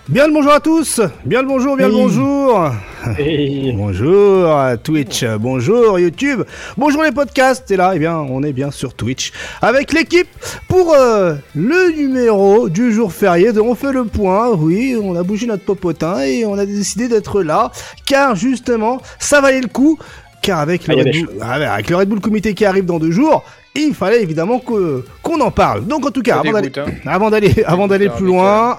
Bien le bonjour à tous, bien le bonjour. Hey. Bonjour à Twitch, bonjour YouTube, bonjour les podcasts. Et là, eh bien, on est bien sur Twitch avec l'équipe pour le numéro du jour férié de On fait le point. Oui, on a bougé notre popotin et on a décidé d'être là car justement, ça valait le coup. Car avec le Red Bull Comité qui arrive dans 2 jours, il fallait évidemment qu'on en parle. Donc en tout cas, avant d'aller plus loin,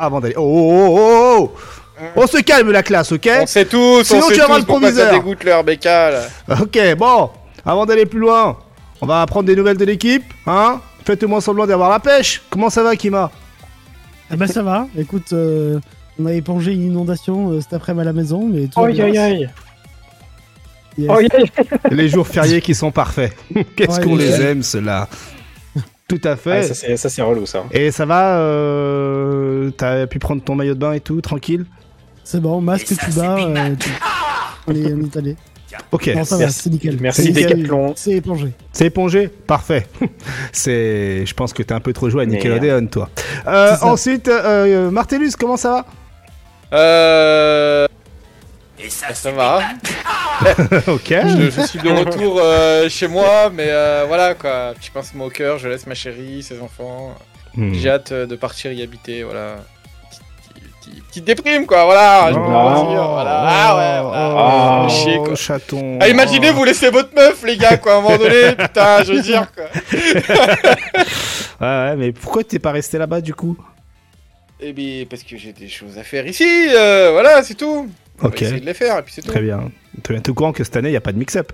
on se calme la classe, ok? On sait tous, sinon tu vas avoir le proviseur. Ça dégoûte leur bécale. Ok, bon, avant d'aller plus loin, on va prendre des nouvelles de l'équipe, hein? Faites-moi semblant d'avoir la pêche. Comment ça va, Kima? Eh ben ça va, écoute, on a épongé une inondation cet après-midi à la maison, mais tout va bien. Aïe. Yes. Les jours fériés qui sont parfaits. Qu'est-ce qu'on les aime, ceux-là. Tout à fait. Ah, ça c'est relou ça. Et ça va, t'as pu prendre ton maillot de bain et tout, tranquille? C'est bon, masque, tuba, on est allé. Ok. Non, ça va, c'est nickel. Merci Decathlon. C'est épongé. C'est épongé? Parfait. Je pense que t'es un peu trop joué à Nickelodeon, toi. Ensuite, Martellus, comment ça va? Et ça va. Ok. Je suis de retour chez moi, mais voilà quoi. Petit pincement au cœur, je laisse ma chérie, ses enfants. J'ai hâte de partir y habiter, voilà. Petite déprime quoi, voilà. Chier quoi. Chaton. Ah, imaginez, vous laissez votre meuf, les gars, quoi, à un moment donné, putain, je veux dire quoi. Ouais, mais pourquoi t'es pas resté là-bas du coup? Eh bien, parce que j'ai des choses à faire ici, voilà, c'est tout. On va essayer de les faire, et puis c'est tout. Très bien. T'es au courant que cette année, il n'y a pas de mix-up?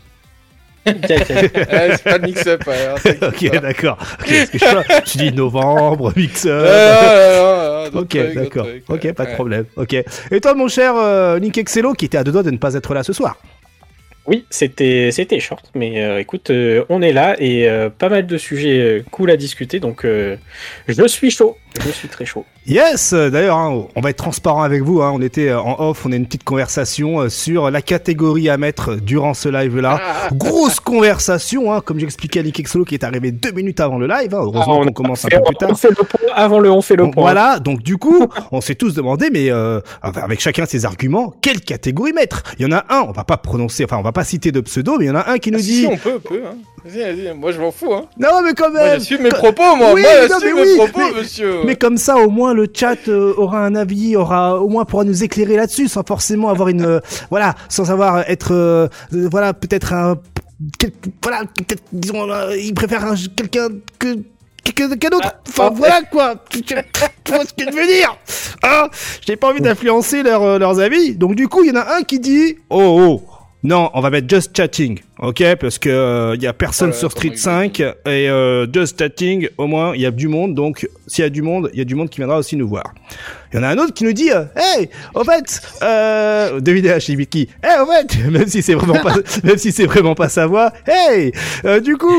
C'est pas de mix-up, ouais. Ok, d'accord. Okay, tu dis novembre, mix-up. Ok, d'accord. Ok, pas de problème. Ok. Et toi, mon cher Link Excello, qui était à 2 doigts de ne pas être là ce soir? Oui, c'était short, mais écoute, on est là et pas mal de sujets cool à discuter, donc je suis chaud. Je suis très chaud. Yes, d'ailleurs, hein, on va être transparent avec vous. Hein, on était en off, on a une petite conversation sur la catégorie à mettre durant ce live-là. Grosse conversation, hein, comme j'expliquais à Nick Exolo qui est arrivé 2 minutes avant le live. Hein, heureusement qu'on commence un peu plus tard. On fait le point avant on fait le point. Voilà, donc du coup, on s'est tous demandé, mais avec chacun ses arguments, quelle catégorie mettre? Il y en a un, on va pas prononcer, enfin on va pas citer de pseudo, mais il y en a un qui nous dit... Si, on peut, hein. Vas-y, moi je m'en fous, hein. Non, mais quand même... Moi j'assume mes propos, moi. Oui, Moi j'assume mes propos, monsieur. Mais comme ça, au moins, le chat aura un avis, au moins pourra nous éclairer là-dessus, sans forcément avoir sans avoir être, peut-être peut-être, disons, il préfère quelqu'un d'autre. Enfin, voilà, quoi. Tu vois ce que je veux dire? Hein? J'ai pas envie d'influencer leurs avis. Donc, du coup, il y en a un qui dit, non, on va mettre Just Chatting, ok? Parce que y a personne sur Street 5 et Just Chatting, au moins il y a du monde. Donc s'il y a du monde, il y a du monde qui viendra aussi nous voir. Il y en a un autre qui nous dit, hey, au fait, devinez Hibiki, hey, au fait, même si c'est vraiment pas sa voix, hey, du coup,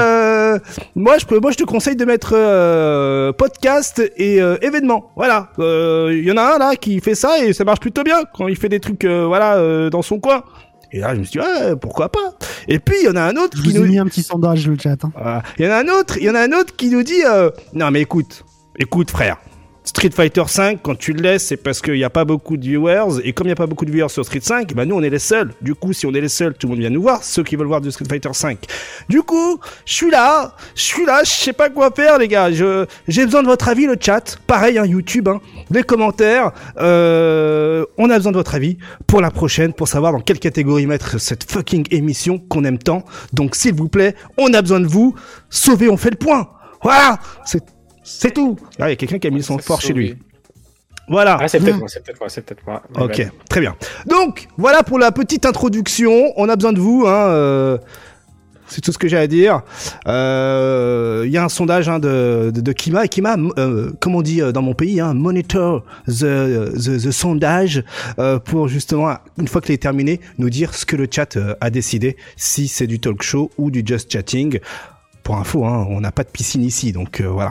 moi je te conseille de mettre podcast et événement. Voilà, il y en a un là qui fait ça et ça marche plutôt bien quand il fait des trucs, dans son coin. Et là, je me suis dit, pourquoi pas? Et puis, il y en a un autre qui nous mis un petit sondage, le chat. Hein. Il y en a un autre qui nous dit, non, mais écoute, frère. Street Fighter 5, quand tu le laisses, c'est parce qu'il n'y a pas beaucoup de viewers. Et comme il n'y a pas beaucoup de viewers sur Street 5, nous, on est les seuls. Du coup, si on est les seuls, tout le monde vient nous voir, ceux qui veulent voir du Street Fighter 5. Du coup, je suis là, je sais pas quoi faire, les gars. J'ai besoin de votre avis, le chat. Pareil, hein, YouTube, hein, les commentaires. On a besoin de votre avis pour la prochaine, pour savoir dans quelle catégorie mettre cette fucking émission qu'on aime tant. Donc, s'il vous plaît, on a besoin de vous. Sauvez, on fait le point. Voilà, c'est tout. Il y a quelqu'un qui a mis son fort chez lui. Voilà. Ah, c'est peut-être moi. Ok, très bien. Donc, voilà pour la petite introduction. On a besoin de vous, hein. C'est tout ce que j'ai à dire. Il y a un sondage de Kima. Et Kima, comme on dit dans mon pays, hein, monitor the sondage pour justement, une fois qu'il est terminé, nous dire ce que le chat a décidé, si c'est du talk show ou du just chatting. Pour info, hein, on n'a pas de piscine ici, donc voilà.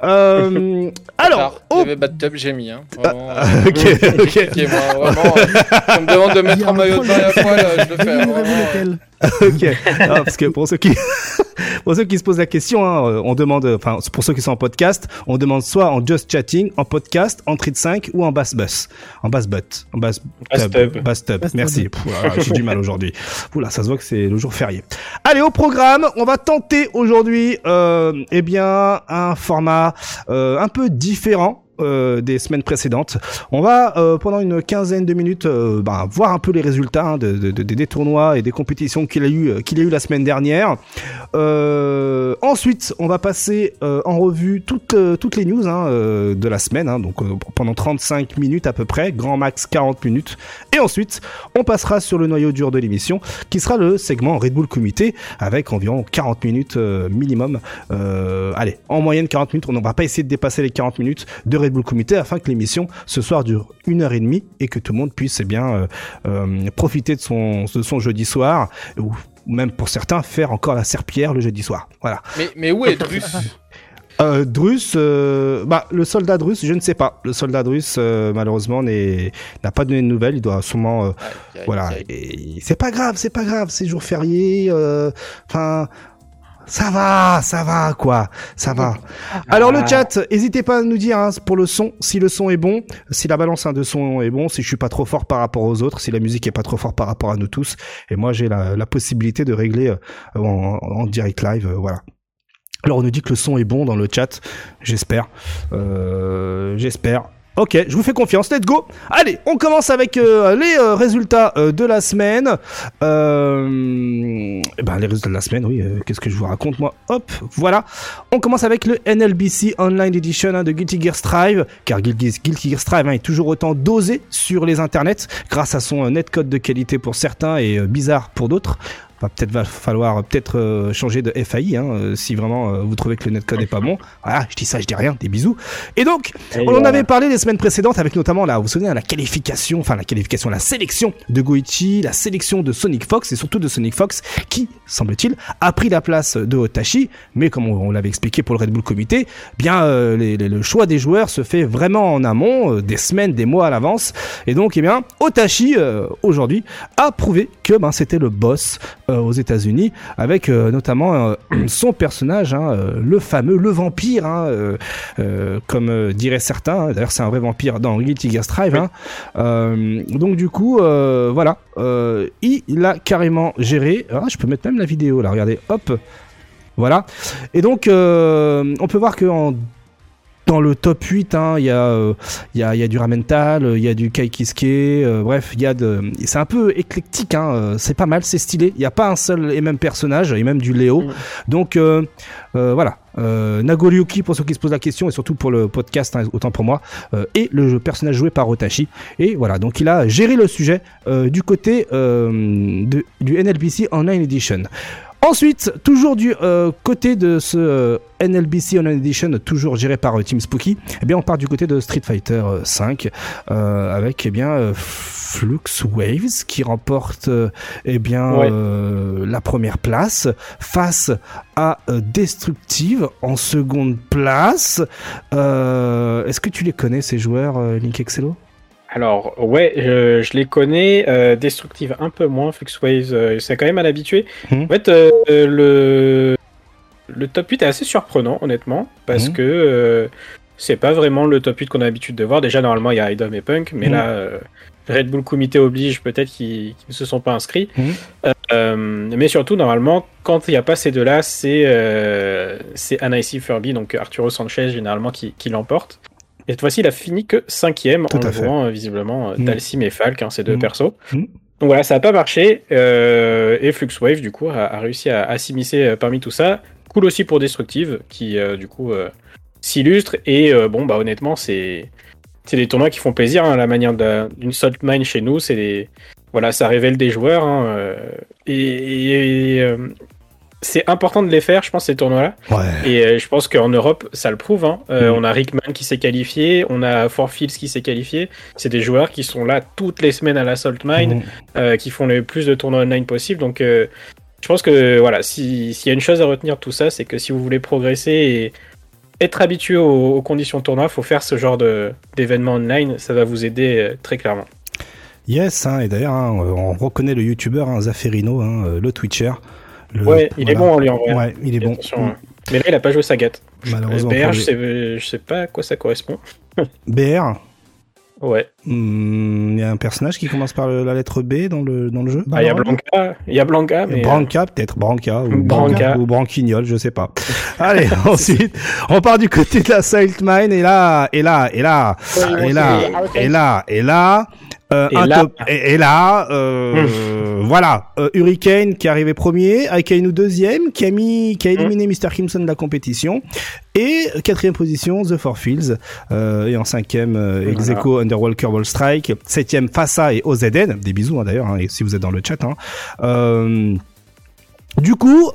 Alors, il y avait Bad j'ai mis, hein. Vraiment, ok. Moi, vraiment, on me demande de mettre un maillot de bain à poil, je le fais. Ok. Non, parce que pour ceux qui Pour ceux qui se posent la question, hein, on demande, enfin, pour ceux qui sont en podcast, on demande soit en just chatting, en podcast, en Treat 5 ou en bass bus. En bass butt. En bass tub. Bass tub. Merci. J'ai du mal aujourd'hui. Oula, ça se voit que c'est le jour férié. Allez, au programme, on va tenter aujourd'hui, eh bien, un format, un peu différent. Des semaines précédentes. On va pendant une quinzaine de minutes voir un peu les résultats hein, des tournois et des compétitions qu'il a eu la semaine dernière. Ensuite, on va passer en revue toutes les news hein, de la semaine, hein, donc pendant 35 minutes à peu près, grand max 40 minutes. Et ensuite, on passera sur le noyau dur de l'émission, qui sera le segment Red Bull Comité, avec environ 40 minutes minimum. Allez, en moyenne 40 minutes, on ne va pas essayer de dépasser les 40 minutes de Red Bull Comité afin que l'émission ce soir dure 1h30 et que tout le monde puisse profiter de son jeudi soir ou même pour certains faire encore la serpillière le jeudi soir. Voilà. Mais où est Drus? Drus, le soldat Drus, je ne sais pas. Le soldat Drus, malheureusement, n'a pas donné de nouvelles. Il doit sûrement, voilà. Et c'est pas grave, c'est jour férié. Ça va, quoi. Ça va. Alors, le chat, n'hésitez pas à nous dire, hein, pour le son, si le son est bon, si la balance de son est bon, si je suis pas trop fort par rapport aux autres, si la musique est pas trop forte par rapport à nous tous. Et moi, j'ai la possibilité de régler en direct live, voilà. Alors, on nous dit que le son est bon dans le chat. J'espère. Ok, je vous fais confiance, let's go. Allez, on commence avec les résultats de la semaine. Les résultats de la semaine, oui, qu'est-ce que je vous raconte, moi? Hop, voilà. On commence avec le NLBC Online Edition hein, de Guilty Gear Strive, car Guilty Gear Strive est toujours autant dosé sur les internets, grâce à son netcode de qualité pour certains et bizarre pour d'autres. Va falloir changer de FAI hein, si vraiment vous trouvez que le netcode n'est pas bon. Voilà, je dis ça, je dis rien, des bisous. Et donc, on en avait parlé les semaines précédentes avec notamment vous vous souvenez, la sélection de Goichi, la sélection de Sonic Fox et surtout de Sonic Fox qui, semble-t-il, a pris la place de Otachi. Mais comme on l'avait expliqué pour le Red Bull Comité, le choix des joueurs se fait vraiment en amont, des semaines, des mois à l'avance. Et donc, Otachi, aujourd'hui, a prouvé que c'était le boss aux États-Unis avec notamment son personnage, le vampire, comme diraient certains. D'ailleurs, c'est un vrai vampire dans Guilty Gear Strive. Oui. Donc du coup, voilà, il a carrément géré. Je peux mettre même la vidéo là. Regardez, hop, voilà. Et donc, on peut voir que dans le top 8, il y a du Ramental, il y a du Kai Kiske, bref, c'est un peu éclectique, c'est pas mal, c'est stylé. Il y a pas un seul et même personnage, et même du Léo. Donc voilà. Nagoryuki pour ceux qui se posent la question et surtout pour le podcast, autant pour moi, et le personnage joué par Otachi. Et voilà, donc il a géré le sujet du côté du NLBC Online Edition. Ensuite, toujours du côté de ce NLBC Online Edition, toujours géré par Team Spooky, on part du côté de Street Fighter 5 avec Flux Waves qui remporte la première place face à Destructive en seconde place. Est-ce que tu les connais ces joueurs, Link Excello? Alors, ouais, je les connais. Destructive un peu moins, Fluxwaves, c'est quand même à l'habitué. En fait, le top 8 est assez surprenant, honnêtement, parce que c'est pas vraiment le top 8 qu'on a l'habitude de voir. Déjà, normalement, il y a Idom et Punk, mais là, Red Bull Comité oblige, peut-être qu'ils ne se sont pas inscrits. Mais surtout, normalement, quand il n'y a pas ces deux-là, c'est Anaïs Furby, donc Arturo Sanchez, généralement, qui l'emporte. Et cette fois-ci, il a fini que 5e en jouant visiblement Dalsim et Falk, ces deux persos. Donc voilà, ça n'a pas marché. Et Fluxwave, du coup, a réussi à s'immiscer parmi tout ça. Cool aussi pour Destructive, qui, du coup, s'illustre. Et honnêtement, c'est des tournois qui font plaisir. La manière d'une Salt Mine chez nous, voilà, ça révèle des joueurs. C'est important de les faire, je pense, ces tournois-là. Ouais. Et je pense qu'en Europe, ça le prouve. On a Rickman qui s'est qualifié, on a Forfields qui s'est qualifié. C'est des joueurs qui sont là toutes les semaines à la Salt Mine, qui font le plus de tournois online possible. Donc, je pense que voilà, s'il y a une chose à retenir de tout ça, c'est que si vous voulez progresser et être habitué aux conditions de tournoi, il faut faire ce genre d'événements online. Ça va vous aider très clairement. Yes, et d'ailleurs, on reconnaît le youtubeur Zafferino, le Twitcher. Ouais, il est bon lui en vrai. Ouais, il est bon. Mais là, il a pas joué Sagat. Malheureusement. BR, je sais pas à quoi ça correspond. BR. Ouais. Il y a un personnage qui commence par la lettre B dans le jeu. Il y a Blanca. Il y a Blanca, mais Branca peut-être, Branca ou Branca ou Branquignol, je sais pas. Allez, ensuite, on part du côté de la Silent Mine et là. Voilà, Hurricane qui est arrivé premier, Akainu deuxième, qui a éliminé Mr. Crimson de la compétition, et quatrième position The Four Fields, et en cinquième Execo Underworld Kerbal Strike, septième Fassa et OZN, des bisous d'ailleurs, hein, et si vous êtes dans le chat. Du coup,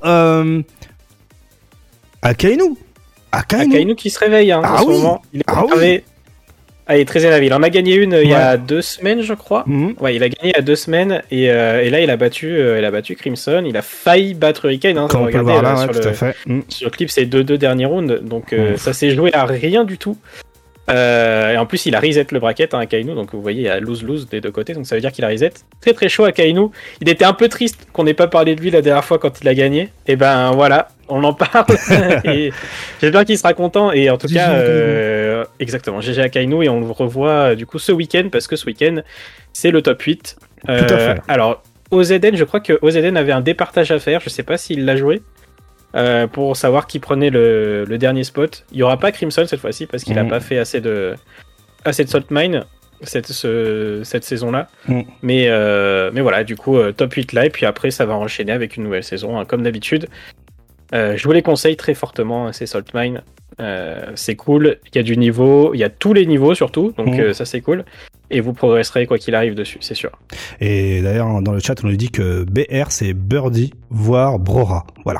Akainu qui se réveille en ce moment. Il est arrivé. Ah, il est très énervé. Il en a gagné une il y a 2 semaines, je crois. Ouais, il a gagné il y a 2 semaines et là il a battu Crimson. Il a failli battre Hurricane. Hein, comme on peut le voir là, sur le clip, c'est 2-2 derniers rounds. Donc ça s'est joué à rien du tout. Et en plus, il a reset le bracket à Kainu, donc vous voyez, il y a lose-lose des deux côtés, donc ça veut dire qu'il a reset. Très très chaud à Kainu. Il était un peu triste qu'on n'ait pas parlé de lui la dernière fois quand il a gagné. Et ben voilà, on en parle. Et j'espère qu'il sera content. Et en tout cas, exactement, GG à Kainu, et on le revoit du coup ce week-end, parce que ce week-end, c'est le top 8. Tout à fait. Alors, OZN, je crois que OZN avait un départage à faire, je sais pas s'il l'a joué. Pour savoir qui prenait le dernier spot. Il n'y aura pas Crimson cette fois-ci parce qu'il n'a pas fait assez de Salt Mine cette saison-là. Mais voilà, du coup, top 8 là, et puis après, ça va enchaîner avec une nouvelle saison, hein, comme d'habitude. Je vous les conseille très fortement, ces Salt Mine. C'est cool, il y a du niveau, il y a tous les niveaux surtout, donc ça c'est cool. Et vous progresserez quoi qu'il arrive dessus, c'est sûr. Et d'ailleurs, dans le chat, on nous dit que BR, c'est Birdie, voire Brora. Voilà.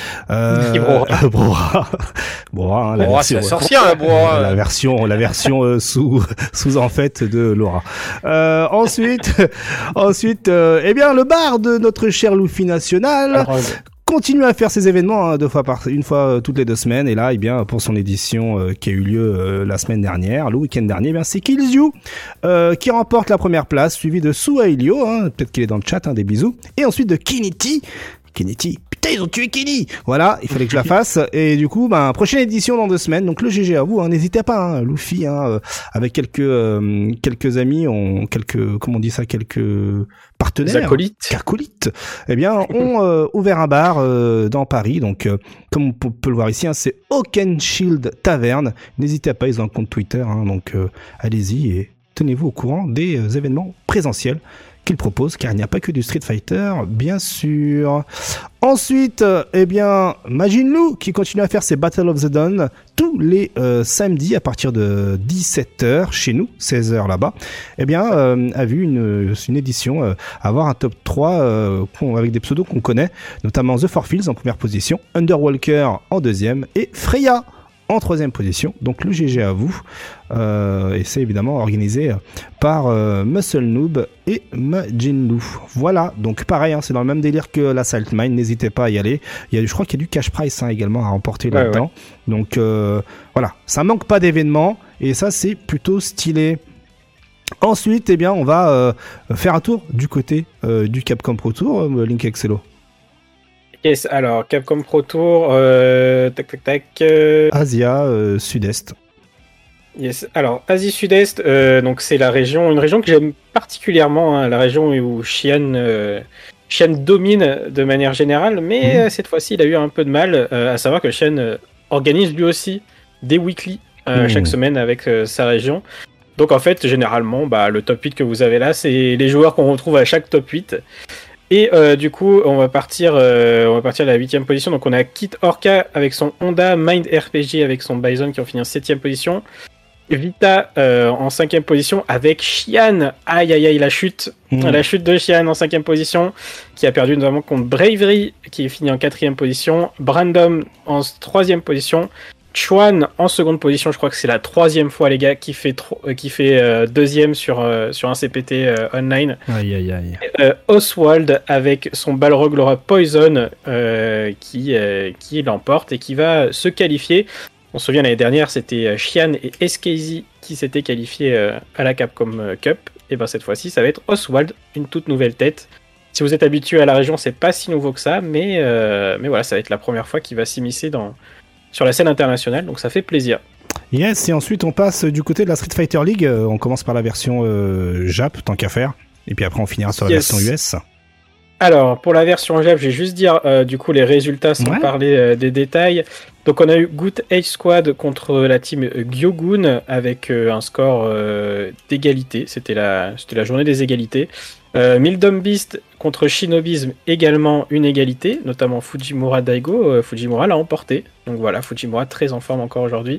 Brora. Brora, hein, Brora, c'est la sorcière, la Brora. La version sous en fait de Laura. Ensuite, eh bien, le bar de notre cher Luffy national continue à faire ses événements, hein, une fois toutes les 2 semaines, et là, eh bien, pour son édition qui a eu lieu la semaine dernière, le week-end dernier, eh bien, c'est Killzyu qui remporte la première place, suivi de Suailio, hein, peut-être qu'il est dans le chat, hein, des bisous, et ensuite de Kiniti, putain, ils ont tué Kenny. Voilà, il fallait que je la fasse. Et du coup, prochaine édition dans 2 semaines. Donc le GG à vous, hein, n'hésitez pas, hein, Luffy, hein, avec quelques amis, comment on dit ça, quelques partenaires, acolytes, eh bien, ont ouvert un bar dans Paris. Donc, comme on peut le voir ici, hein, c'est Oakenshield Tavern. N'hésitez pas, ils ont un compte Twitter, hein, donc allez-y et tenez-vous au courant des événements présentiels qu'il propose, car il n'y a pas que du Street Fighter, bien sûr. Ensuite, eh bien, Majin Lu, qui continue à faire ses Battle of the Dawn tous les samedis à partir de 17h chez nous, 16h là-bas, eh bien, a vu une édition avoir un top 3 avec des pseudos qu'on connaît, notamment The Four Fields en première position, Underwalker en deuxième et Freya en 3e position. Donc le GG à vous. Et c'est évidemment organisé par Muscle Noob et Majin Lu. Voilà, donc pareil, hein, c'est dans le même délire que la Salt Mine, n'hésitez pas à y aller. Je crois qu'il y a du cash prize, hein, également à remporter là-dedans. Ouais. Donc voilà, ça manque pas d'événements et ça c'est plutôt stylé. Ensuite, eh bien, on va faire un tour du côté du Capcom Pro Tour, Link Excello. Yes, alors Capcom Pro Tour, Asia Sud-Est. Yes, alors Asie Sud-Est, donc c'est une région que j'aime particulièrement, hein, la région où Xian domine de manière générale, mais cette fois-ci il a eu un peu de mal, à savoir que Xian organise lui aussi des weekly chaque semaine avec sa région. Donc en fait, généralement, le top 8 que vous avez là, c'est les joueurs qu'on retrouve à chaque top 8. Et du coup, on va partir de la 8e position. Donc on a Kit Orca avec son Honda, Mind RPG avec son Bison qui ont fini en 7e position. Vita en 5e position avec Xian. Aïe aïe aïe, la chute de Xian en 5e position, qui a perdu notamment contre Bravery qui est fini en 4e position. Brandom en 3e position. Chuan en 2e position, je crois que c'est la 3e fois les gars qui fait 2e sur un CPT online. Aïe aïe aïe. Oswald avec son Balrog Laura Poison qui l'emporte et qui va se qualifier. On se souvient l'année dernière, c'était Xian et SKZ qui s'étaient qualifiés à la Capcom Cup. Et cette fois-ci, ça va être Oswald, une toute nouvelle tête. Si vous êtes habitué à la région, c'est pas si nouveau que ça, mais voilà, ça va être la première fois qu'il va s'immiscer sur la scène internationale, donc ça fait plaisir. Yes, et ensuite on passe du côté de la Street Fighter League. On commence par la version Jap, tant qu'à faire, et puis après on finira sur la version US. Alors, pour la version Jap, je vais juste dire du coup les résultats sans parler des détails. Donc on a eu Good Age Squad contre la team Gyogun avec un score d'égalité. C'était la journée des égalités. Mildom Beast contre Shinobism, également une égalité, notamment Fujimura Daigo. Fujimura l'a emporté. Donc voilà, Fujimura très en forme encore aujourd'hui.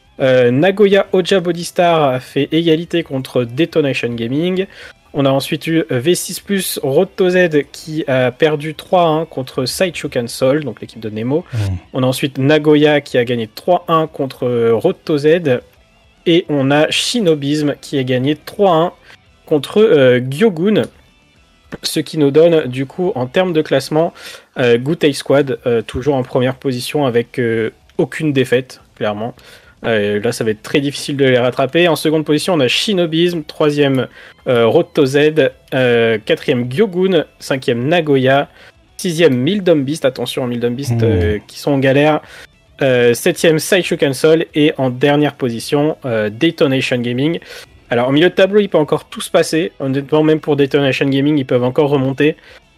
Nagoya Oja Bodystar a fait égalité contre Detonation Gaming. On a ensuite eu V6+, Road to Z qui a perdu 3-1 contre Sideshow Cancel, donc l'équipe de Nemo. On a ensuite Nagoya qui a gagné 3-1 contre Road to Z. Et on a Shinobism qui a gagné 3-1 contre Gyogun. Ce qui nous donne du coup en termes de classement Good Age Squad toujours en première position avec aucune défaite, clairement. Là, ça va être très difficile de les rattraper. En seconde position, on a Shinobism. Troisième, Road to Z. Quatrième, Gyogun. Cinquième, Nagoya. Sixième, Mildom Beast. Attention, Mildom Beast qui sont en galère. Septième, Sideshow Cancel. Et en dernière position, Detonation Gaming. Alors, au milieu de tableau, il peut encore tout se passer. Honnêtement, même pour Detonation Gaming, ils peuvent encore remonter.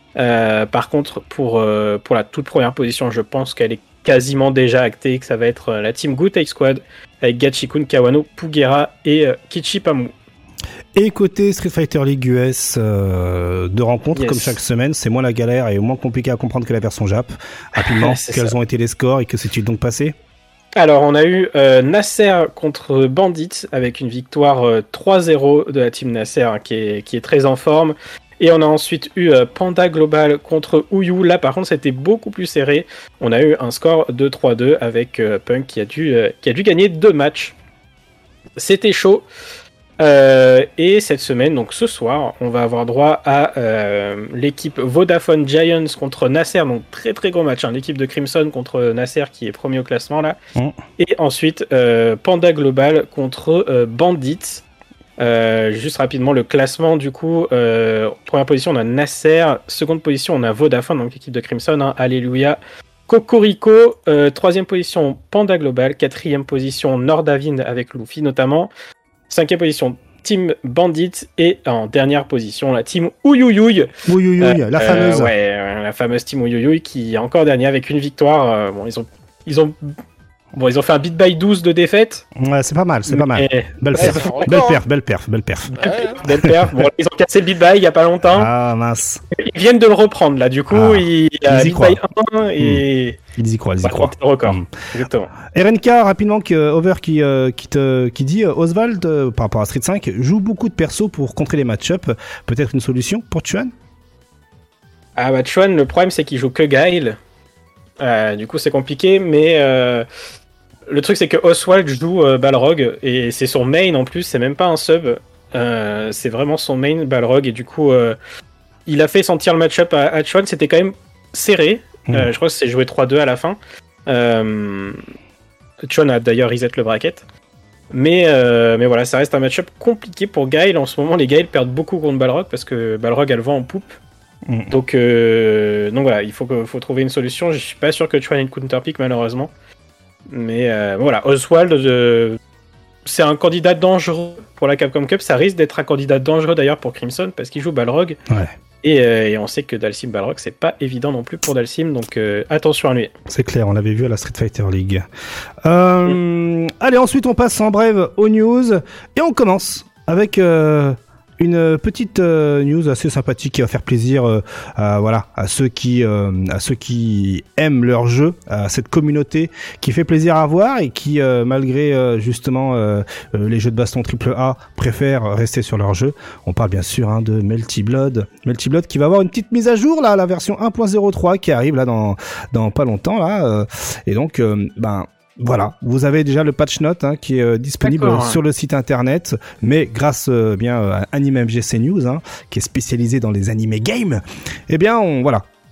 Par contre, pour la toute première position, je pense qu'elle est quasiment déjà acté, que ça va être la team Good Age Squad avec Gachikun, Kawano, Pugera et Kichipamu. Et côté Street Fighter League US, deux rencontres comme chaque semaine, c'est moins la galère et moins compliqué à comprendre que la version Jap. Rapidement, quels ont été les scores et que s'est-il donc passé ? Alors, on a eu Nasser contre Bandit avec une victoire 3-0 de la team Nasser qui est très en forme. Et on a ensuite eu Panda Global contre Uyu. Là, par contre, c'était beaucoup plus serré. On a eu un score de 3-2 avec Punk qui a dû gagner 2 matchs. C'était chaud. Et cette semaine, donc ce soir, on va avoir droit à l'équipe Vodafone Giants contre Nasser. Donc très très gros match. L'équipe de Crimson contre Nasser qui est premier au classement là. Et ensuite, Panda Global contre Bandits. Juste rapidement le classement du coup, première position on a Nasser, seconde position on a Vodafone, donc l'équipe de Crimson, Alléluia, Cocorico, troisième position Panda Global, quatrième position Nordavind avec Luffy notamment, cinquième position Team Bandit et en dernière position la team Ouyouyoui, la fameuse la fameuse team Ouyouyoui qui est encore dernière avec une victoire. Ils ont fait un beat by 12 de défaite. Ouais, c'est pas mal. Belle perf. Belle perf. Bon, ils ont cassé le beat by il y a pas longtemps. Ah, mince. Ils viennent de le reprendre, là. Du coup, il y a beat by 1 et... Ils y croient. Le record. Exactement. RNK, rapidement, Over qui dit Oswald, par rapport à Street 5, joue beaucoup de persos pour contrer les match-up. Peut-être une solution pour Chuan ? Ah bah Chuan, le problème c'est qu'il joue que Guile. Du coup c'est compliqué, mais le truc c'est que Oswald joue Balrog et c'est son main en plus, c'est même pas un sub, c'est vraiment son main Balrog et du coup il a fait sentir le match-up à Chuan, c'était quand même serré, je crois que c'est joué 3-2 à la fin. Chuan a d'ailleurs reset le bracket. Mais voilà, ça reste un match-up compliqué pour Guile. En ce moment, les Guile perdent beaucoup contre Balrog parce que Balrog a le vent en poupe. Donc voilà, il faut trouver une solution. Je suis pas sûr que Chuan ait une counterpick malheureusement. Mais voilà, Oswald, c'est un candidat dangereux pour la Capcom Cup. Ça risque d'être un candidat dangereux d'ailleurs pour Crimson parce qu'il joue Balrog. Ouais. Et on sait que Dalsim Balrog, c'est pas évident non plus pour Dalsim, donc attention à lui. C'est clair, on l'avait vu à la Street Fighter League. Allez, ensuite on passe en brève aux news et on commence avec une petite news assez sympathique qui va faire plaisir à ceux qui aiment leur jeu, à cette communauté qui fait plaisir à voir et qui malgré justement les jeux de baston AAA préfèrent rester sur leur jeu. On parle bien sûr de Melty Blood qui va avoir une petite mise à jour là, la version 1.03 qui arrive là dans pas longtemps là et donc voilà, vous avez déjà le patch note qui est disponible sur le site internet, mais grâce à Anime MGC News qui est spécialisé dans les animés games, eh bien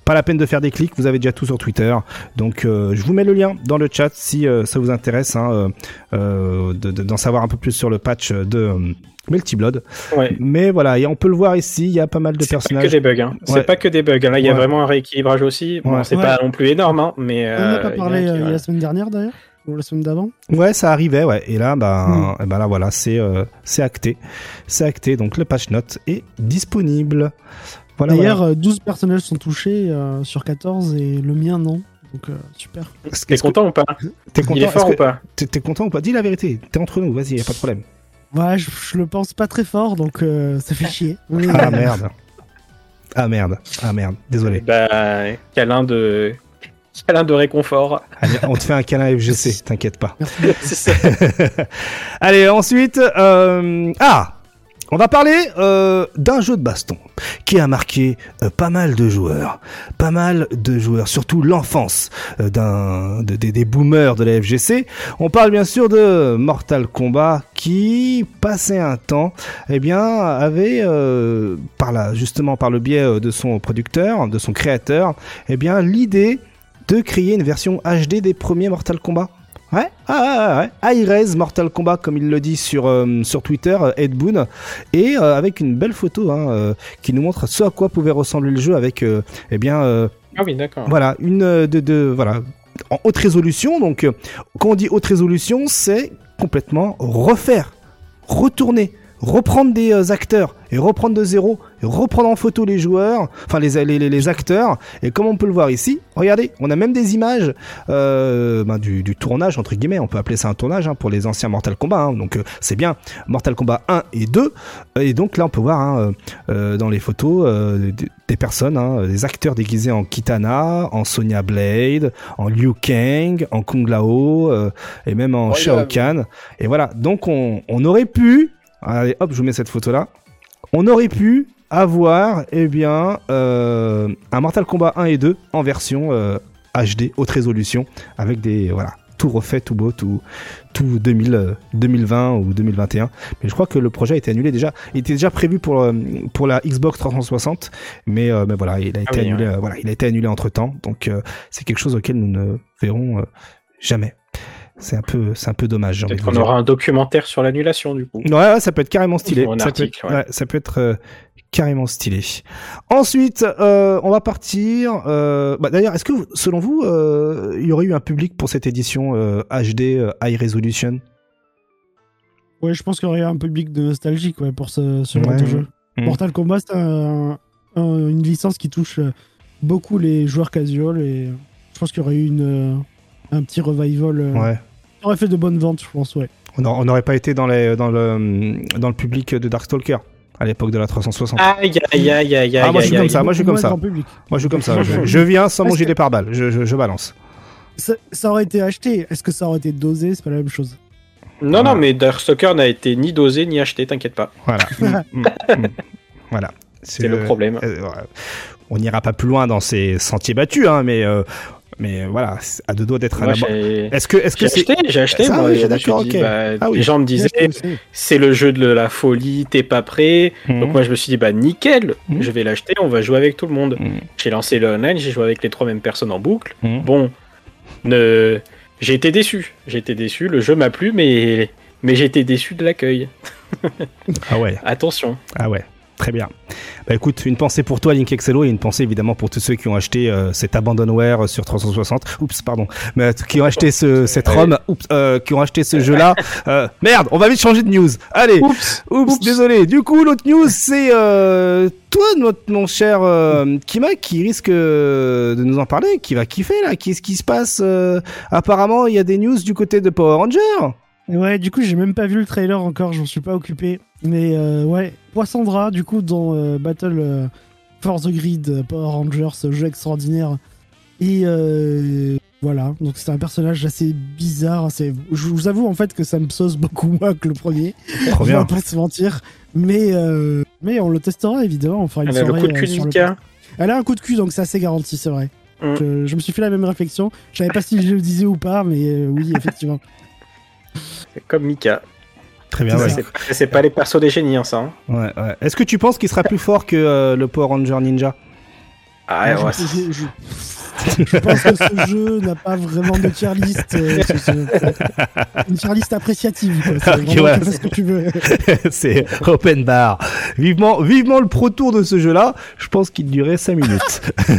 pas la peine de faire des clics, vous avez déjà tout sur Twitter. Donc je vous mets le lien dans le chat si ça vous intéresse d'en savoir un peu plus sur le patch de Melty Blood. Ouais. Mais voilà, et on peut le voir ici, il y a pas mal de personnages. C'est pas que des bugs, hein. C'est pas que des bugs. Là, il y a vraiment un rééquilibrage aussi. Bon, c'est pas non plus énorme, hein, mais. On n'a pas parlé la semaine dernière d'ailleurs, ou la semaine d'avant. Ouais, ça arrivait, ouais. Et là, là, voilà, c'est acté. C'est acté, donc le patch note est disponible. Voilà, d'ailleurs, 12 personnages sont touchés sur 14 et le mien non. Donc super. T'es content ou pas? Il est fort ou pas? T'es content ou pas? Dis la vérité, t'es entre nous, vas-y, y a pas de problème. Ouais, je le pense pas très fort, donc ça fait chier. Ah merde. Ah merde, désolé. Bah, câlin de réconfort. Allez, on te fait un câlin FGC, t'inquiète pas. C'est ça. Allez, ensuite, on va parler d'un jeu de baston qui a marqué pas mal de joueurs, surtout l'enfance des boomers de la FGC. On parle bien sûr de Mortal Kombat qui, passé un temps, avait justement par le biais de son producteur, de son créateur, l'idée de créer une version HD des premiers Mortal Kombat. Ouais. Hi-Rez Mortal Kombat, comme il le dit sur Twitter, Ed Boon, et avec une belle photo qui nous montre ce à quoi pouvait ressembler le jeu avec ah oui, d'accord. Voilà, une voilà, en haute résolution. Donc quand on dit haute résolution, c'est complètement reprendre des acteurs et reprendre de zéro, et reprendre en photo les joueurs, enfin les acteurs, et comme on peut le voir ici, regardez, on a même des images du tournage, entre guillemets, on peut appeler ça un tournage pour les anciens Mortal Kombat, donc c'est bien Mortal Kombat 1 et 2, et donc là on peut voir dans les photos des personnes, des acteurs déguisés en Kitana, en Sonya Blade, en Liu Kang, en Kung Lao, et même en Shao Kahn, et voilà, donc on aurait pu, allez hop, je vous mets cette photo là. On aurait pu avoir un Mortal Kombat 1 et 2 en version HD, haute résolution, avec tout refait, tout beau, tout 2020 ou 2021. Mais je crois que le projet a été annulé déjà. Il était déjà prévu pour la Xbox 360, mais voilà, il a été annulé. Voilà, il a été annulé entre temps. Donc c'est quelque chose auquel nous ne verrons jamais. C'est un peu dommage. Peut-être qu'on aura un documentaire sur l'annulation du coup. Ouais, ça peut être carrément stylé. Ça peut être carrément stylé. Ensuite, on va partir. D'ailleurs, est-ce que selon vous, il y aurait eu un public pour cette édition HD High Resolution? Ouais, je pense qu'il y aurait eu un public de nostalgie pour ce genre de jeu. Mortal Kombat, c'est une licence qui touche beaucoup les joueurs casual et je pense qu'il y aurait eu un petit revival. Ça aurait fait de bonnes ventes, je pense, ouais. On n'aurait pas été dans le public de Darkstalker à l'époque de la 360. Aïe. Moi je suis comme ça. Moi je suis comme ça. Je viens sans mon gilet pare-balles. Je balance. Ça aurait été acheté. Est-ce que ça aurait été dosé? C'est pas la même chose. Non, mais Darkstalker n'a été ni dosé ni acheté, t'inquiète pas. Voilà. Voilà. C'est le problème. On n'ira pas plus loin dans ces sentiers battus, mais voilà, à deux doigts d'être un abonnement. Est-ce que j'ai acheté ça, moi, oui, d'accord, ok. Les gens me disaient c'est le jeu de la folie, t'es pas prêt. Donc moi je me suis dit nickel, je vais l'acheter, on va jouer avec tout le monde. J'ai lancé le online, j'ai joué avec les 3 mêmes personnes en boucle. Bon, j'ai été déçu, le jeu m'a plu, mais j'ai été déçu de l'accueil. Ah ouais. Attention. Ah ouais. Très bien. Écoute, une pensée pour toi, Link Excello, et une pensée évidemment pour tous ceux qui ont acheté cet abandonware sur 360. Oups, pardon. Mais qui ont acheté cette ROM, qui ont acheté ce jeu-là. Merde, on va vite changer de news. Allez. Oups, désolé. Du coup, l'autre news, c'est toi, mon cher Kima, qui risque de nous en parler, qui va kiffer là. Qu'est-ce qui se passe? Apparemment, il y a des news du côté de Power Rangers. Ouais, du coup, j'ai même pas vu le trailer encore, j'en suis pas occupé. Mais Poissandra, du coup, dans Battle for the Grid, Power Rangers, ce jeu extraordinaire. Et voilà, donc c'est un personnage assez bizarre. Je vous avoue en fait que ça me sauce beaucoup moins que le premier. Trop bien. On va pas se mentir. Mais on le testera évidemment. On fera une soirée. Le coup de cul de Mika. Elle a un coup de cul, donc c'est assez garanti, c'est vrai. Je me suis fait la même réflexion. Je savais pas si je le disais ou pas, mais oui, effectivement. C'est comme Mika. Très bien, c'est pas les persos des génies, ça. Ouais. Est-ce que tu penses qu'il sera plus fort que le Power Ranger Ninja? Ah ouais, je pense que ce jeu n'a pas vraiment de tier list. Une tier list appréciative. Quoi. C'est Ok, voilà. tu fais ce que tu veux. C'est open bar. Vivement le pro tour de ce jeu-là. Je pense qu'il durait 5 minutes.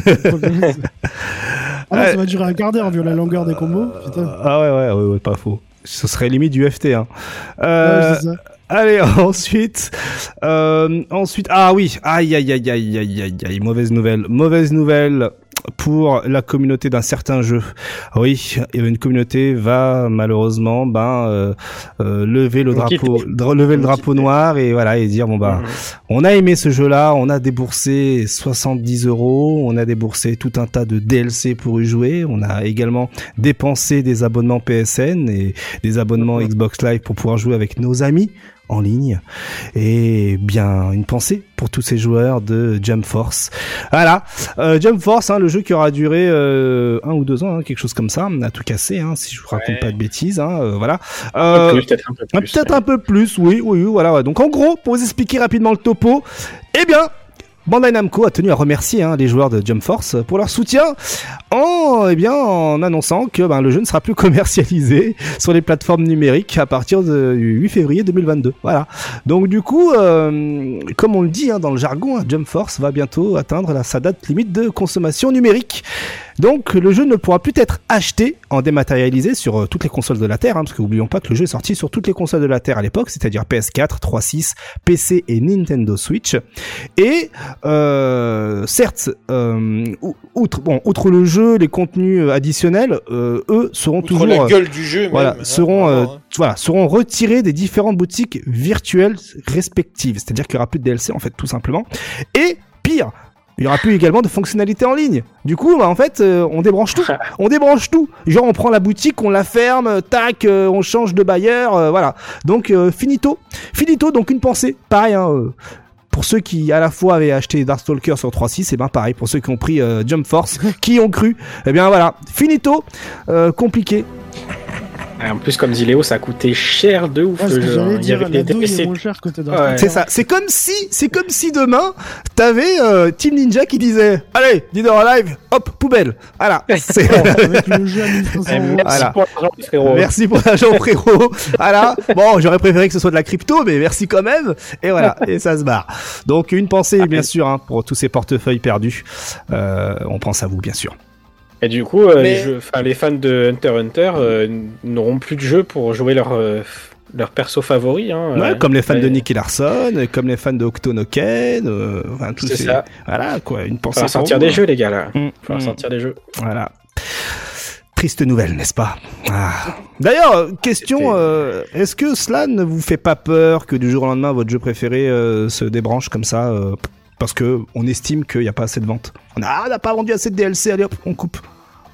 Ah non, ça va durer un quart d'heure vu la longueur des combos. Putain. Ah ouais, pas faux. Ce serait limite du FT. Hein. Ouais, c'est ça. Allez, ensuite, ah oui, aïe, mauvaise nouvelle pour la communauté d'un certain jeu. Oui, une communauté va malheureusement lever le drapeau noir et voilà et dire on a aimé ce jeu-là, on a déboursé 70 €, on a déboursé tout un tas de DLC pour y jouer, on a également dépensé des abonnements PSN et des abonnements Xbox Live pour pouvoir jouer avec nos amis en ligne, et bien une pensée pour tous ces joueurs de Jump Force. Voilà, Jump Force, le jeu qui aura duré 1 ou 2 ans, quelque chose comme ça, on a tout cassé, si je vous raconte pas de bêtises, voilà. Peut-être un peu plus, oui, voilà. Ouais. Donc en gros, pour vous expliquer rapidement le topo, eh bien, Bandai Namco a tenu à remercier les joueurs de Jump Force pour leur soutien en annonçant que le jeu ne sera plus commercialisé sur les plateformes numériques à partir du 8 février 2022. Voilà. Donc du coup, comme on le dit dans le jargon, Jump Force va bientôt atteindre sa date limite de consommation numérique. Donc le jeu ne pourra plus être acheté en dématérialisé sur toutes les consoles de la Terre, parce que n'oublions pas que le jeu est sorti sur toutes les consoles de la Terre à l'époque, c'est-à-dire PS4, 3.6, PC et Nintendo Switch. Et certes, outre le jeu, les contenus additionnels, eux seront outre toujours la gueule du jeu, seront retirés des différentes boutiques virtuelles respectives. C'est-à-dire qu'il y aura plus de DLC en fait, tout simplement. Et pire, il y aura plus également de fonctionnalités en ligne. Du coup, en fait, on débranche tout. On débranche tout. Genre, on prend la boutique, on la ferme, tac, on change de bailleur, voilà. Donc, finito. Finito, donc une pensée. Pareil, pour ceux qui, à la fois, avaient acheté Darkstalker sur 3.6, pareil, pour ceux qui ont pris Jump Force, qui ont cru, voilà. Finito, compliqué. En plus, comme dit Léo, ça a coûté cher de ouf. J'allais dire, la douille est moins chère que Darkstalker. C'est ça. C'est comme si demain, t'avais Team Ninja qui disait, allez, Dead or Alive, hop, poubelle. Voilà. Avec le jeu à 1500 €. Merci pour l'argent, frérot. Merci pour l'argent, frérot. Voilà. Bon, j'aurais préféré que ce soit de la crypto, mais merci quand même. Et voilà. Et ça se barre. Donc, une pensée, bien sûr, pour tous ces portefeuilles perdus. On pense à vous, bien sûr. Et du coup, les fans de Hunter x Hunter n'auront plus de jeu pour jouer leur perso favori. Comme les fans de Nicky Larson, comme les fans de Octonoken, tous ces... ça. Voilà, quoi, une pensée. Il faut sortir des jeux, les gars, là. Il faut sortir des jeux. Voilà. Triste nouvelle, n'est-ce pas? D'ailleurs, question, est-ce que cela ne vous fait pas peur que du jour au lendemain, votre jeu préféré se débranche comme ça parce que on estime qu'il n'y a pas assez de ventes? On n'a pas vendu assez de DLC, allez hop, on coupe.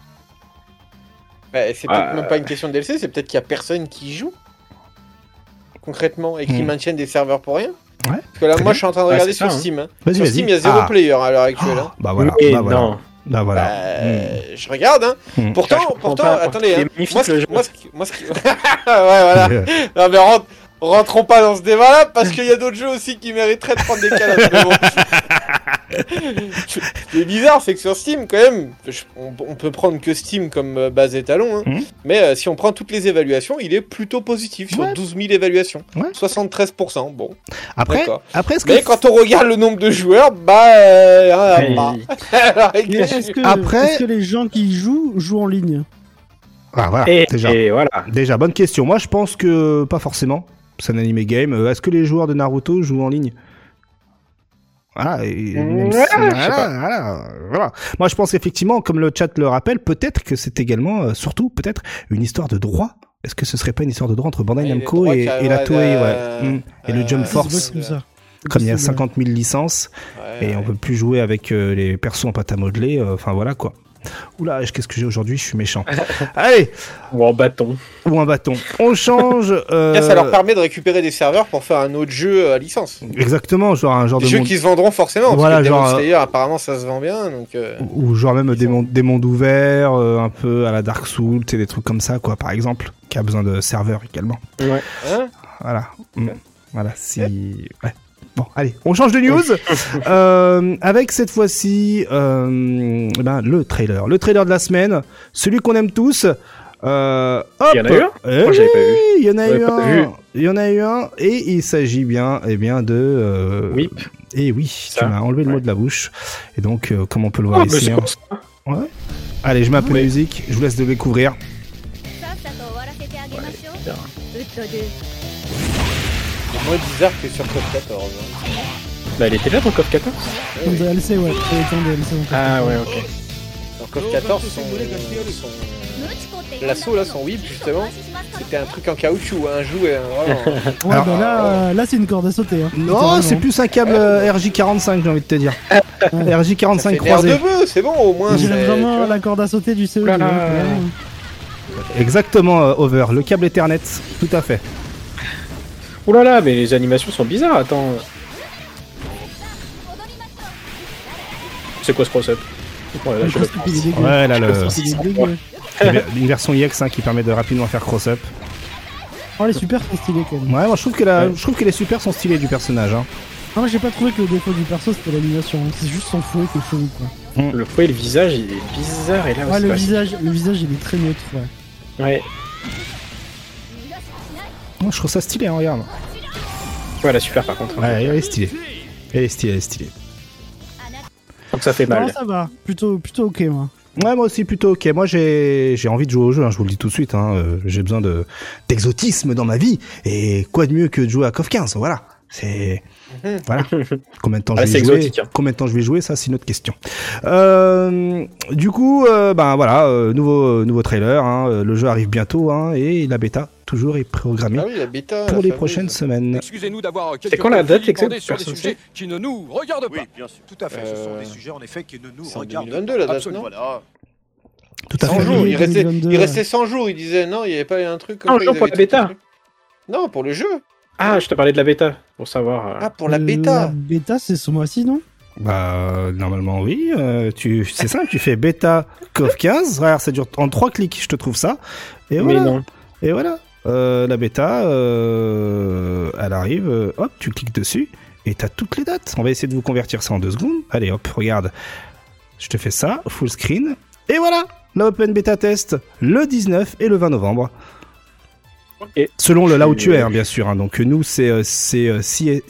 C'est peut-être même pas une question de DLC, c'est peut-être qu'il y a personne qui joue concrètement et qui maintiennent des serveurs pour rien. Ouais. Parce que là, moi, je suis en train de regarder sur Steam. Sur Steam, il y a 0 player à l'heure actuelle. Bah voilà. Voilà. Je regarde. Pourtant, attendez. Moi, ce qui... ouais, voilà. Non, mais rentrons pas dans ce débat-là parce qu'il y a d'autres jeux aussi qui mériteraient de prendre des calages. Mais bon. Ce qui est bizarre, c'est que sur Steam, quand même, on peut prendre que Steam comme base étalon, mais si on prend toutes les évaluations, il est plutôt positif sur 12 000 évaluations, 73%. Bon. Après, mais quand on regarde le nombre de joueurs, est-ce que les gens qui jouent en ligne? Voilà. Déjà, bonne question. Moi, je pense que pas forcément. C'est un anime game. Est-ce que les joueurs de Naruto jouent en ligne? Voilà. Moi, je pense effectivement, comme le chat le rappelle, peut-être que c'est également, surtout, peut-être une histoire de droit. Est-ce que ce serait pas une histoire de droit entre Bandai Namco et la Toei, et le Jump Force, comme il y a 50 000 licences et on peut plus jouer avec les persos en pâte à modeler. Enfin voilà quoi. Oula, qu'est-ce que j'ai aujourd'hui? Je suis méchant. Allez. Ou un bâton. On change. Ça leur permet de récupérer des serveurs pour faire un autre jeu à licence. Exactement, genre un genre des de jeux qui se vendront forcément. Voilà, parce que genre. Demon Slayer, apparemment, ça se vend bien. Donc, ou genre même des mondes ouverts, un peu à la Dark Souls, des trucs comme ça, quoi, par exemple, qui a besoin de serveurs également. Ouais. Voilà. Voilà, si. Ouais. Bon, allez, on change de news. Avec cette fois-ci le trailer. Le trailer de la semaine, celui qu'on aime tous. Hop. Il y en a eu un Moi, j'avais pas vu. Il y en a eu un. Il y en a eu un. Et il s'agit bien de... Whip. Et oui, tu m'as enlevé le mot de la bouche. Et donc, comme on peut le voir ici... Ouais. Allez, je mets un peu de musique. Je vous laisse de le découvrir. C'est moins bizarre que sur CoF 14. Bah, elle était là dans CoF 14 Dans DLC, ouais. Elle était en DLC. Ah, ouais, ok. Dans CoF 14, l'assaut, là, son whip, justement, c'était un truc en caoutchouc, un jouet. Ouais, alors, là, c'est une corde à sauter. Hein. Non, c'est plus un câble RJ45, j'ai envie de te dire. RJ45 croisé. De bœuf, c'est bon, au moins. J'ai vraiment la corde à sauter du CE. Exactement, Over. Le câble Ethernet, tout à fait. Ouh là là, mais les animations sont bizarres, attends. C'est quoi ce cross-up? Ouais, là, une version EX qui permet de rapidement faire cross-up. Oh, les supers sont stylés quand même. Ouais, moi je trouve que les supers sont stylés du personnage. Hein. Non, moi j'ai pas trouvé que le défaut du perso c'était l'animation, hein. C'est juste son fouet qui est chelou quoi. Le fouet et le visage il est bizarre et là ouais, le visage il est très neutre, ouais. Ouais. Moi je trouve ça stylé, hein, regarde. Ouais, la super par contre. Ouais, elle est stylée. Elle est stylée. Donc ça fait mal. Non, ça va, plutôt ok moi. Ouais, moi aussi plutôt ok. Moi j'ai envie de jouer au jeu, hein, je vous le dis tout de suite. Hein. J'ai besoin d'exotisme dans ma vie. Et quoi de mieux que de jouer à KOF 15, voilà. C'est... Voilà. Combien de temps je vais jouer exotique, hein. Combien de temps je vais jouer, ça c'est une autre question. Du coup, voilà, nouveau trailer. Hein. Le jeu arrive bientôt, hein, et la bêta toujours est programmée pour les prochaines semaines. Excusez-nous d'avoir c'est quand la date exacte sur des sujets qui ne nous regardent pas. Oui, bien sûr. Tout à fait. Ce sont des sujets en effet qui ne nous regardent pas. C'est en 2022 la date, absolument. Voilà. Tout à 100 fait. jours, il restait 100 jours, il disait non, il n'y avait pas un truc comme 100 jours pour la bêta. Non, pour le jeu. Ah, je te parlais de la bêta, pour savoir... Ah, pour la bêta. La bêta, c'est ce mois-ci, non? Bah, normalement, oui. C'est simple, tu fais bêta KOF 15. Regarde, ça dure en 3 clics, je te trouve ça. Et voilà. Mais non. Et voilà. La bêta, elle arrive. Hop, tu cliques dessus. Et t'as toutes les dates. On va essayer de vous convertir ça en 2 secondes. Allez, hop, regarde. Je te fais ça, full screen. Et voilà, la Open Beta Test, le 19 et le 20 novembre. Okay. Selon là où tu es, hein, bien sûr. Hein. Donc nous, c'est CET.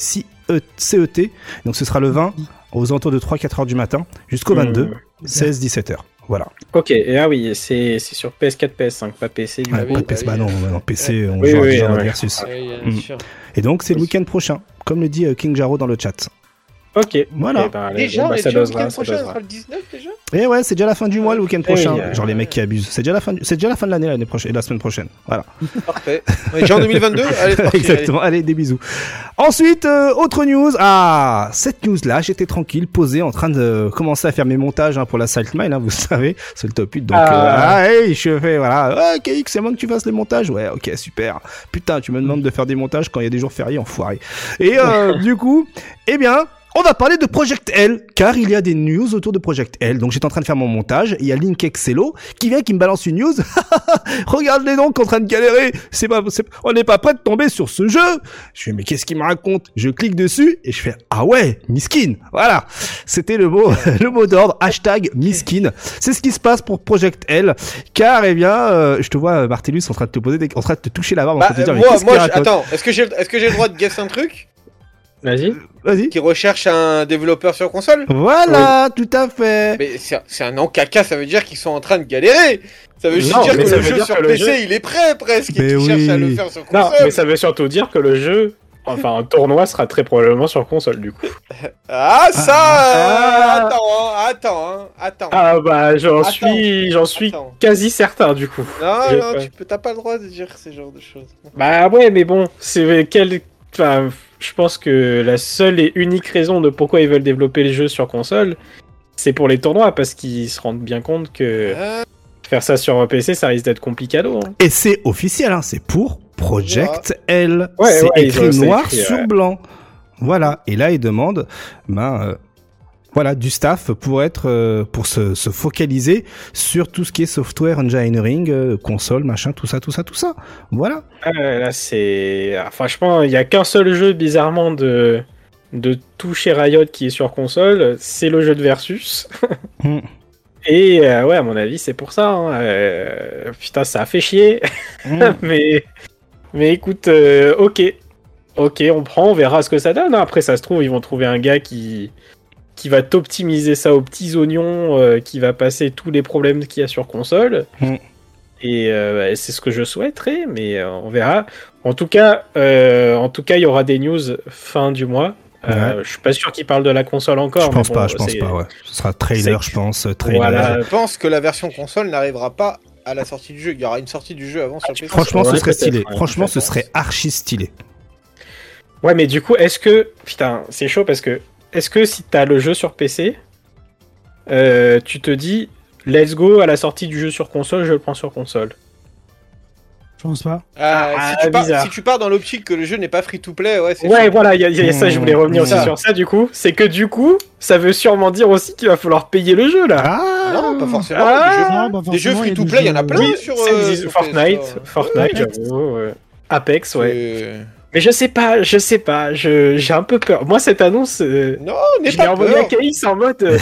Donc ce sera le 20 aux alentours de 3-4 heures du matin jusqu'au 22, 16-17 heures. Voilà. Ok, et ah oui, c'est sur PS4, PS5, pas PC. Pas de PC, bah non, PC, on joue déjà en versus. Et donc c'est le week-end prochain, comme le dit King Jaro dans le chat. Ok, voilà. Déjà, le week-end prochain, ça sera le 19 déjà. Et ouais, c'est déjà la fin du mois le week-end prochain. Genre les mecs qui abusent. C'est déjà la fin de l'année prochaine et la semaine prochaine. Voilà. Parfait. On est déjà en 2022. Allez, c'est parti. Exactement. Allez, des bisous. Ensuite, autre news. Ah, cette news là, j'étais tranquille, posé, en train de commencer à faire mes montages pour la Saltmine, vous savez, c'est le top 8. Donc, hey, je fais voilà. KX, c'est moi que tu fasses les montages. Ouais, ok, super. Putain, tu me demandes de faire des montages quand il y a des jours fériés, enfoiré. Et du coup, eh bien. On va parler de Project L, car il y a des news autour de Project L. Donc j'étais en train de faire mon montage, il y a Link Excello qui vient, qui me balance une news. Regarde-les donc en train de galérer. On n'est pas prêt de tomber sur ce jeu. Je fais mais qu'est-ce qu'il me raconte? Je clique dessus et je fais ah ouais, miskin. Voilà, c'était le mot d'ordre. #miskin. C'est ce qui se passe pour Project L, car eh bien, je te vois Martellus en train de te toucher la barbe en train de te dire attends, est-ce que j'ai le droit de guess un truc? Vas-y. Qui recherche un développeur sur console. Voilà, oui. Tout à fait. Mais c'est un caca, ça veut dire qu'ils sont en train de galérer. Ça veut juste dire que le jeu sur PC, il est prêt presque, et qu'ils cherchent à le faire sur console. Non, mais ça veut surtout dire que le jeu, enfin un tournoi sera très probablement sur console du coup. Ah ça Attends. Ah bah j'en suis quasi certain du coup. Non, t'as pas le droit de dire ce genre de choses. Bah ouais, mais bon, je pense que la seule et unique raison de pourquoi ils veulent développer le jeu sur console, c'est pour les tournois, parce qu'ils se rendent bien compte que faire ça sur PC, ça risque d'être complicado. Hein. Et c'est officiel, hein, c'est pour Project L. C'est écrit noir sur blanc. Voilà. Et là, ils demandent, voilà, du staff pour se focaliser sur tout ce qui est software engineering, console, machin, tout ça. Voilà. Là, c'est... Franchement, il n'y a qu'un seul jeu, bizarrement, de de tout chez Riot qui est sur console, c'est le jeu de Versus. Et ouais, à mon avis, c'est pour ça. Hein. Putain, ça a fait chier. mais écoute, ok, on prend, on verra ce que ça donne. Après, ça se trouve, ils vont trouver un gars qui va t'optimiser ça aux petits oignons, qui va passer tous les problèmes qu'il y a sur console. Et c'est ce que je souhaiterais, mais on verra. En tout cas, il y aura des news fin du mois. Je suis pas sûr qu'ils parlent de la console encore. Je pense pas. Ouais. Ce sera trailer, je pense. Trailer. Voilà. Je pense que la version console n'arrivera pas à la sortie du jeu. Il y aura une sortie du jeu avant sur PC. Franchement, ce serait stylé. Franchement, ce serait archi stylé. Ouais, mais du coup, est-ce que... Putain, c'est chaud parce que... Est-ce que si t'as le jeu sur PC, tu te dis, let's go, à la sortie du jeu sur console, je le prends sur console? Je pense pas. Si tu pars dans l'optique que le jeu n'est pas free-to-play, ouais, c'est ouais, voilà, il y a ça, je voulais revenir aussi sur ça, du coup. C'est que du coup, ça veut sûrement dire aussi qu'il va falloir payer le jeu, là. Non, pas forcément. Des jeux free-to-play, il y en a plein sur... Fortnite, j'avoue. Apex, ouais. Mais je sais pas, j'ai un peu peur. Moi, cette annonce, non, n'aie pas peur. Je l'ai envoyé à Caïs en mode...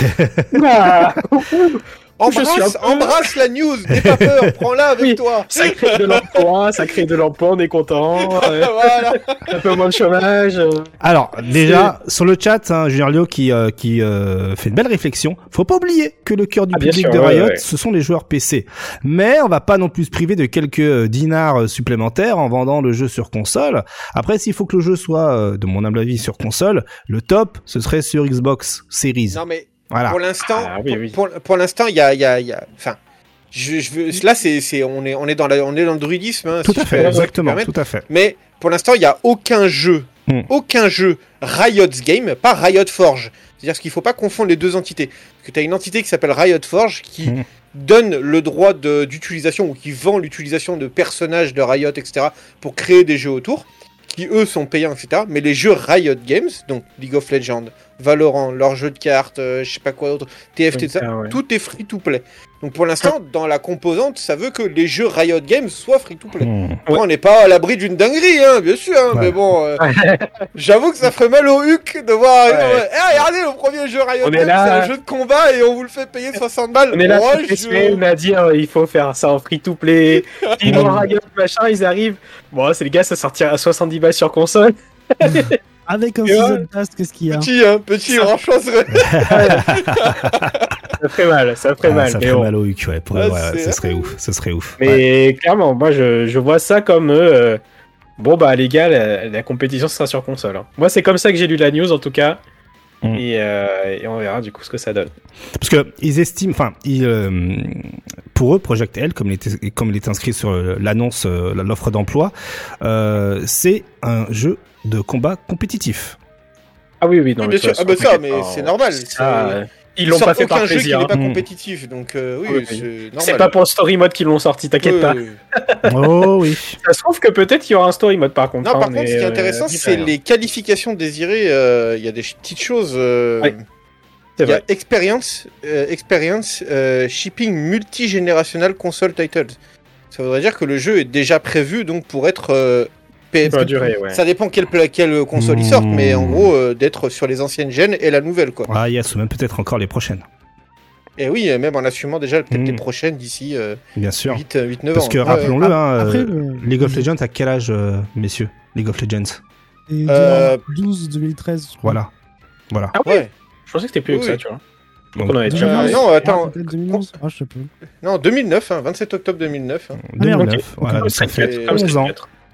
Embrasse la news, n'aie pas peur, prends-la avec toi. Ça crée de l'emploi, on est content. Voilà. Un peu moins de chômage. Alors, déjà, sur le chat, Junior Leo qui fait une belle réflexion. Faut pas oublier que le cœur du public de Riot, ce sont les joueurs PC. Mais on va pas non plus se priver de quelques dinars supplémentaires en vendant le jeu sur console. Après, s'il faut que le jeu soit, de mon humble avis, sur console, le top, ce serait sur Xbox Series. Non, mais... Voilà. Pour l'instant, pour l'instant, il y a, enfin, là, on est dans le druidisme. Hein, tout à fait, exactement, tout à fait. Mais pour l'instant, il y a aucun jeu Riot's Game, pas Riot Forge. C'est-à-dire qu'il faut pas confondre les deux entités. Parce que tu as une entité qui s'appelle Riot Forge qui donne le droit d'utilisation ou qui vend l'utilisation de personnages de Riot, etc. pour créer des jeux autour, qui eux sont payants, etc. Mais les jeux Riot Games, donc League of Legends, Valorant, leurs jeux de cartes, je sais pas quoi d'autre, TFT, tout est free-to-play. Donc pour l'instant, dans la composante, ça veut que les jeux Riot Games soient free-to-play. On n'est pas à l'abri d'une dinguerie, hein, bien sûr, hein, mais bon, j'avoue que ça ferait mal au huc de voir... regardez, le premier jeu Riot Games, c'est un jeu de combat et on vous le fait payer 60 balles. On est là, on a dit, il faut faire ça en free-to-play. Riot, machin, ils arrivent. Bon, c'est les gars, ça sortira à 70 balles sur console. Avec un season pass, qu'est-ce qu'il y a? Petit, franchement, ça ferait mal. Ça ferait mal au huc, ça serait ouf. Mais clairement, moi, je vois ça comme... bon, bah, les gars, la compétition sera sur console. Hein. Moi, c'est comme ça que j'ai lu la news, en tout cas. Et on verra, du coup, ce que ça donne. Parce que ils estiment... Enfin, pour eux, Project L, comme il est inscrit sur l'annonce, l'offre d'emploi, c'est un jeu de combat compétitif. Ah oui, non, bien sûr. Mais c'est normal. Ils l'ont pas fait par plaisir. Aucun jeu qui n'est pas compétitif, donc oui, c'est normal. C'est pas pour le story mode qu'ils l'ont sorti, t'inquiète pas. Oh oui. Ça se trouve que peut-être qu'il y aura un story mode par contre. Non, par contre, ce qui est intéressant, c'est les qualifications désirées. Il y a des petites choses. Il y a experience, shipping multigénérationnel console titles. Ça voudrait dire que le jeu est déjà prévu donc pour être ça dépend quelle console ils sortent, mais en gros d'être sur les anciennes gènes et la nouvelle quoi. Ah yes, ou même peut-être encore les prochaines. Et oui, même en assumant déjà peut-être les prochaines d'ici bien sûr 8-9 ans. Parce que rappelons-le, League of Legends à quel âge, messieurs? League of Legends 2012, 2013. Voilà. Ah ouais. Je pensais que c'était plus haut que ça, tu vois. Donc on avait déjà non, attends. 2011 je sais plus. Non, 2009, 27 octobre 2009. 2009, voilà, ça fait 11 ans.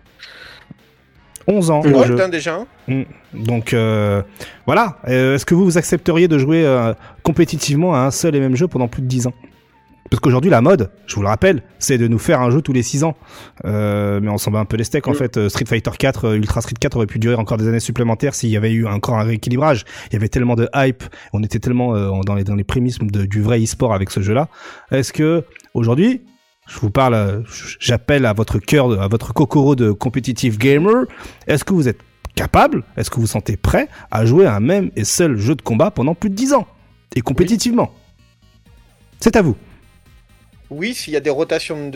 11 ans. Déjà. Donc voilà. Est-ce que vous accepteriez de jouer compétitivement à un seul et même jeu pendant plus de 10 ans? Parce qu'aujourd'hui, la mode, je vous le rappelle, c'est de nous faire un jeu tous les 6 ans. Mais on s'en bat un peu les steaks, en fait. Street Fighter 4, Ultra Street 4 aurait pu durer encore des années supplémentaires s'il y avait eu encore un rééquilibrage. Il y avait tellement de hype, on était tellement dans les prémices du vrai e-sport avec ce jeu-là. Est-ce que, aujourd'hui, je vous parle, j'appelle à votre cœur, à votre kokoro de competitive gamer, est-ce que vous êtes capable, est-ce que vous sentez prêt à jouer à un même et seul jeu de combat pendant plus de 10 ans? Et compétitivement? C'est à vous. Oui, s'il y a des rotations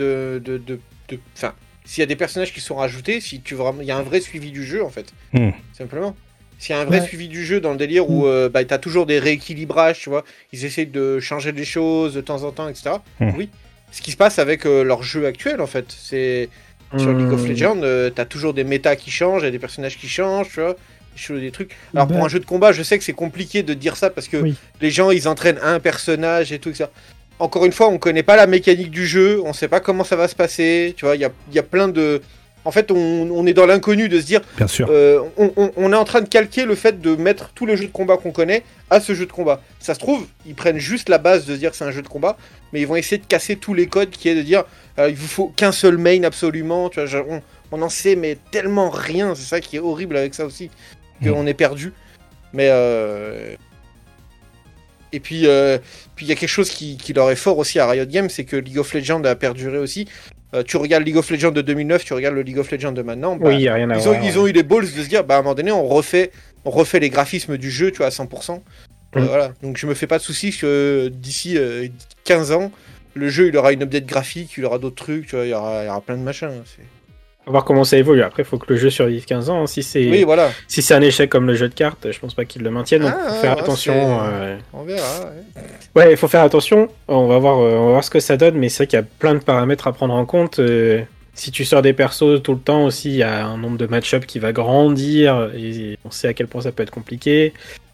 enfin, s'il y a des personnages qui sont rajoutés, il y a un vrai suivi du jeu, en fait. Simplement. s'il y a un vrai suivi du jeu dans le délire où t'as toujours des rééquilibrages, tu vois, ils essayent de changer les choses de temps en temps, etc. Oui, ce qui se passe avec leur jeu actuel en fait, c'est sur League of Legends, t'as toujours des méta qui changent, il y a des personnages qui changent, tu vois, des trucs. Alors pour un jeu de combat, je sais que c'est compliqué de dire ça parce que les gens ils entraînent un personnage et tout, etc. Encore une fois, on connaît pas la mécanique du jeu, on sait pas comment ça va se passer, tu vois, il y a plein de... En fait, on est dans l'inconnu de se dire... Bien sûr. On est en train de calquer le fait de mettre tous les jeux de combat qu'on connaît à ce jeu de combat. Ça se trouve, ils prennent juste la base de se dire que c'est un jeu de combat, mais ils vont essayer de casser tous les codes qui est de dire il vous faut qu'un seul main absolument, tu vois, on en sait mais tellement rien, c'est ça qui est horrible avec ça aussi, qu'on est perdu. Mais... Et puis, il y a quelque chose qui leur est fort aussi à Riot Games, c'est que League of Legends a perduré aussi. Tu regardes League of Legends de 2009, tu regardes le League of Legends de maintenant. Oui, il n'y a rien à voir. Ils ont eu les balls de se dire, à un moment donné, on refait les graphismes du jeu, tu vois, à 100%. Voilà. Donc je me fais pas de soucis que d'ici 15 ans, le jeu, il aura une update graphique, il aura d'autres trucs, tu vois, il y aura plein de machins. On va voir comment ça évolue. Après, il faut que le jeu survive 15 ans. Si c'est un échec comme le jeu de cartes, je pense pas qu'ils le maintiennent. Donc, faut faire attention. On verra. Ouais, il faut faire attention. On va voir ce que ça donne. Mais c'est vrai qu'il y a plein de paramètres à prendre en compte. Si tu sors des persos tout le temps aussi, il y a un nombre de match-up qui va grandir. Et on sait à quel point ça peut être compliqué.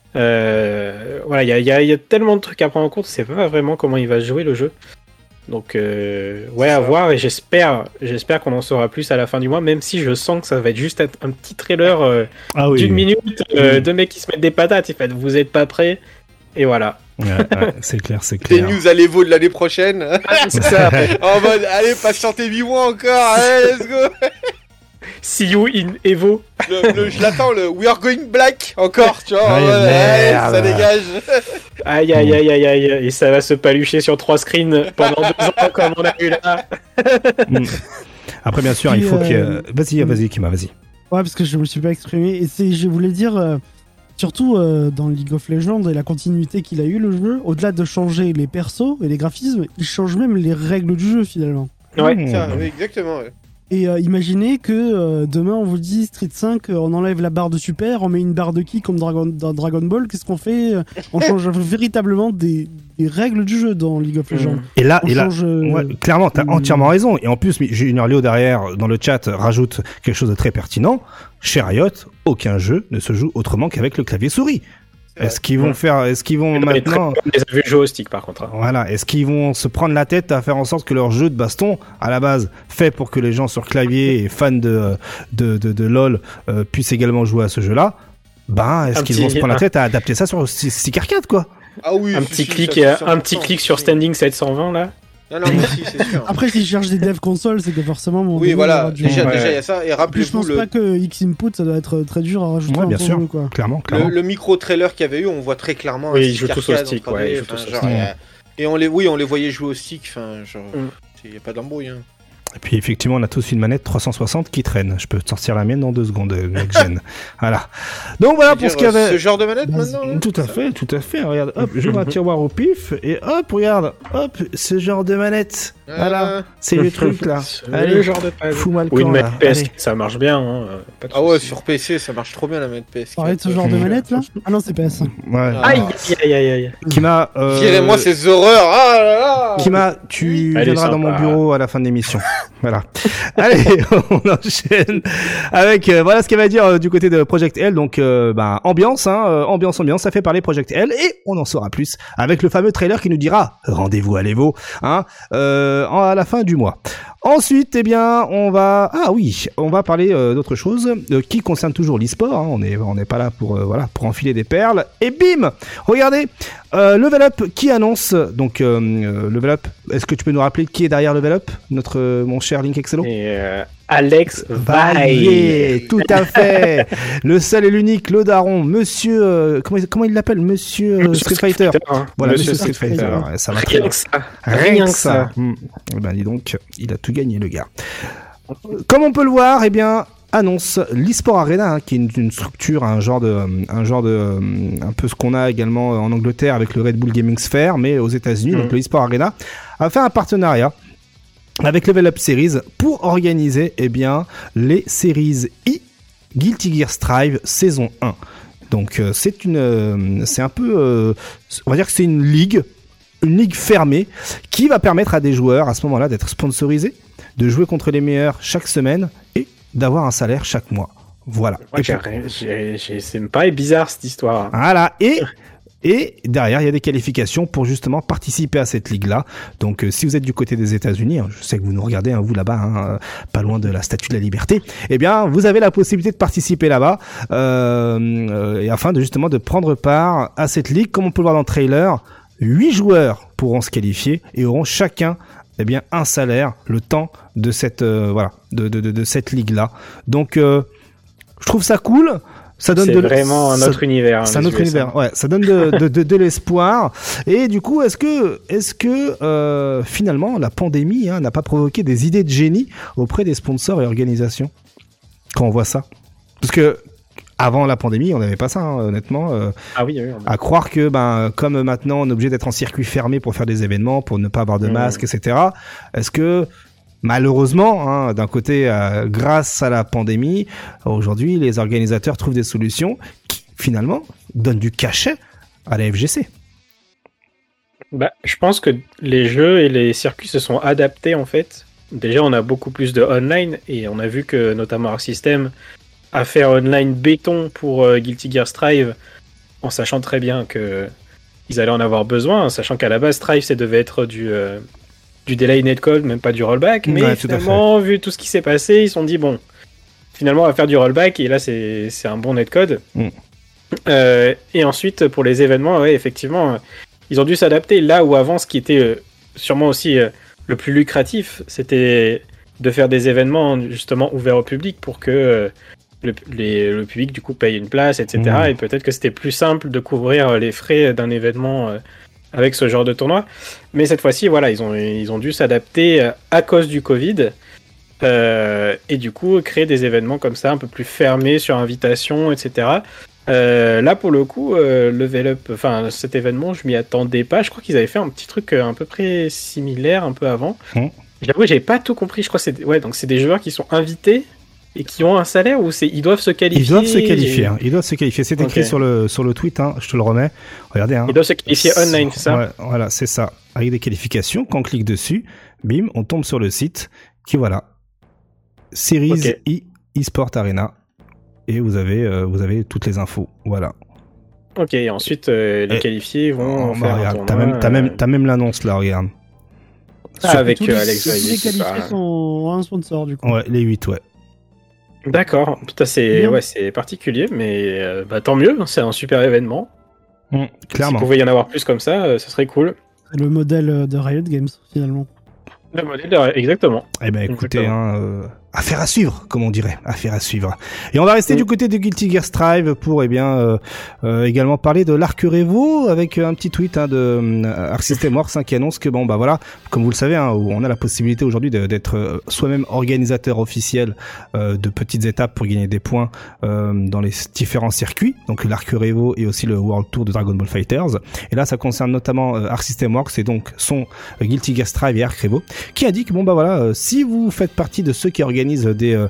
Voilà, il y a tellement de trucs à prendre en compte. C'est pas vraiment comment il va jouer le jeu. Donc à voir, et j'espère qu'on en saura plus à la fin du mois, même si je sens que ça va être juste un petit trailer d'une minute de mecs qui se mettent des patates, et fait, vous êtes pas prêts, et voilà. Ouais, c'est clair. Des news à l'Evo de l'année prochaine. C'est ça. En mode, allez, patientez 8 mois encore, allez, let's go. See you in Evo. Je l'attends, le We are going black encore, tu vois. Ça dégage. Aïe, et ça va se palucher sur 3 screens pendant 2 ans comme on a eu là. Après, bien sûr, il faut que... Vas-y, Kima, vas-y. Ouais, parce que je me suis pas exprimé. Et je voulais dire, surtout dans League of Legends et la continuité qu'il a eu, le jeu, au-delà de changer les persos et les graphismes, il change même les règles du jeu, finalement. Ouais, ça, oui, exactement, ouais. Et imaginez que demain on vous dit Street 5, on enlève la barre de super, on met une barre de ki comme dans Dragon Ball, qu'est-ce qu'on fait? On change véritablement des règles du jeu dans League of Legends. Et là, clairement, t'as entièrement raison. Et en plus, Junior Léo derrière, dans le chat, rajoute quelque chose de très pertinent. Chez Riot, aucun jeu ne se joue autrement qu'avec le clavier souris. Est-ce qu'ils vont maintenant... On les a vus jouer au stick, par contre. Voilà. Est-ce qu'ils vont se prendre la tête à faire en sorte que leur jeu de baston, à la base, fait pour que les gens sur clavier et fans de LoL puissent également jouer à ce jeu-là? Est-ce qu'ils vont se prendre la tête à adapter ça sur stick arcade, quoi? Ah oui. Un petit clic sur Standing 720, là. Non, mais si, c'est sûr. Après, si je cherche des devs consoles, c'est que forcément mon... Oui, voilà, déjà, il y a ça, et rappelez-vous... Je pense pas que X-Input, ça doit être très dur à rajouter. Ouais, bien sûr, jeu, quoi. Clairement. Le micro-trailer qu'il y avait eu, on voit très clairement... Oui, ils jouent tous au stick, ouais. Et on les voyait jouer au stick, enfin, genre... Il n'y a pas d'embrouille, hein. Et puis effectivement, on a tous une manette 360 qui traîne. Je peux te sortir la mienne dans 2 secondes, next-gen. Voilà. Donc voilà pour ce qu'il y avait. Ce genre de manette maintenant. Tout à fait. Regarde, hop, j'ouvre un tiroir au pif et hop, regarde, hop, ce genre de manette. Voilà, c'est le truc là. Allez, le genre de fous-moi le camp. Ou une manette PS, ça marche bien. Hein. Ah ouais, sur PC, ça marche trop bien la manette PS. Pareil de ce genre de manette là. Ah non, c'est PS. Ouais. Aïe. Kima, virez-moi ces horreurs. Ah là là. Kima, tu viendras dans mon bureau à la fin de l'émission. Voilà. Allez, on enchaîne avec voilà ce qu'elle va dire du côté de Project L. Donc ambiance, ambiance, ça fait parler Project L et on en saura plus avec le fameux trailer qui nous dira rendez-vous à l'Evo, à la fin du mois. Ensuite, on va parler d'autre chose qui concerne toujours l'e-sport. On n'est pas là pour enfiler des perles. Et bim, regardez, Level Up qui annonce donc Level Up. Est-ce que tu peux nous rappeler qui est derrière Level Up, mon cher Link Excello? Alex Valle. Tout à fait. Le seul et l'unique, le daron, monsieur, comment il l'appelle, monsieur Street Fighter. Voilà, monsieur Street Fighter. Ouais, ça va rien que ça. Dis donc, il a tout gagné, le gars. Comme on peut le voir, annonce l'eSport Arena, qui est une structure, un peu ce qu'on a également en Angleterre avec le Red Bull Gaming Sphere, mais aux États-Unis. Donc le eSport Arena a fait un partenariat avec Level Up Series pour organiser les séries Guilty Gear Strive saison 1. Donc c'est un peu, on va dire que c'est une ligue fermée qui va permettre à des joueurs à ce moment-là d'être sponsorisés, de jouer contre les meilleurs chaque semaine et d'avoir un salaire chaque mois. Voilà. Ouais, ça me paraît bizarre cette histoire. Voilà. Et derrière, il y a des qualifications pour justement participer à cette ligue-là. Donc, si vous êtes du côté des États-Unis, je sais que vous nous regardez, vous là-bas, pas loin de la Statue de la Liberté, eh bien, vous avez la possibilité de participer là-bas, et afin de justement de prendre part à cette ligue. Comme on peut le voir dans le trailer, 8 joueurs pourront se qualifier et auront chacun, eh bien, un salaire le temps de cette, de cette ligue-là. Donc, je trouve ça cool. Ça donne vraiment un autre univers. C'est un autre univers. Ouais, ça donne de l'espoir. Et du coup, est-ce que finalement la pandémie n'a pas provoqué des idées de génie auprès des sponsors et organisations quand on voit ça? Parce que avant la pandémie, on n'avait pas ça, honnêtement. Oui. À croire que, comme maintenant, on est obligé d'être en circuit fermé pour faire des événements, pour ne pas avoir de masque, etc. Est-ce que malheureusement, d'un côté, grâce à la pandémie, aujourd'hui, les organisateurs trouvent des solutions qui, finalement, donnent du cachet à la FGC. Je pense que les jeux et les circuits se sont adaptés, en fait. Déjà, on a beaucoup plus de online, et on a vu que, notamment Arc System a fait un online béton pour Guilty Gear Strive, en sachant très bien qu'ils allaient en avoir besoin, sachant qu'à la base, Strive, ça devait être du delay netcode, même pas du rollback, mais finalement, vu tout ce qui s'est passé, ils se sont dit, bon, finalement, on va faire du rollback, et là, c'est un bon netcode. Et ensuite, pour les événements, effectivement, ils ont dû s'adapter. Là où avant, ce qui était sûrement aussi le plus lucratif, c'était de faire des événements, justement, ouverts au public pour que le public, du coup, paye une place, etc. Et peut-être que c'était plus simple de couvrir les frais d'un événement avec ce genre de tournoi. Mais cette fois-ci, voilà, ils ont dû s'adapter à cause du Covid et du coup créer des événements comme ça, un peu plus fermés sur invitation, etc. Là, pour le coup, Level Up, enfin, cet événement, je m'y attendais pas. Je crois qu'ils avaient fait un petit truc à peu près similaire un peu avant. J'avoue, j'avais pas tout compris. Je crois que donc c'est des joueurs qui sont invités et qui ont un salaire, ou ils doivent se qualifier? Ils doivent se qualifier. C'est écrit sur le tweet, je te le remets. Regardez. Ils doivent se qualifier online, c'est ça? Ouais, voilà, c'est ça. Avec des qualifications, quand on clique dessus, bim, on tombe sur le site qui, voilà, Series eSport Arena. Et vous avez toutes les infos. Voilà. Ok, et ensuite, les qualifiés vont faire un tournoi. T'as même l'annonce là, regarde. Avec Alex Vaillé. Les qualifiés sont un sponsor, du coup. Ouais, les 8, ouais. D'accord, putain, c'est particulier, mais tant mieux, c'est un super événement. Clairement. S'il pouvait y en avoir plus comme ça, ça serait cool. C'est le modèle de Riot Games, finalement. Le modèle de Riot, exactement. Eh ben écoutez, affaire à suivre, comme on dirait, affaire à suivre. Et on va rester du côté de Guilty Gear Strive pour également parler de l'Arc Revo avec un petit tweet de Arc System Works qui annonce que voilà, comme vous le savez, on a la possibilité aujourd'hui d'être soi-même organisateur officiel de petites étapes pour gagner des points dans les différents circuits, donc l'Arc Revo et aussi le World Tour de Dragon Ball Fighters. Et là, ça concerne notamment Arc System Works et donc son Guilty Gear Strive et Arc Revo, qui indique si vous faites partie de ceux qui organisent des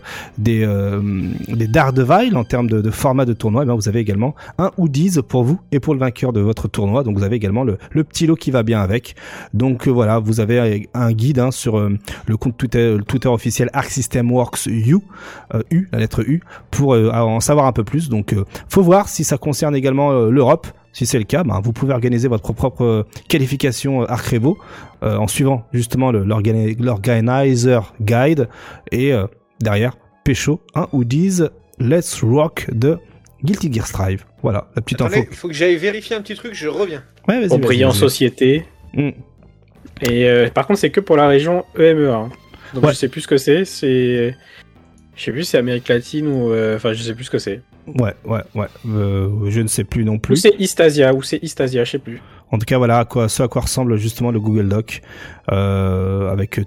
Daredevil en termes de format de tournoi, vous avez également un hoodies pour vous et pour le vainqueur de votre tournoi. Donc vous avez également le petit lot qui va bien avec. Donc voilà, vous avez un guide sur le compte Twitter officiel Arc System Works la lettre U, pour en savoir un peu plus. Donc faut voir si ça concerne également l'Europe. Si c'est le cas, vous pouvez organiser votre propre qualification Arc Revo en suivant justement l'Organizer Guide et derrière pécho un hoodies Let's Rock de Guilty Gear Strive. Voilà, la petite info. Il faut que j'aille vérifier un petit truc, je reviens. Ouais, vas-y. Pour briller en société. Et par contre, c'est que pour la région EMEA. Donc je sais plus ce que c'est. Je sais plus si c'est Amérique latine ou... je sais plus ce que c'est. Ouais. Je ne sais plus non plus. Ou c'est Eastasia, je sais plus. En tout cas, voilà à quoi ressemble justement le Google Doc, avec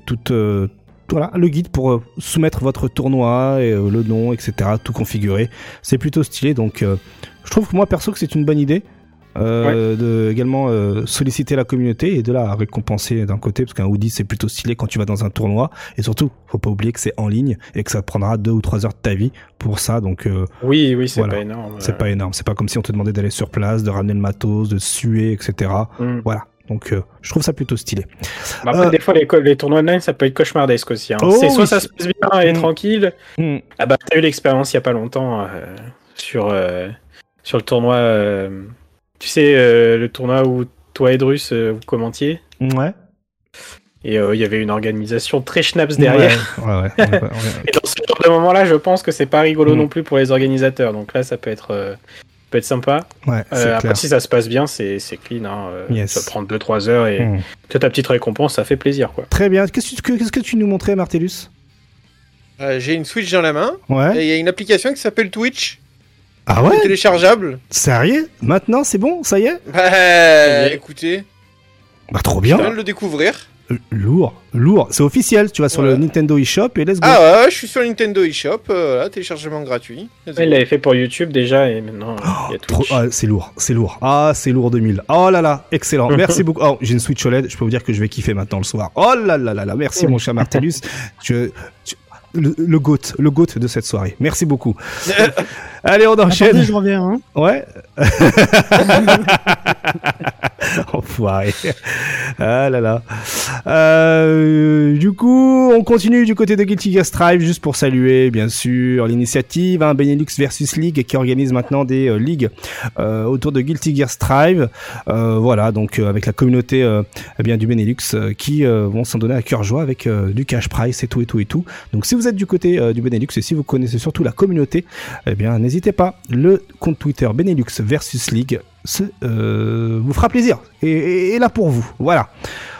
le guide pour soumettre votre tournoi, et le nom, etc., tout configuré. C'est plutôt stylé, donc je trouve que moi perso que c'est une bonne idée. de également solliciter la communauté et de la récompenser d'un côté, parce qu'un hoodie c'est plutôt stylé quand tu vas dans un tournoi, et surtout faut pas oublier que c'est en ligne et que ça te prendra 2 ou 3 heures de ta vie pour ça, donc oui c'est voilà. pas énorme. C'est pas énorme, c'est pas comme si on te demandait d'aller sur place, de ramener le matos, de suer, etc. Voilà. Donc, je trouve ça plutôt stylé. Après, des fois, les tournois online, ça peut être cauchemardesque aussi. Hein. C'est soit ça se passe bien et tranquille. Ah bah, t'as eu l'expérience il y a pas longtemps sur le tournoi. Tu sais, le tournoi où toi et Drus vous commentiez. Ouais. Et il y avait une organisation très schnaps derrière. Ouais. Et dans ce genre de moment-là, je pense que c'est pas rigolo non plus pour les organisateurs. Donc là, ça peut être sympa. Ouais, après, clair. si ça se passe bien, c'est clean. Hein. Yes. Ça prend 2-3 heures et ta petite récompense, ça fait plaisir, quoi. Très bien. Qu'est-ce que tu nous montrais, Martellus? J'ai une Switch dans la main. Ouais. Et il y a une application qui s'appelle Twitch. Ah ouais? Téléchargeable. Sérieux? Maintenant, c'est bon? Ça y est? Bah, écoutez. Bah, trop bien. Je viens de le découvrir. Lourd. C'est officiel. Tu vas sur le Nintendo eShop et let's go. Ah ouais, je suis sur le Nintendo eShop. Là, téléchargement gratuit. Il l'avait fait pour YouTube déjà et maintenant il y a Twitch. C'est lourd. Ah, c'est lourd 2000. Oh là là, excellent. Merci beaucoup. Oh, j'ai une Switch OLED. Je peux vous dire que je vais kiffer maintenant le soir. Oh là là là là. Merci mon cher Martellus. Le GOAT de cette soirée. Merci beaucoup. Allez, on enchaîne. Attendez, je reviens. Hein. Ouais. Enfoiré. Ah là là. Du coup, on continue du côté de Guilty Gear Strive, juste pour saluer, bien sûr, l'initiative Benelux versus League, qui organise maintenant des ligues autour de Guilty Gear Strive. Voilà, donc avec la communauté du Benelux qui vont s'en donner à cœur joie avec du cash prize et tout. Donc si vous êtes du côté du Benelux et si vous connaissez surtout la communauté, eh bien n'hésitez pas. Le compte Twitter Benelux versus League vous fera plaisir et là pour vous. Voilà.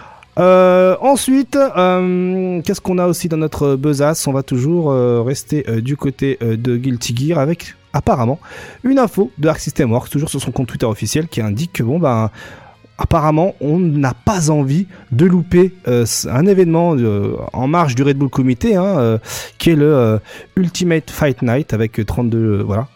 Ensuite, qu'est-ce qu'on a aussi dans notre besace? On va toujours rester du côté de Guilty Gear avec apparemment une info de Arc System Works, toujours sur son compte Twitter officiel, qui indique que apparemment, on n'a pas envie de louper un événement en marge du Red Bull Comité, qui est le Ultimate Fight Night avec 32... voilà.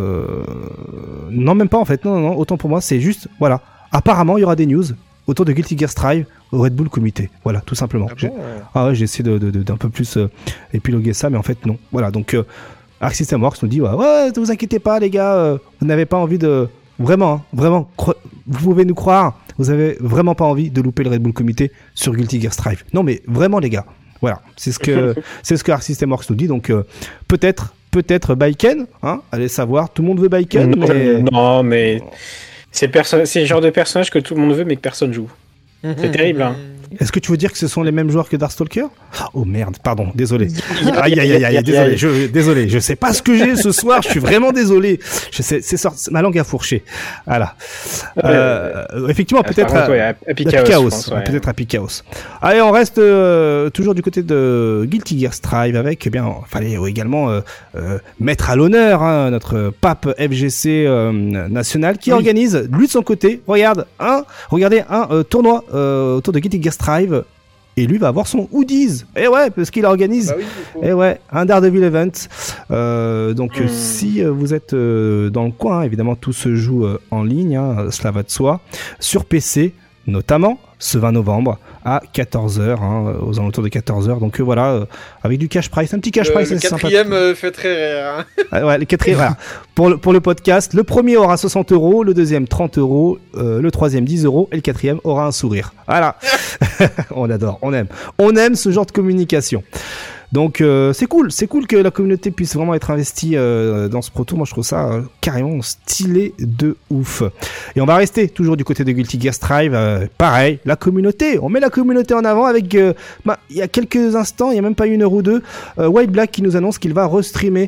Non, même pas en fait. Non, autant pour moi, c'est juste... Voilà. Apparemment, il y aura des news autour de Guilty Gear Strive au Red Bull Comité. Voilà, tout simplement. J'ai essayé d'un peu plus épiloguer ça, mais en fait, non. Voilà, donc Arc System Works nous dit ouais, ne vous inquiétez pas, les gars, vous n'avez pas envie de... Vraiment, vous pouvez nous croire, vous avez vraiment pas envie de louper le Red Bull Comité sur Guilty Gear Strive. Non mais vraiment les gars, voilà, c'est ce que Arc System Works nous dit, donc peut-être Baiken, allez savoir, tout le monde veut Baiken, mais... Non mais c'est le genre de personnage que tout le monde veut mais que personne joue. C'est terrible, hein. Est-ce que tu veux dire que ce sont les mêmes joueurs que Darkstalker? Oh merde, pardon, désolé. Aïe, désolé, je sais pas ce que j'ai ce soir, je suis vraiment désolé. Ma langue a fourché. Voilà. Effectivement, peut-être à Epic Chaos. Allez, on reste toujours du côté de Guilty Gear Strive avec, fallait également mettre à l'honneur notre pape FGC national qui organise, lui de son côté, regardez un tournoi autour de Guilty Gear Strive, et lui va avoir son hoodies. Et ouais, parce qu'il organise un Daredevil event. Donc si vous êtes dans le coin, évidemment tout se joue en ligne, cela va de soi, sur PC notamment, ce 20 novembre à 14h, aux alentours de 14h. Donc voilà, avec du cash price, un petit cash price. Le quatrième fait très rare. Le quatrième, voilà. Pour le podcast, le premier aura 60€, le deuxième 30€, le troisième 10€ et le quatrième aura un sourire. Voilà. On adore, on aime ce genre de communication. Donc c'est cool que la communauté puisse vraiment être investie dans ce Pro Tour. Moi je trouve ça carrément stylé de ouf. Et on va rester toujours du côté de Guilty Gear Strive. Pareil, la communauté. On met la communauté en avant avec il y a quelques instants, il y a même pas une heure ou deux, White Black qui nous annonce qu'il va restreamer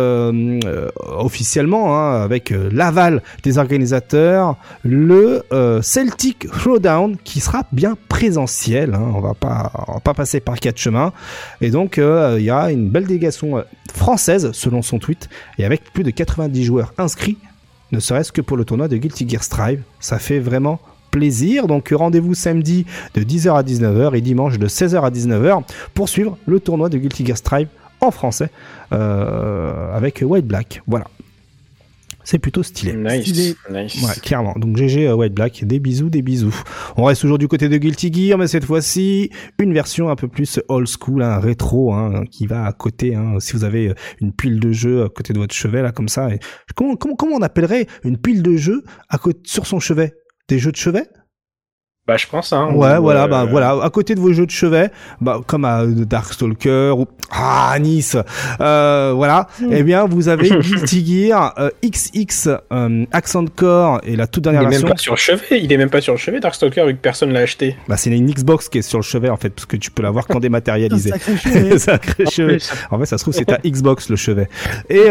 officiellement avec l'aval des organisateurs le Celtic Throwdown qui sera bien présentiel. On va pas passer par 4 chemins. Et donc il y a une belle délégation française selon son tweet et avec plus de 90 joueurs inscrits, ne serait-ce que pour le tournoi de Guilty Gear Strive. Ça fait vraiment plaisir. Donc rendez-vous samedi de 10h à 19h et dimanche de 16h à 19h pour suivre le tournoi de Guilty Gear Strive en français avec White Black. Voilà. C'est plutôt stylé. Nice. Ouais, clairement. Donc GG White Black, des bisous. On reste toujours du côté de Guilty Gear, mais cette fois-ci, une version un peu plus old school, rétro, qui va à côté, si vous avez une pile de jeux à côté de votre chevet, là, comme ça. Et comment on appellerait une pile de jeux à côté, sur son chevet? Des jeux de chevet? Bah, je pense, Ouais, voilà, à côté de vos jeux de chevet, comme à Darkstalker ou Nice, voilà. Eh bien, vous avez Guilty Gear XX Accent Core et la toute dernière version. Il est même pas sur le chevet, Darkstalker, vu que personne l'a acheté. Bah, c'est une Xbox qui est sur le chevet, en fait, parce que tu peux l'avoir qu'en dématérialisé. Sacré chevet. En fait, ça se trouve, c'est ta Xbox, le chevet. Et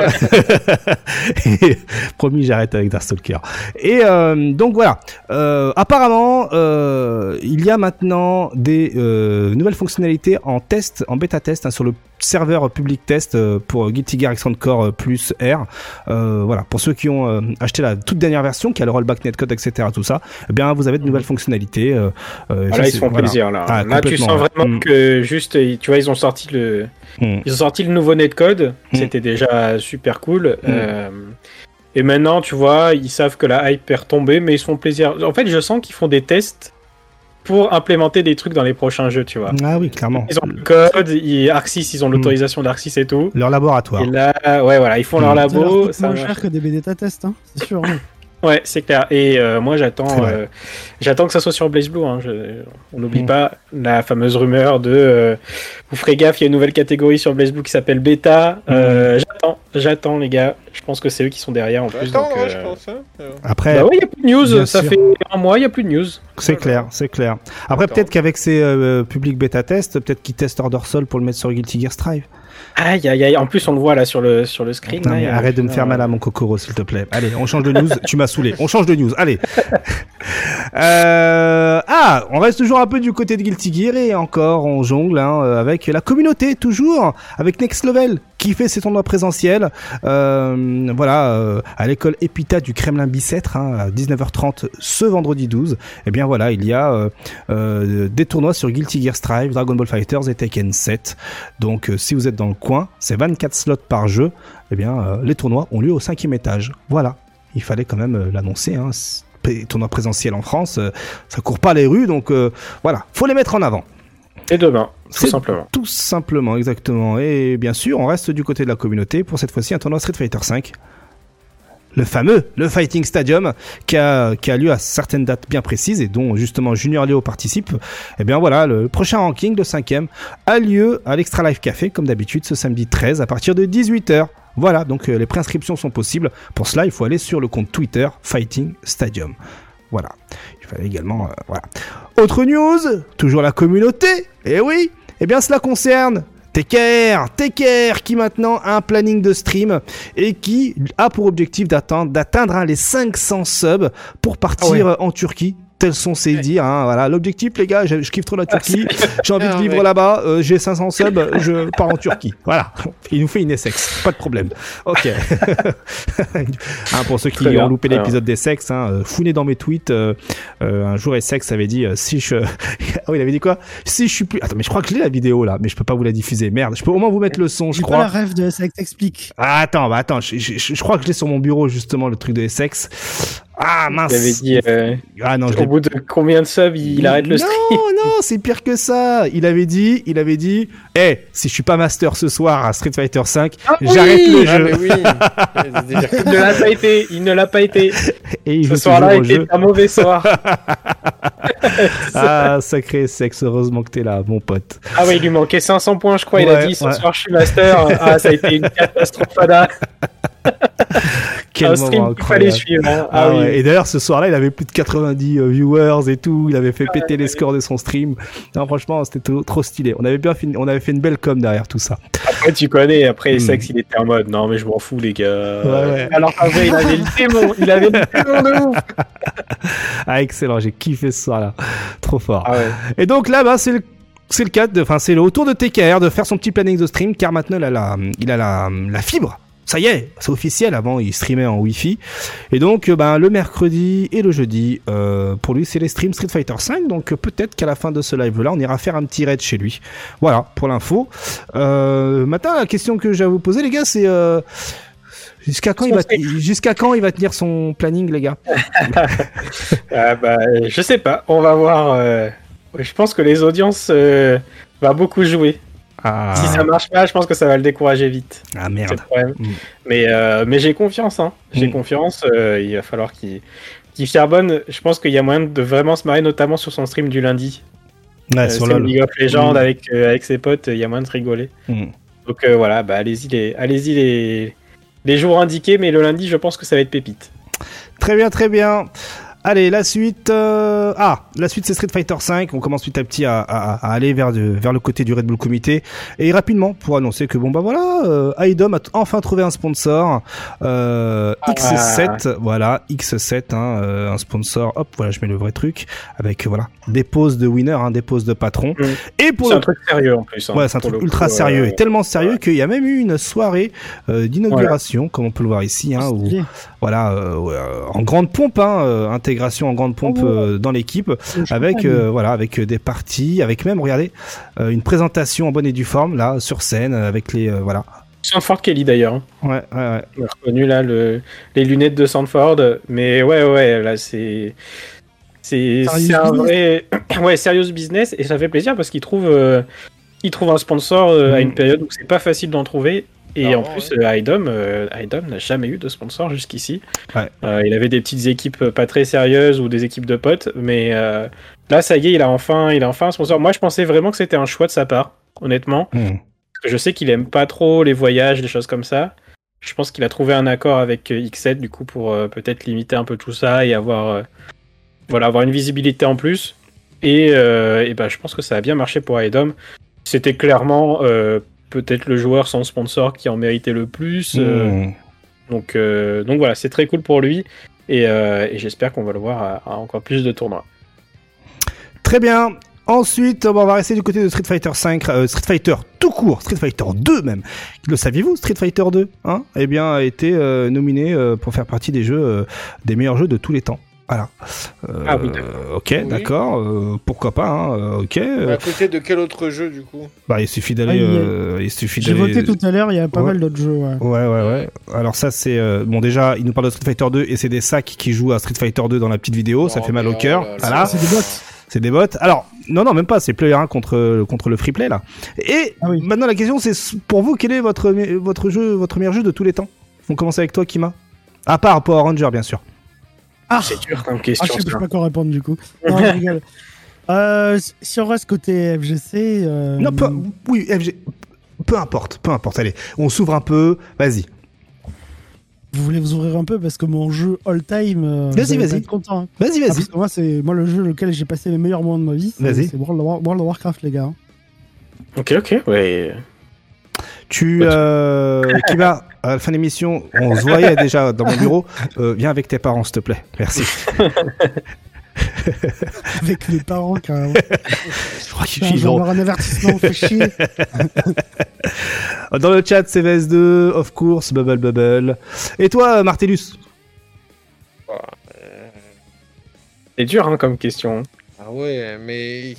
promis, j'arrête avec Darkstalker. Et donc voilà. Apparemment, il y a maintenant des nouvelles fonctionnalités en test, en bêta test, sur le serveur public test pour Guilty Gear Accent Core plus R. Voilà, pour ceux qui ont acheté la toute dernière version, qui a le rollback netcode, etc., tout ça, eh bien, vous avez de nouvelles fonctionnalités. Là, ils se font plaisir. Là, tu sens vraiment que juste, tu vois, ils ont sorti le nouveau netcode. C'était déjà super cool. Et maintenant, tu vois, ils savent que la hype est retombée, mais ils se font plaisir. En fait, je sens qu'ils font des tests pour implémenter des trucs dans les prochains jeux, tu vois. Ah oui, clairement. Ils ont le code, Arxis, ils ont l'autorisation d'Arxis et tout. Leur laboratoire. Et là, ouais, voilà, ils font leur labo. Ça moins cher que des bêta tests, c'est sûr. Ouais, c'est clair. Et moi, j'attends que ça soit sur Blaze Blue. On n'oublie pas la fameuse rumeur de vous ferez gaffe, il y a une nouvelle catégorie sur Blaze Blue qui s'appelle Beta. J'attends, les gars. Je pense que c'est eux qui sont derrière en plus. Je pense. Après, bah ouais, il n'y a plus de news. Ça fait un mois, il n'y a plus de news. C'est clair. Après, peut-être qu'avec ces publics bêta tests, peut-être qu'ils testent Order Soul pour le mettre sur Guilty Gear Strive. Aïe. En plus, on le voit là sur le screen. Non, mais arrête de me faire mal à mon Kokoro, s'il te plaît. Allez, on change de news. Tu m'as saoulé. On change de news. Allez. On reste toujours un peu du côté de Guilty Gear et encore on jongle avec la communauté, toujours avec Next Level qui fait ses tournois présentiels. À l'école Epita du Kremlin Bicêtre, à 19h30 ce vendredi 12. Et bien voilà, il y a des tournois sur Guilty Gear Strive, Dragon Ball FighterZ et Tekken 7. Donc si vous êtes dans le coin, c'est 24 slots par jeu. Eh bien, les tournois ont lieu au 5e étage. Voilà, il fallait quand même l'annoncer. Tournoi présentiel en France, ça court pas les rues, donc voilà, faut les mettre en avant. Et demain, tout simplement, exactement. Et bien sûr, on reste du côté de la communauté pour cette fois-ci un tournoi Street Fighter V. Le Fighting Stadium, qui a lieu à certaines dates bien précises et dont justement Junior Léo participe. Et bien voilà, le prochain ranking, le 5e, a lieu à l'Extra Life Café, comme d'habitude, ce samedi 13 à partir de 18h. Voilà, donc les préinscriptions sont possibles. Pour cela, il faut aller sur le compte Twitter Fighting Stadium. Voilà. Il fallait également... voilà. Autre news, toujours la communauté. Eh oui, eh bien cela concerne TKR qui maintenant a un planning de stream et qui a pour objectif d'atteindre les 500 subs pour partir en Turquie. Tels sont ses dires, voilà. L'objectif, les gars, je kiffe trop la Turquie, j'ai envie de vivre là-bas, j'ai 500 subs, je pars en Turquie. Voilà. Il nous fait une Essex, pas de problème. Ok. Pour ceux qui ont loupé l'épisode d'Essex, fouinez dans mes tweets, un jour Essex avait dit, il avait dit quoi? Si je suis plus... Attends, mais je crois que je l'ai la vidéo là, mais je peux pas vous la diffuser. Merde, je peux au moins vous mettre le son, je crois. C'est pas la rêve de Essex, t'explique. Attends, je crois que je l'ai sur mon bureau, justement, le truc de Essex. Ah mince. Il avait dit au bout de combien de subs il arrête le stream? Non, c'est pire que ça. Il avait dit si je suis pas master ce soir à Street Fighter 5, j'arrête le jeu. Mais oui. Il ne l'a pas été. Et ce soir-là était un mauvais soir. Sacré sexe, heureusement que t'es là, mon pote. Ah ouais, il lui manquait 500 points, je crois. Il a dit ce soir je suis master. Ça a été une catastrophe. Quel moment incroyable. Il fallait suivre. Ouais. Et d'ailleurs, ce soir-là, il avait plus de 90 viewers et tout. Il avait fait péter les scores de son stream. Non, franchement, c'était trop stylé. On avait bien fini. On avait fait une belle com derrière tout ça. Après, tu connais. Après, Sex, il était en mode. Non, mais je m'en fous, les gars. Ouais. Alors qu'après, il avait le démon. Il avait le démon de ouf. Excellent. J'ai kiffé ce soir-là. Trop fort. Ah ouais. Et donc là, c'est le cas c'est le autour de TKR de faire son petit planning de stream, car maintenant il a la fibre. Ça y est, c'est officiel. Avant, il streamait en Wi-Fi. Et donc, le mercredi et le jeudi, pour lui, c'est les streams Street Fighter 5. Donc, peut-être qu'à la fin de ce live-là, on ira faire un petit raid chez lui. Voilà, pour l'info. Maintenant, la question que j'ai à vous poser, les gars, c'est... Jusqu'à quand il va tenir son planning, les gars? Je sais pas. On va voir. Je pense que les audiences va beaucoup jouer. Si ça marche pas, je pense que ça va le décourager vite. Ah merde. Mais j'ai confiance. Hein. J'ai confiance. Il va falloir qu'il charbonne. Je pense qu'il y a moyen de vraiment se marrer, notamment sur son stream du lundi. Ouais, sur LoL. League of Legends avec ses potes, il y a moyen de rigoler. Donc voilà, allez-y les jours indiqués, mais le lundi, je pense que ça va être pépite. Très bien, très bien. Allez, la suite. La suite, c'est Street Fighter V. On commence petit à petit à aller vers le côté du Red Bull Comité. Et rapidement, pour annoncer que IDOM a enfin trouvé un sponsor. X7, voilà, X7, un sponsor. Hop, voilà, je mets le vrai truc avec des poses de winner, des poses de patron. Et pour c'est un truc sérieux en plus. Ouais, c'est un truc ultra sérieux et tellement sérieux qu'il y a même eu une soirée d'inauguration, comme on peut le voir ici, où en grande pompe, intégration en grande pompe dans l'équipe, avec des parties, avec même, regardez, une présentation en bonne et due forme là sur scène avec les Sanford Kelly d'ailleurs. Ouais. On a reconnu là les lunettes de Sanford, mais là c'est un vrai serious business et ça fait plaisir parce qu'il trouve un sponsor à une période où c'est pas facile d'en trouver. Et en plus, IDOM n'a jamais eu de sponsor jusqu'ici. Ouais. Il avait des petites équipes pas très sérieuses ou des équipes de potes, mais là, ça y est, il a enfin un sponsor. Moi, je pensais vraiment que c'était un choix de sa part, honnêtement. Parce que je sais qu'il aime pas trop les voyages, des choses comme ça. Je pense qu'il a trouvé un accord avec X7, du coup, pour peut-être limiter un peu tout ça et avoir une visibilité en plus. Et je pense que ça a bien marché pour IDOM. C'était clairement... peut-être le joueur sans sponsor qui en méritait le plus. Donc voilà, c'est très cool pour lui. Et j'espère qu'on va le voir à encore plus de tournois. Très bien. Ensuite, on va rester du côté de Street Fighter 5, Street Fighter tout court, Street Fighter 2 même. Le saviez-vous, Street Fighter 2 a été nominé pour faire partie des meilleurs jeux de tous les temps. Voilà. Oui, ok, d'accord. Pourquoi pas, ok. À côté de quel autre jeu, du coup ? Il suffit d'aller... J'ai voté tout à l'heure, il y a pas mal d'autres jeux. Ouais. Alors ça, c'est... déjà, il nous parle de Street Fighter 2 et c'est des sacs qui jouent à Street Fighter 2 dans la petite vidéo. Ça fait mal au cœur. Voilà. C'est des bots. C'est des bots. Alors, non, même pas. C'est Player 1 contre le free play, là. Et maintenant, la question, c'est pour vous, quel est votre meilleur jeu de tous les temps ? On commence avec toi, Kima. À part Power Ranger, bien sûr. C'est dur comme question. Je sais pas quoi répondre du coup. Non, je rigole. Si on reste côté FGC. Non, FGC. Peu importe. Allez, on s'ouvre un peu. Vas-y. Vous voulez vous ouvrir un peu parce que mon jeu all time. Vas-y. Être content. Vas-y. Parce que moi le jeu lequel j'ai passé les meilleurs moments de ma vie. C'est World of Warcraft, les gars. Ok, ouais. Qui va à la fin de l'émission, on se voyait déjà dans mon bureau. Viens avec tes parents, s'il te plaît. Merci. Avec mes parents, carrément. Je crois qu'ils vont avoir un avertissement, fait chier. Dans le chat, CVS2, of course, Bubble. Et toi, Martellus ? C'est dur comme question. Ah ouais, mais...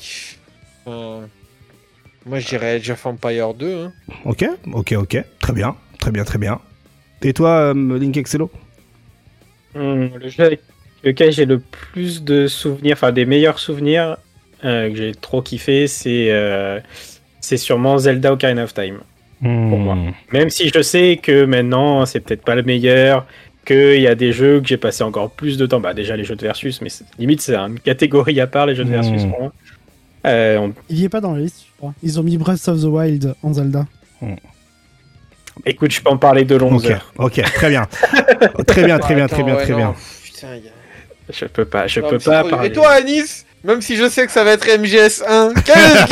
Moi, je dirais Age of Empires 2. Ok. Très bien. Et toi, Link Excello ? Le jeu avec lequel j'ai le plus de souvenirs, enfin des meilleurs souvenirs que j'ai trop kiffé, c'est sûrement Zelda Ocarina of Time. Pour moi. Même si je sais que maintenant, c'est peut-être pas le meilleur, qu'il y a des jeux que j'ai passé encore plus de temps. Déjà, les jeux de Versus, mais limite, c'est une catégorie à part, les jeux de Versus pour moi. Il y est pas dans la liste, je crois. Ils ont mis Breath of the Wild en Zelda. Écoute, je peux en parler de longues heures. Ok, très bien. Très bien. Putain, je peux pas parler. Et toi, Anis ? Même si je sais que ça va être MGS1, quel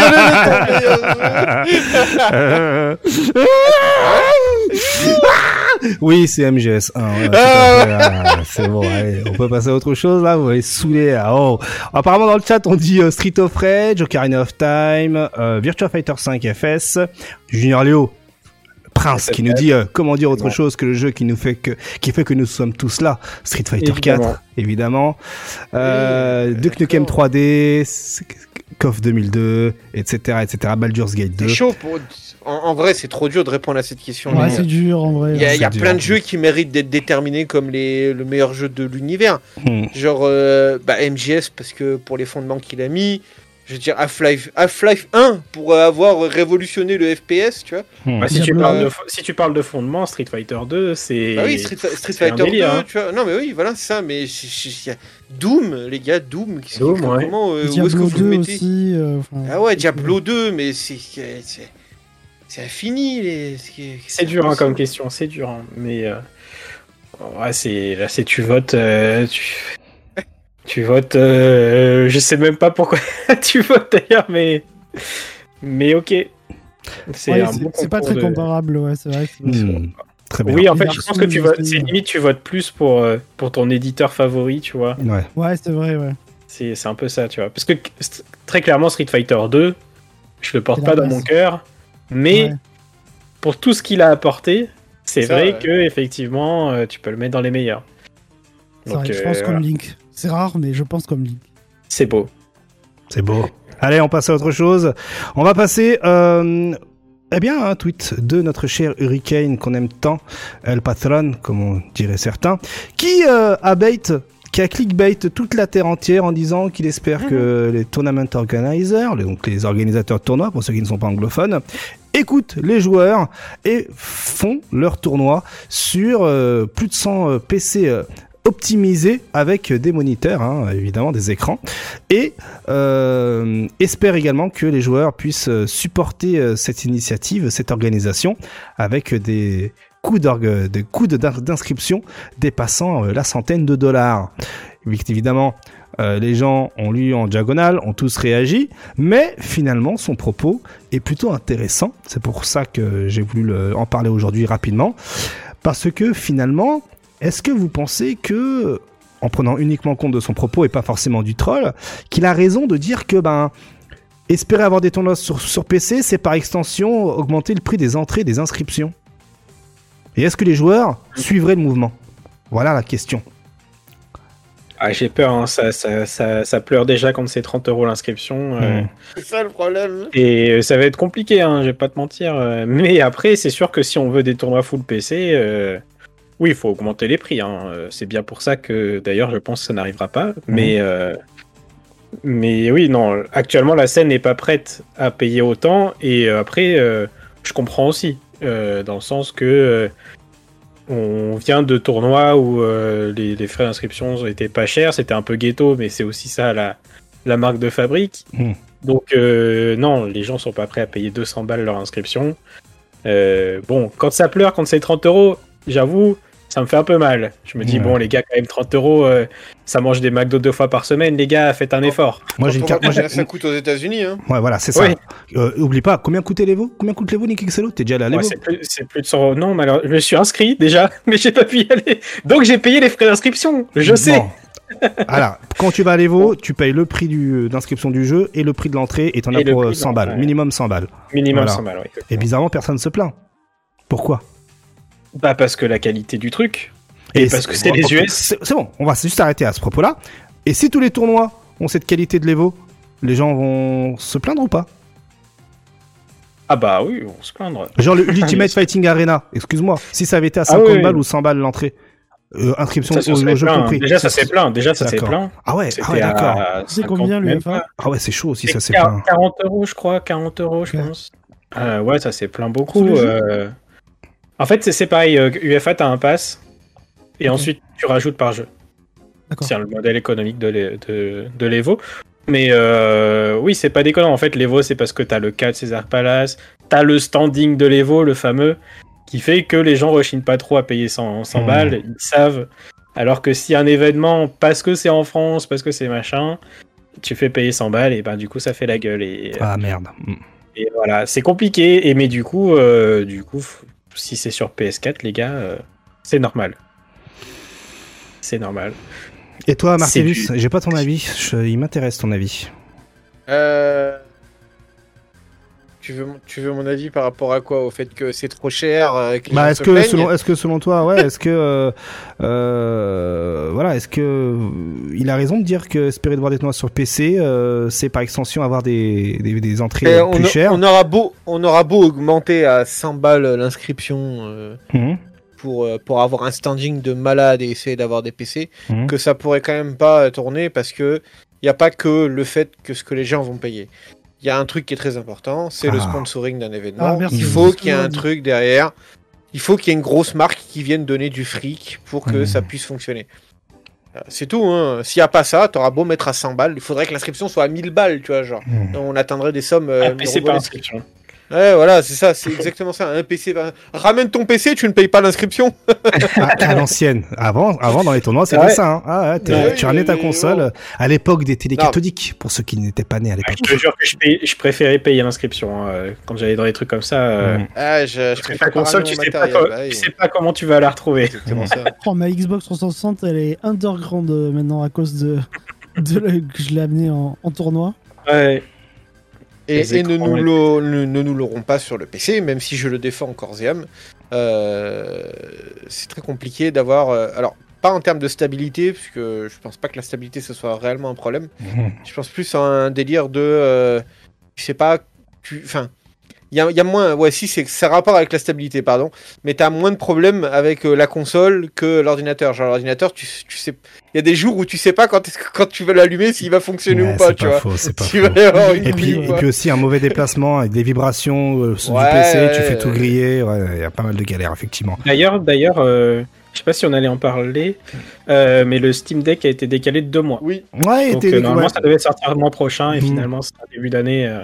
est ton Oui, c'est MGS1. C'est bon, allez, on peut passer à autre chose là. Vous allez saouler. Apparemment dans le chat on dit Street of Rage, Ocarina of Time, Virtua Fighter 5 FS, Junior Léo. Prince qui nous dit comment dire autre chose que le jeu qui fait que nous sommes tous là. Street Fighter 4 évidemment. Duke Nukem 3D. KOF 2002, etc., Baldur's Gate 2. C'est chaud en vrai, c'est trop dur de répondre à cette question. Ouais, c'est dur en vrai. Il y a plein de jeux qui méritent d'être déterminés comme le meilleur jeu de l'univers. Genre MGS parce que pour les fondements qu'il a mis. Je veux dire Half-Life 1 pour avoir révolutionné le FPS, tu vois. Si tu parles de fondement, Street Fighter 2, c'est. Bah oui, Street Fighter 2, hein. Tu vois. Non mais oui, voilà, c'est ça. Mais il y a Doom, les gars, Doom. Comment où est-ce que vous le mettez aussi, Ah ouais, Diablo 2, mais c'est infini. C'est dur hein, comme question, c'est dur. Hein. Mais là, c'est tu votes. Tu votes, je sais même pas pourquoi tu votes d'ailleurs, mais ok. C'est pas très comparable, ouais, c'est vrai. Très bien. Oui, en fait, je pense que tu votes, c'est limite tu votes plus pour ton éditeur favori, tu vois. Ouais, c'est vrai, ouais. C'est un peu ça, tu vois. Parce que très clairement, Street Fighter 2, je le porte pas dans mon cœur, mais pour tout ce qu'il a apporté, c'est vrai que effectivement, tu peux le mettre dans les meilleurs. Donc, je pense comme Link. C'est rare, mais je pense comme Link. C'est beau. C'est beau. Allez, on passe à autre chose. On va passer un tweet de notre cher Hurricane qu'on aime tant, El Patron, comme on dirait certains, qui a clickbait toute la terre entière en disant qu'il espère que les tournament organizers, donc les organisateurs de tournois, pour ceux qui ne sont pas anglophones, écoutent les joueurs et font leur tournoi sur plus de 100 PC optimisé avec des moniteurs, évidemment des écrans, et espère également que les joueurs puissent supporter cette initiative, cette organisation, avec des coûts d'inscription dépassant la centaine de dollars. Évidemment, les gens ont lu en diagonale, ont tous réagi, mais finalement son propos est plutôt intéressant. C'est pour ça que j'ai voulu en parler aujourd'hui rapidement, parce que finalement, est-ce que vous pensez que, en prenant uniquement compte de son propos et pas forcément du troll, qu'il a raison de dire que espérer avoir des tournois sur PC, c'est par extension augmenter le prix des entrées, des inscriptions? Et est-ce que les joueurs suivraient le mouvement? Voilà la question. Ah, j'ai peur, hein. Ça pleure déjà quand c'est 30 € l'inscription. C'est ça le problème. Et ça va être compliqué, hein, je vais pas te mentir. Mais après, c'est sûr que si on veut des tournois full PC... oui, il faut augmenter les prix. Hein. C'est bien pour ça que, d'ailleurs, je pense que ça n'arrivera pas. Mais oui, non. Actuellement, la scène n'est pas prête à payer autant. Et après, je comprends aussi. Dans le sens que on vient de tournois où les frais d'inscription étaient pas chers. C'était un peu ghetto, mais c'est aussi ça la marque de fabrique. Donc, non, les gens sont pas prêts à payer 200 balles leur inscription. Bon, quand ça pleure, quand c'est 30 €, j'avoue... ça me fait un peu mal. Je me dis, bon, les gars, quand même, 30 €, ça mange des McDo 2 fois par semaine. Les gars, faites un effort. Moi, j'ai une carte. Ça coûte aux États-Unis. Hein. Ouais, voilà, c'est ça. Oui. Oublie pas, combien coûte l'Evo? Combien coûte l'Evo, Nick Xelo? T'es déjà allé à l'Evo? C'est plus de 100 €. Non, malheureusement, je me suis inscrit déjà, mais j'ai pas pu y aller. Donc, j'ai payé les frais d'inscription. Je sais. Alors, quand tu vas à l'Evo, tu payes le prix d'inscription du jeu et le prix de l'entrée et t'en as pour 100 balles. Minimum 100 balles. Minimum 100 balles, oui. Et bizarrement, personne se plaint. Pourquoi? Bah, parce que la qualité du truc. Et parce que c'est les US. C'est bon, on va juste arrêter à ce propos-là. Et si tous les tournois ont cette qualité de l'Evo, les gens vont se plaindre ou pas? Ah bah oui, on se plaindre. Genre l'Ultimate Fighting Arena, excuse-moi, si ça avait été à 50 balles ou 100 balles l'entrée, inscription au jeu compris. Déjà ça s'est plaint, Ah ouais, d'accord. C'est combien l'UEFA? Ah ouais, c'est chaud aussi, ça s'est plaint. 40 €, je crois, 40 €, je pense. Ouais, ça s'est plaint beaucoup. En fait, c'est pareil, UEFA, t'as un pass. Et ensuite, tu rajoutes par jeu. C'est le modèle économique de l'Evo. Mais oui, c'est pas déconnant. En fait, l'Evo, c'est parce que t'as le cas de César Palace, t'as le standing de l'Evo, le fameux, qui fait que les gens rechignent pas trop à payer 100 balles. Ils savent. Alors que si un événement, parce que c'est en France, parce que c'est machin, tu fais payer 100 balles, et ben du coup, ça fait la gueule. Ah merde. Et voilà, c'est compliqué. Mais du coup, si c'est sur PS4, les gars, c'est normal. C'est normal. Et toi, Marcellus, j'ai pas ton avis. Il m'intéresse ton avis. tu veux mon avis par rapport à quoi? Au fait que c'est trop cher, que les gens Est-ce se que plaignent selon toi, ouais, est-ce que est-ce que il a raison de dire que espérer de voir des tournois sur PC, c'est par extension avoir des entrées plus chères. On aura beau augmenter à 100 balles l'inscription pour avoir un standing de malade et essayer d'avoir des PC, que ça pourrait quand même pas tourner parce que il n'y a pas que le fait que ce que les gens vont payer. Il y a un truc qui est très important, c'est le sponsoring d'un événement. Il faut qu'il y ait un truc derrière. Il faut qu'il y ait une grosse marque qui vienne donner du fric pour que ça puisse fonctionner. C'est tout, hein. S'il n'y a pas ça, t'auras beau mettre à 100 balles, il faudrait que l'inscription soit à 1000 balles, tu vois, genre. On atteindrait des sommes... PC par inscription. Ouais, voilà, c'est ça, c'est exactement ça. Un PC, ramène ton PC, tu ne payes pas l'inscription. À l'ancienne. Avant, dans les tournois, c'était ça. Hein. Tu ramenais ta console à l'époque des télé cathodiques, pour ceux qui n'étaient pas nés à l'époque. Je te jure que je préférais payer l'inscription quand j'allais dans les trucs comme ça. Je préfère la console, tu sais pas comment tu vas la retrouver. Exactement ça. Ma Xbox 360, elle est underground maintenant à cause que je l'ai amenée en tournoi. Ouais. Et ne nous l'aurons pas sur le PC, même si je le défends en corps et âme. C'est très compliqué d'avoir... alors, pas en termes de stabilité, puisque je pense pas que la stabilité, ce soit réellement un problème. Je pense plus à un délire de... je sais pas... Enfin... Il y a moins... Ouais, si, c'est rapport avec la stabilité, pardon. Mais t'as moins de problèmes avec la console que l'ordinateur. Genre, l'ordinateur, tu sais... Il y a des jours où tu sais pas quand tu veux l'allumer s'il va fonctionner ou pas, tu vois. C'est pas faux. Et puis aussi un mauvais déplacement avec des vibrations du PC, tu fais tout griller. Ouais, il y a pas mal de galères, effectivement. D'ailleurs, je sais pas si on allait en parler, mais le Steam Deck a été décalé de 2 mois. Oui. Ouais, donc normalement ça devait sortir le mois prochain et finalement c'est début d'année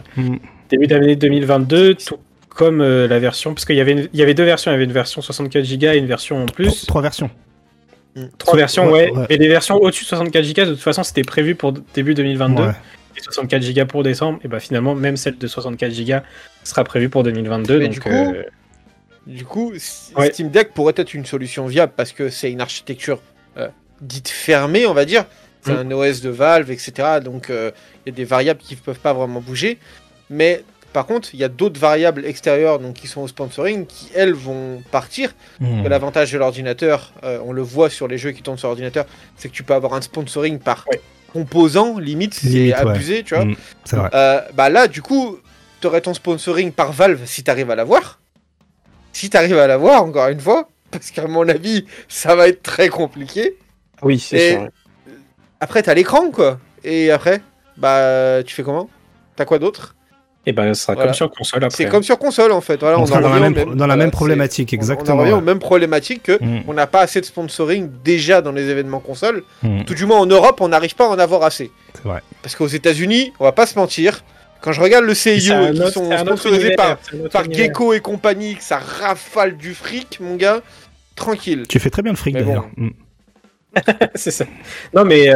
2022, tout comme la version, parce qu'il y avait 2 versions, il y avait une version 64 Go et une version en plus. 3 versions. 3 versions, ouais. Et les versions au-dessus de 64 Go, de toute façon c'était prévu pour début 2022. Ouais. Et 64 Go pour décembre, et bah finalement même celle de 64 Go sera prévue pour 2022. Mais donc, du coup, Steam Deck pourrait être une solution viable parce que c'est une architecture dite fermée, on va dire. C'est un OS de Valve, etc. Donc, il y a des variables qui ne peuvent pas vraiment bouger. Mais par contre, il y a d'autres variables extérieures donc, qui sont au sponsoring qui, elles, vont partir. L'avantage de l'ordinateur, on le voit sur les jeux qui tournent sur l'ordinateur, c'est que tu peux avoir un sponsoring par composant, limite c'est abusé, tu vois. C'est vrai. Là, du coup, tu aurais ton sponsoring par Valve si tu arrives à l'avoir. Si tu arrives à l'avoir, encore une fois, parce qu'à mon avis, ça va être très compliqué. Oui, c'est sûr. Après, t'as l'écran, quoi. Et après, tu fais comment? T'as quoi d'autre? Et ce sera comme sur console après. C'est comme sur console, en fait. Voilà, on sera dans la même problématique, exactement. On revient aux mêmes problématiques que on n'a pas assez de sponsoring déjà dans les événements consoles. Tout du moins, en Europe, on n'arrive pas à en avoir assez. C'est vrai. Parce qu'aux États-Unis, on va pas se mentir, quand je regarde le CIO qui sont sponsorisés par Gecko et compagnie, que ça rafale du fric, mon gars, tranquille. Tu fais très bien le fric, d'ailleurs. C'est ça. Non, mais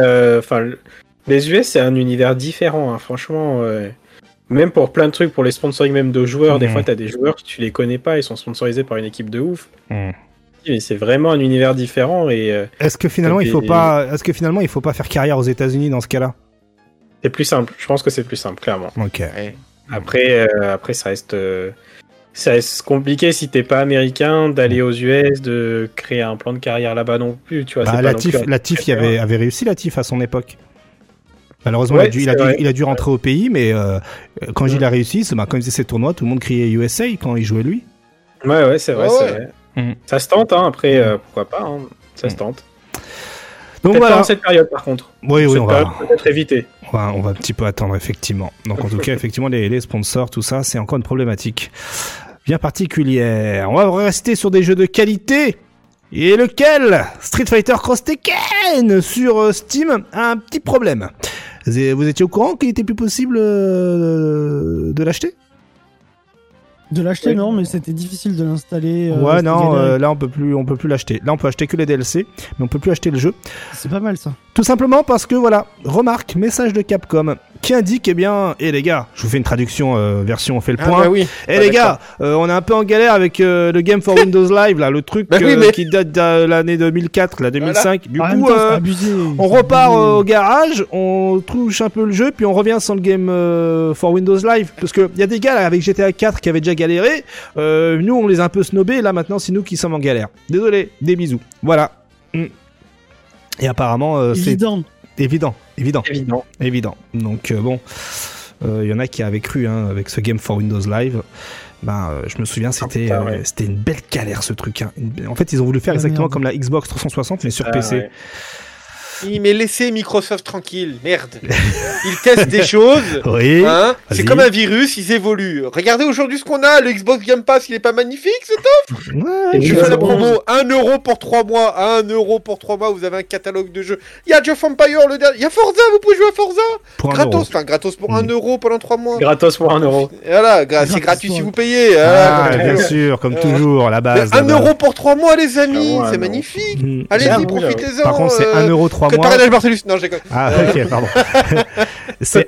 les US, c'est un univers différent, hein, franchement. Même pour plein de trucs, pour les sponsoring même de joueurs, des fois, t'as des joueurs que tu les connais pas, ils sont sponsorisés par une équipe de ouf. Mais c'est vraiment un univers différent. Et est-ce que finalement, il faut pas faire carrière aux États-Unis dans ce cas-là? C'est plus simple. Je pense que c'est plus simple, clairement. Ok. Après, ça reste compliqué si t'es pas américain d'aller aux US, de créer un plan de carrière là-bas non plus. Tu vois. Latif avait réussi Latif à son époque. Malheureusement, il a dû rentrer au pays, mais quand il a réussi, quand il faisait ses tournois, tout le monde criait USA quand il jouait lui. Ouais, c'est vrai. Ça se tente, hein. Après, pourquoi pas, hein. Ça se tente. Donc voilà. Pas dans cette période, par contre. Oui, on va peut-être éviter. On va un petit peu attendre, effectivement. Donc en tout cas, effectivement, les sponsors, tout ça, c'est encore une problématique bien particulière. On va rester sur des jeux de qualité. Et lequel? Street Fighter Cross Tekken sur Steam a un petit problème. Vous étiez au courant qu'il était plus possible de l'acheter? De l'acheter, non, mais c'était difficile de l'installer. Là on peut plus l'acheter. Là on peut acheter que les DLC, mais on peut plus acheter le jeu. C'est pas mal ça. Tout simplement parce que, voilà, remarque, message de Capcom qui indique, eh bien, les gars, je vous fais une traduction version on fait le point. oui. Les gars, on est un peu en galère avec le Game for Windows Live, là, le truc qui date de l'année 2004, la 2005. Voilà. Du coup, on repart au garage, on touche un peu le jeu, puis on revient sans le Game for Windows Live. Parce qu'il y a des gars là, avec GTA 4 qui avaient déjà galéré. Nous, on les a un peu snobés, là, maintenant, c'est nous qui sommes en galère. Désolé, des bisous. Voilà. Et apparemment, c'est évident. Donc il y en a qui avaient cru avec ce Game for Windows Live. Je me souviens, c'était une belle galère ce truc. En fait, ils ont voulu faire exactement comme la Xbox 360 mais sur PC. Ouais. Mais laissez Microsoft tranquille, merde. Ils testent des choses. Oui. C'est comme un virus, ils évoluent. Regardez aujourd'hui ce qu'on a, le Xbox Game Pass, il est pas magnifique, c'est top. Ouais, je fais la promo, 1€ pour 3 mois, 1€ pour 3 mois, vous avez un catalogue de jeux. Il y a Age of Empires, le dernier. Il y a Forza, vous pouvez jouer à Forza. Pour gratos pour 1€ pendant 3 mois. Gratos pour 1€. Et voilà, c'est gratuit si vous payez. Bien sûr, comme toujours, à la base. 1€ pour 3 mois, les amis, c'est magnifique. Allez-y, profitez-en. Par contre, c'est 1€ 3 mois. Martellus. Non, j'ai ok, pardon. C'est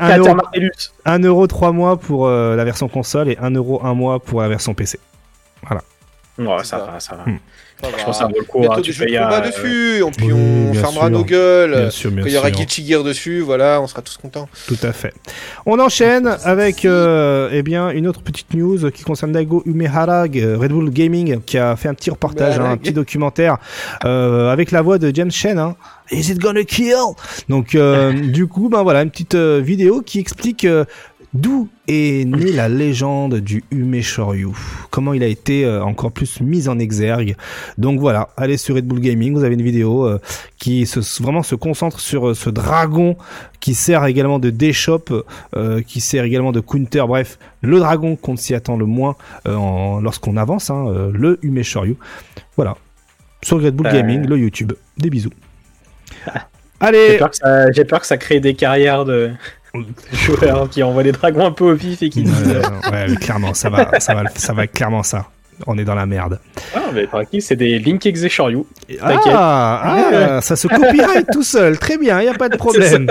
1€ 3 mois pour la version console et 1€ 1 mois pour la version PC. Voilà. Ouais, ça va. Je pense que ça vaut le coup. Bientôt des jeux de combat dessus, puis on fermera nos gueules. Quand il y aura Guilty Gear dessus, voilà, on sera tous contents. Tout à fait. On enchaîne avec une autre petite news qui concerne Daigo Umehara, Red Bull Gaming, qui a fait un petit reportage, un petit documentaire avec la voix de James Chen. Is it gonna kill? Donc du coup, une petite vidéo qui explique d'où est née la légende du Ume Shoryu, comment il a été encore plus mis en exergue. Donc voilà, allez sur Red Bull Gaming, vous avez une vidéo qui vraiment se concentre sur ce dragon qui sert également de D-Shop, qui sert également de counter, bref, le dragon qu'on s'y attend le moins lorsqu'on avance, le Ume Shoryu. Voilà, sur Red Bull Gaming, le YouTube. Des bisous. Allez. J'ai peur que ça crée des carrières de joueurs qui envoient des dragons un peu au pif et qui disent... mais clairement, ça va clairement ça. On est dans la merde. Mais tranquille, c'est des Link Exe Shoryu. Ça se copyright tout seul. Très bien, il n'y a pas de problème.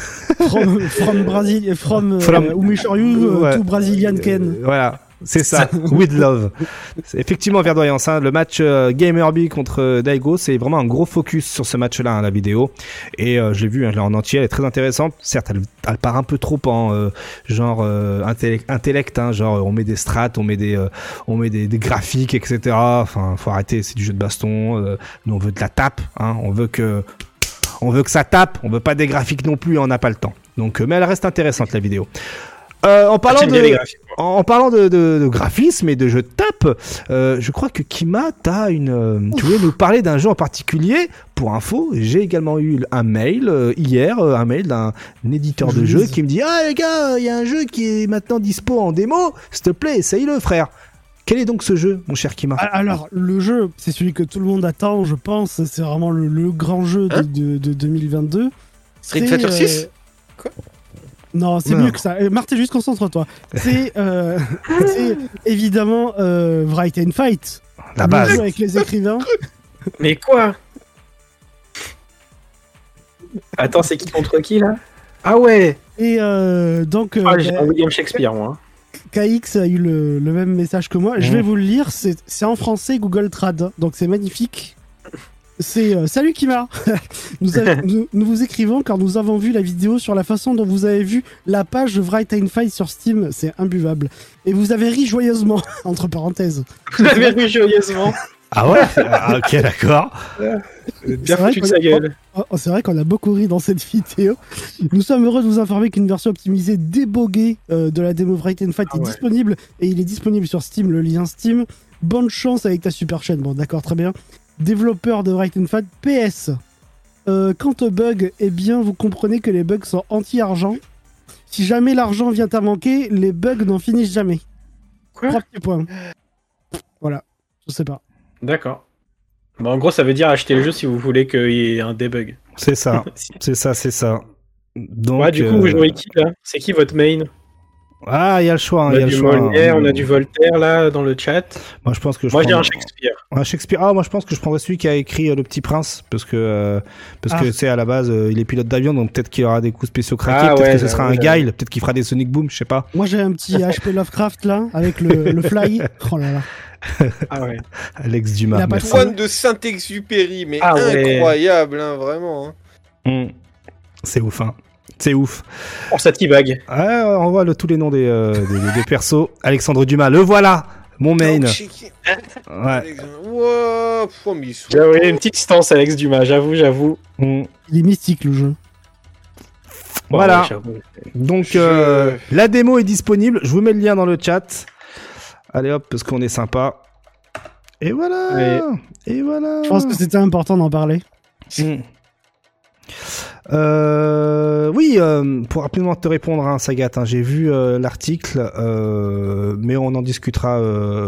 From Ume Shoryu to Brazilian Ken. Voilà. C'est ça, with love. C'est effectivement verdoyant. Le match Gamerby contre Daigo, c'est vraiment un gros focus sur ce match-là, la vidéo. Et je l'ai vu en entier, elle est très intéressante. Certes, elle part un peu trop en intellect, genre on met des strats, on met des graphiques, etc. Enfin, faut arrêter, c'est du jeu de baston. Nous, on veut de la tape, on veut que ça tape. On veut pas des graphiques non plus, on n'a pas le temps. Donc, mais elle reste intéressante la vidéo. En parlant de graphisme et de jeux de tape, je crois que Kima, tu voulais nous parler d'un jeu en particulier. Pour info, j'ai également eu un mail hier, un mail d'un éditeur de jeu qui me dit les gars, il y a un jeu qui est maintenant dispo en démo, s'il te plaît, essaye-le frère. Quel est donc ce jeu, mon cher Kima? Alors, le jeu, c'est celui que tout le monde attend, je pense. C'est vraiment le grand jeu de 2022. Street Fighter 6 Quoi? Non, c'est mieux que ça. Martin, juste concentre-toi. C'est évidemment Write and Fight. La base. Jeu avec les écrivains. Mais quoi? Attends, c'est qui contre qui là? Ah ouais. Et donc. J'ai un William Shakespeare, moi. KX a eu le même message que moi. Je vais vous le lire. C'est en français Google Trad. Donc c'est magnifique. C'est salut Kima. nous vous écrivons car nous avons vu la vidéo sur la façon dont vous avez vu la page de Write and Fight sur Steam, c'est imbuvable. Et vous avez ri joyeusement entre parenthèses. Vous avez ri joyeusement. Ah ouais. Ok, d'accord. Bien foutu de sa gueule. C'est vrai qu'on a beaucoup ri dans cette vidéo. Nous sommes heureux de vous informer qu'une version optimisée déboguée de la démo Write and Fight est disponible et il est disponible sur Steam, le lien Steam. Bonne chance avec ta super chaîne. Bon, d'accord, très bien. Développeur de Write and Fight, PS. Quant aux bugs, eh bien, vous comprenez que les bugs sont anti-argent. Si jamais l'argent vient à manquer, les bugs n'en finissent jamais. Quoi ? 3 petits points. Voilà, je sais pas. D'accord. Bon, en gros, ça veut dire acheter le jeu si vous voulez qu'il y ait un debug. C'est ça, c'est ça. Donc, du coup, vous jouez qui là ? C'est qui votre main ? Ah, il y a le choix. On il y a a du le choix. Molière, on a du Voltaire là dans le chat. Moi, je pense que Moi, j'ai un Shakespeare. Un Shakespeare. Ah, moi, je pense que je prendrais celui qui a écrit Le Petit Prince, parce que c'est à la base, il est pilote d'avion, donc peut-être qu'il aura des coups spéciaux craqués, peut-être que ce sera un Guile, peut-être qu'il fera des Sonic Boom, je sais pas. Moi, j'ai un petit HP Lovecraft là, avec le fly. Oh là là. Ah ouais. Alex Dumas. Il a pas merci. Fan de Saint-Exupéry, mais incroyable, hein, vraiment. Hein. C'est ouf, hein. C'est ouf. Oh, ça t'y-bag. Ouais, on voit tous les noms des persos. Alexandre Dumas, le voilà, mon main. Ouais. Wow, mais J'avoue, une petite distance, Alex Dumas, j'avoue. Il est mystique le jeu. Voilà. Donc, la démo est disponible. Je vous mets le lien dans le chat. Allez hop, parce qu'on est sympa. Et voilà. Allez. Et voilà. Je pense que c'était important d'en parler. Oui, pour rapidement te répondre, hein, Sagat, hein, j'ai vu l'article, mais on en discutera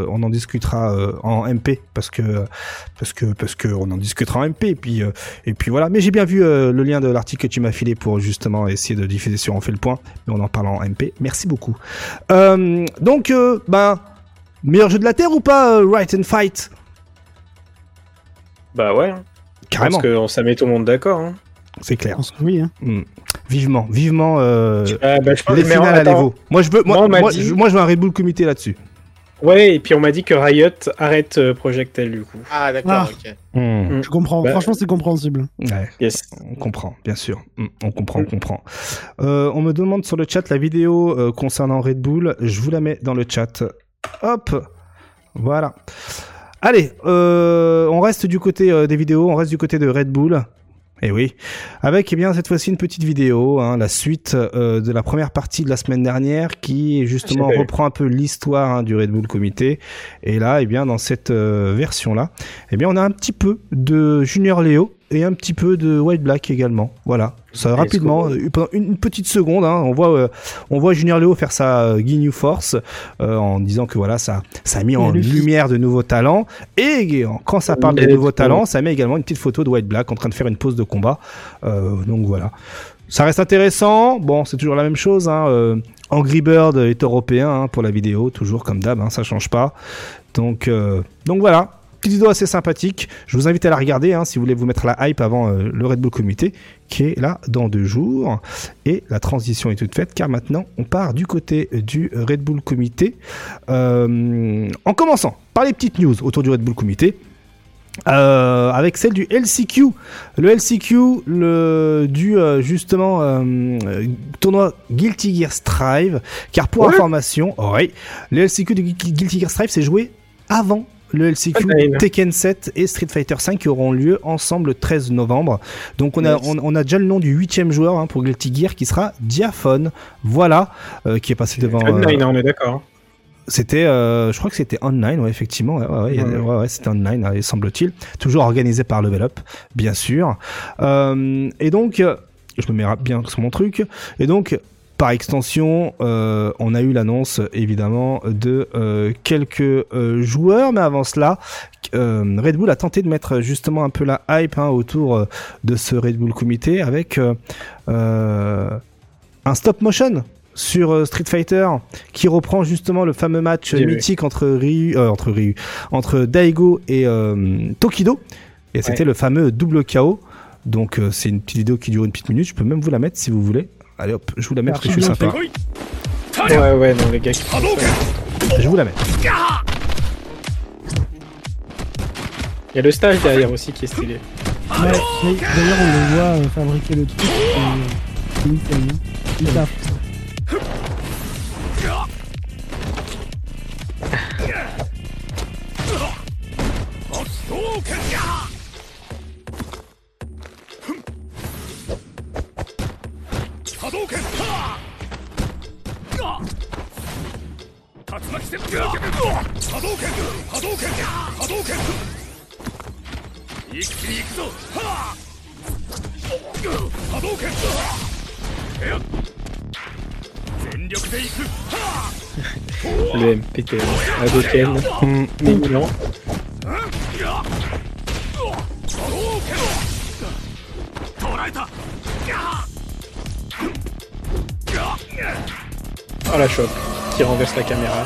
en MP parce que on en discutera en MP et puis voilà. Mais j'ai bien vu le lien de l'article que tu m'as filé pour justement essayer de diffuser sur On fait le point, mais on en parle en MP. Merci beaucoup. Donc, meilleur jeu de la Terre ou pas, Right and Fight? Bah ouais. Carrément. Parce que ça met tout le monde d'accord. Hein. C'est clair. Je pense que oui. Hein. Vivement. Je pense les finales à l'Evo. Moi, je veux un Red Bull comité là-dessus. Ouais, et puis on m'a dit que Riot arrête Project L du coup. Ah, d'accord, ok. Je comprends. Franchement, c'est compréhensible. Ouais. Yes. On comprend, bien sûr. On comprend. On me demande sur le chat la vidéo concernant Red Bull. Je vous la mets dans le chat. Hop. Voilà. Allez, on reste du côté des vidéos, on reste du côté de Red Bull. Et oui, avec cette fois-ci une petite vidéo, hein, la suite de la première partie de la semaine dernière qui justement reprend un peu l'histoire du Red Bull Comité. Et là, dans cette version-là, on a un petit peu de Junior Leo et un petit peu de White Black également. Voilà, ça rapidement, pendant une petite seconde, hein, on voit Junior Leo faire sa Ginyu Force en disant que voilà, ça a mis en lumière de nouveaux talents. Et quand ça parle de nouveaux talents, ça met également une petite photo de White Black en train de faire une pause de combat. Donc voilà. Ça reste intéressant. Bon, c'est toujours la même chose. Hein. Angry Bird est européen hein, pour la vidéo, toujours comme d'hab, hein, ça change pas. Donc voilà. Petite vidéo assez sympathique. Je vous invite à la regarder hein, si vous voulez vous mettre la hype avant le Red Bull Comité qui est là dans 2 jours. Et la transition est toute faite car maintenant on part du côté du Red Bull Comité. En commençant par les petites news autour du Red Bull Comité. Avec celle du LCQ. Le LCQ justement tournoi Guilty Gear Strive. Car pour information, le LCQ de Guilty Gear Strive s'est joué avant le LCQ Tekken 7 et Street Fighter 5 qui auront lieu ensemble le 13 novembre. Donc on a déjà le nom du 8e joueur hein, pour Guilty Gear qui sera Diaphone. Voilà, qui est passé devant... Online, on est d'accord. C'était, je crois que c'était online, ouais, effectivement. Ouais, c'était online, hein, semble-t-il. Toujours organisé par Level Up, bien sûr. Et donc, je me mets bien sur mon truc. Et donc, par extension, on a eu l'annonce, évidemment, de quelques joueurs. Mais avant cela, Red Bull a tenté de mettre justement un peu la hype hein, autour de ce Red Bull Comité avec un stop motion sur Street Fighter qui reprend justement le fameux match mythique entre Daigo et Tokido et c'était le fameux double KO. Donc c'est une petite vidéo qui dure une petite minute, je peux même vous la mettre si vous voulez. Allez hop, je vous la mets parce que je suis sympa. Ouais, non les gars qui je vous la mets. Il y a le stage derrière aussi qui est stylé. Ouais, d'ailleurs on le voit fabriquer le truc. C'est nickel, hein. Il tape. Le MPT, Hadoken, mignon. Oh la chope qui renverse la caméra.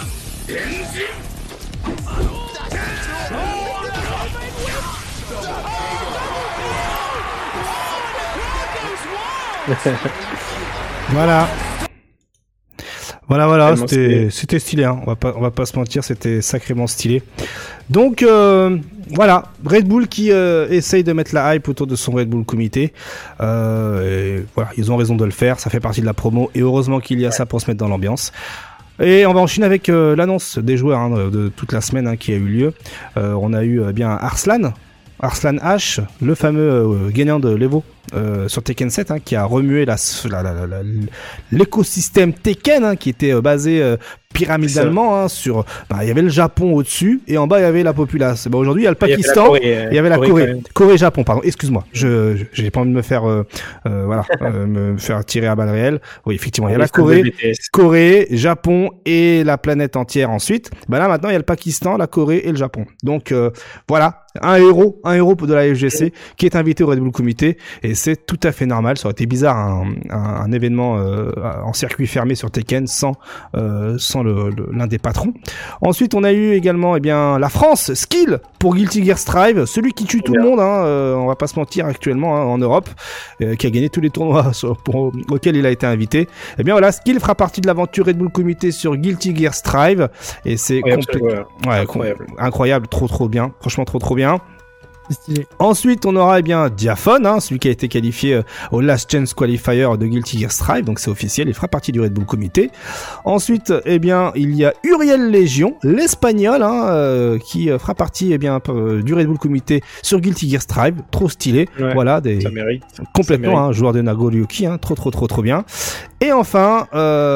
Voilà, c'était stylé, hein. On va pas se mentir, c'était sacrément stylé. Donc voilà, Red Bull qui essaye de mettre la hype autour de son Red Bull comité. Et voilà, ils ont raison de le faire, ça fait partie de la promo et heureusement qu'il y a ça pour se mettre dans l'ambiance. Et on va enchaîner avec l'annonce des joueurs de toute la semaine qui a eu lieu. On a eu bien Arslan H, le fameux gagnant de l'Evo sur Tekken 7, qui a remué l'écosystème Tekken, qui était basé pyramidalement sur. Il y avait le Japon au-dessus et en bas il y avait la populace. Aujourd'hui il y a le Pakistan, il y avait la Corée-Japon. Pardon, excuse-moi. J'ai pas envie de me faire me faire tirer à balles réelles. Oui, effectivement, il y a la Corée, Japon et la planète entière ensuite. Là maintenant il y a le Pakistan, la Corée et le Japon. Donc voilà. Un héros de la FGC qui est invité au Red Bull Comité et c'est tout à fait normal. Ça aurait été bizarre un événement en circuit fermé sur Tekken sans l'un des patrons. Ensuite on a eu également la France Skill pour Guilty Gear Strive, celui qui tue tout le monde, on va pas se mentir actuellement en Europe, qui a gagné tous les tournois auxquels il a été invité. Skill fera partie de l'aventure Red Bull Comité sur Guilty Gear Strive et c'est incroyable, trop bien, franchement trop bien. Ensuite, on aura Diaphone, celui qui a été qualifié au Last Chance Qualifier de Guilty Gear Strive, donc c'est officiel, il fera partie du Red Bull Comité. Ensuite, il y a Uriel Légion, l'Espagnol, qui fera partie du Red Bull Comité sur Guilty Gear Strive, trop stylé. Ouais, voilà, ça mérite. Complètement, joueur de Nagoriyuki, trop bien. Et enfin,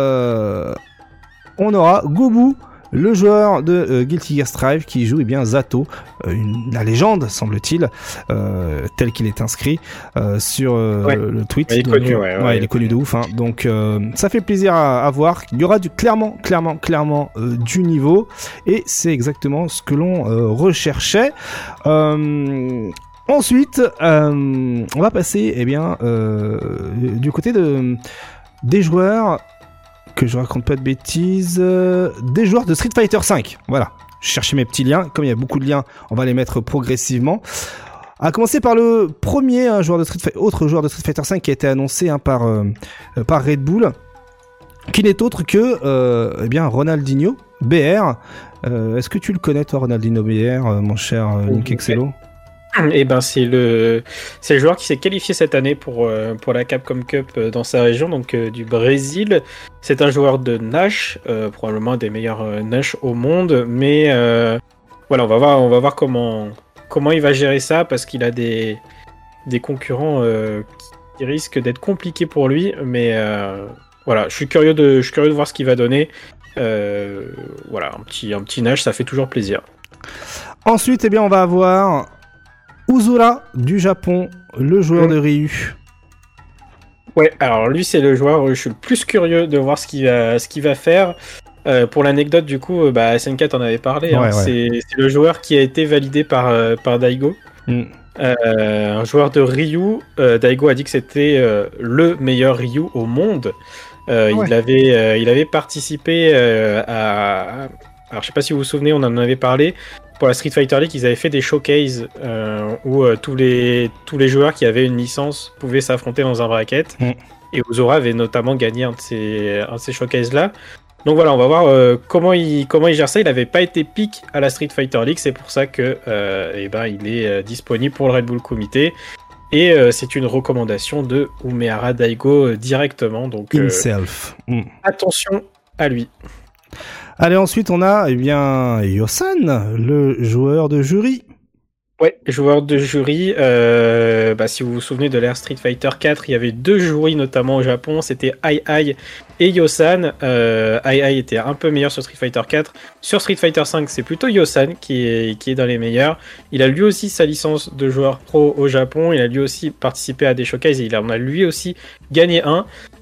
on aura Gobu, le joueur de Guilty Gear Strive qui joue Zato, la légende semble-t-il, tel qu'il est inscrit sur le tweet. Il est connu de ouf. Donc ça fait plaisir à voir. Il y aura clairement du niveau et c'est exactement ce que l'on recherchait. Ensuite, on va passer du côté des joueurs. Que je raconte pas de bêtises, des joueurs de Street Fighter 5. Voilà, je cherchais mes petits liens. Comme il y a beaucoup de liens, on va les mettre progressivement. À commencer par le premier autre joueur de Street Fighter 5 qui a été annoncé par Red Bull, qui n'est autre que Ronaldinho BR. Est-ce que tu le connais toi, Ronaldinho BR, mon cher Nick Excello? C'est le joueur qui s'est qualifié cette année pour la Capcom Cup dans sa région, donc du Brésil. C'est un joueur de Nash, probablement un des meilleurs Nash au monde, mais on va voir comment il va gérer ça, parce qu'il a des concurrents qui risquent d'être compliqués pour lui, mais je suis curieux de voir ce qu'il va donner. Un petit Nash, ça fait toujours plaisir. Ensuite, on va avoir Uzura du Japon, le joueur de Ryu. Ouais, alors lui c'est le joueur où je suis le plus curieux de voir ce qu'il va faire. Pour l'anecdote du coup, SNK en avait parlé. C'est le joueur qui a été validé par Daigo. Un joueur de Ryu. Daigo a dit que c'était le meilleur Ryu au monde. Il avait participé à... Alors je sais pas si vous vous souvenez, on en avait parlé. Pour la Street Fighter League, ils avaient fait des showcases où tous les joueurs qui avaient une licence pouvaient s'affronter dans un bracket. Et Uzura avait notamment gagné un de ces showcases-là. Donc voilà, on va voir comment il gère ça. Il n'avait pas été pick à la Street Fighter League, c'est pour ça que il est disponible pour le Red Bull Comité. Et c'est une recommandation de Umehara Daigo directement. Donc attention à lui. Allez, ensuite, on a Yosan, le joueur de jury. Ouais, joueur de jury. Si vous vous souvenez de l'ère Street Fighter 4, il y avait 2 jurys notamment au Japon. C'était Ai et Yosan. Ai était un peu meilleur sur Street Fighter 4. Sur Street Fighter 5, c'est plutôt Yosan qui est dans les meilleurs. Il a lui aussi sa licence de joueur pro au Japon. Il a lui aussi participé à des showcases et il en a lui aussi gagné un.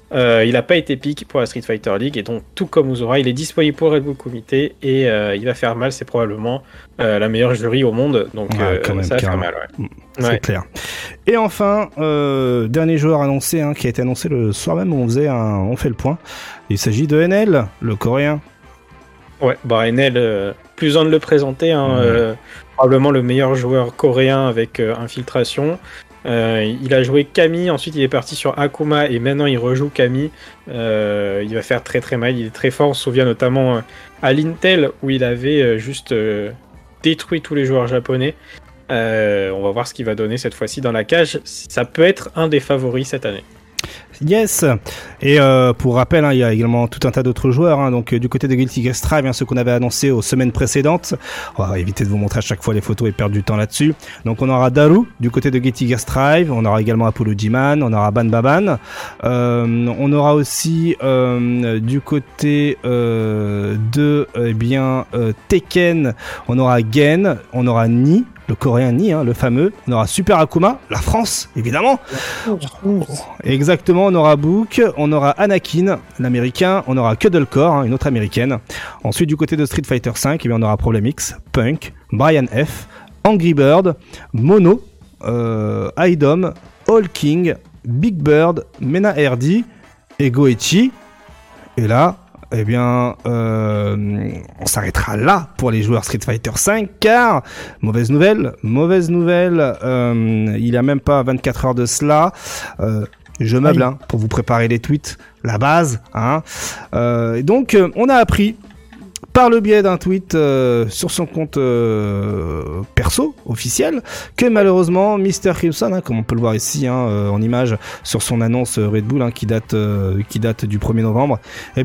Il n'a pas été pick pour la Street Fighter League et donc tout comme Uzura, il est disponible pour Red Bull Comité et il va faire mal. C'est probablement la meilleure jury au monde, donc quand même, ça va faire mal. C'est clair. Et enfin, dernier joueur annoncé, qui a été annoncé le soir même où on fait le point. Il s'agit de NL, le coréen. Ouais, NL, plus besoin de le présenter. Probablement le meilleur joueur coréen avec Infiltration. Il a joué Camille, ensuite il est parti sur Akuma et maintenant il rejoue Camille. Il va faire très très mal, il est très fort. On se souvient notamment à l'Intel où il avait juste détruit tous les joueurs japonais. On va voir ce qu'il va donner cette fois-ci dans la cage. Ça peut être un des favoris cette année. Yes. Et pour rappel, il y a également tout un tas d'autres joueurs. Donc du côté de Guilty Gear Strive, ceux qu'on avait annoncés aux semaines précédentes. On va éviter de vous montrer à chaque fois les photos et perdre du temps là-dessus. Donc on aura Daru du côté de Guilty Gear Strive. On aura également Apollo G-Man. On aura Ban Baban. On aura aussi du côté de Tekken. On aura Gen. On aura Ni. Le coréen Ni, le fameux. On aura Super Akuma, la France, évidemment. Exactement, on aura Book, on aura Anakin, l'américain, on aura Cuddlecore, une autre américaine. Ensuite, du côté de Street Fighter V, on aura Problem X, Punk, Brian F, Angry Bird, Mono, Idom, All King, Big Bird, Mena RD et Goichi. Et là, on s'arrêtera là pour les joueurs Street Fighter V, car mauvaise nouvelle, il y a même pas 24 heures de cela, je meuble pour vous préparer les tweets, la base, et donc on a appris par le biais d'un tweet sur son compte perso officiel que malheureusement Mr. Crimson, comme on peut le voir ici en image sur son annonce Red Bull qui date du 1er novembre,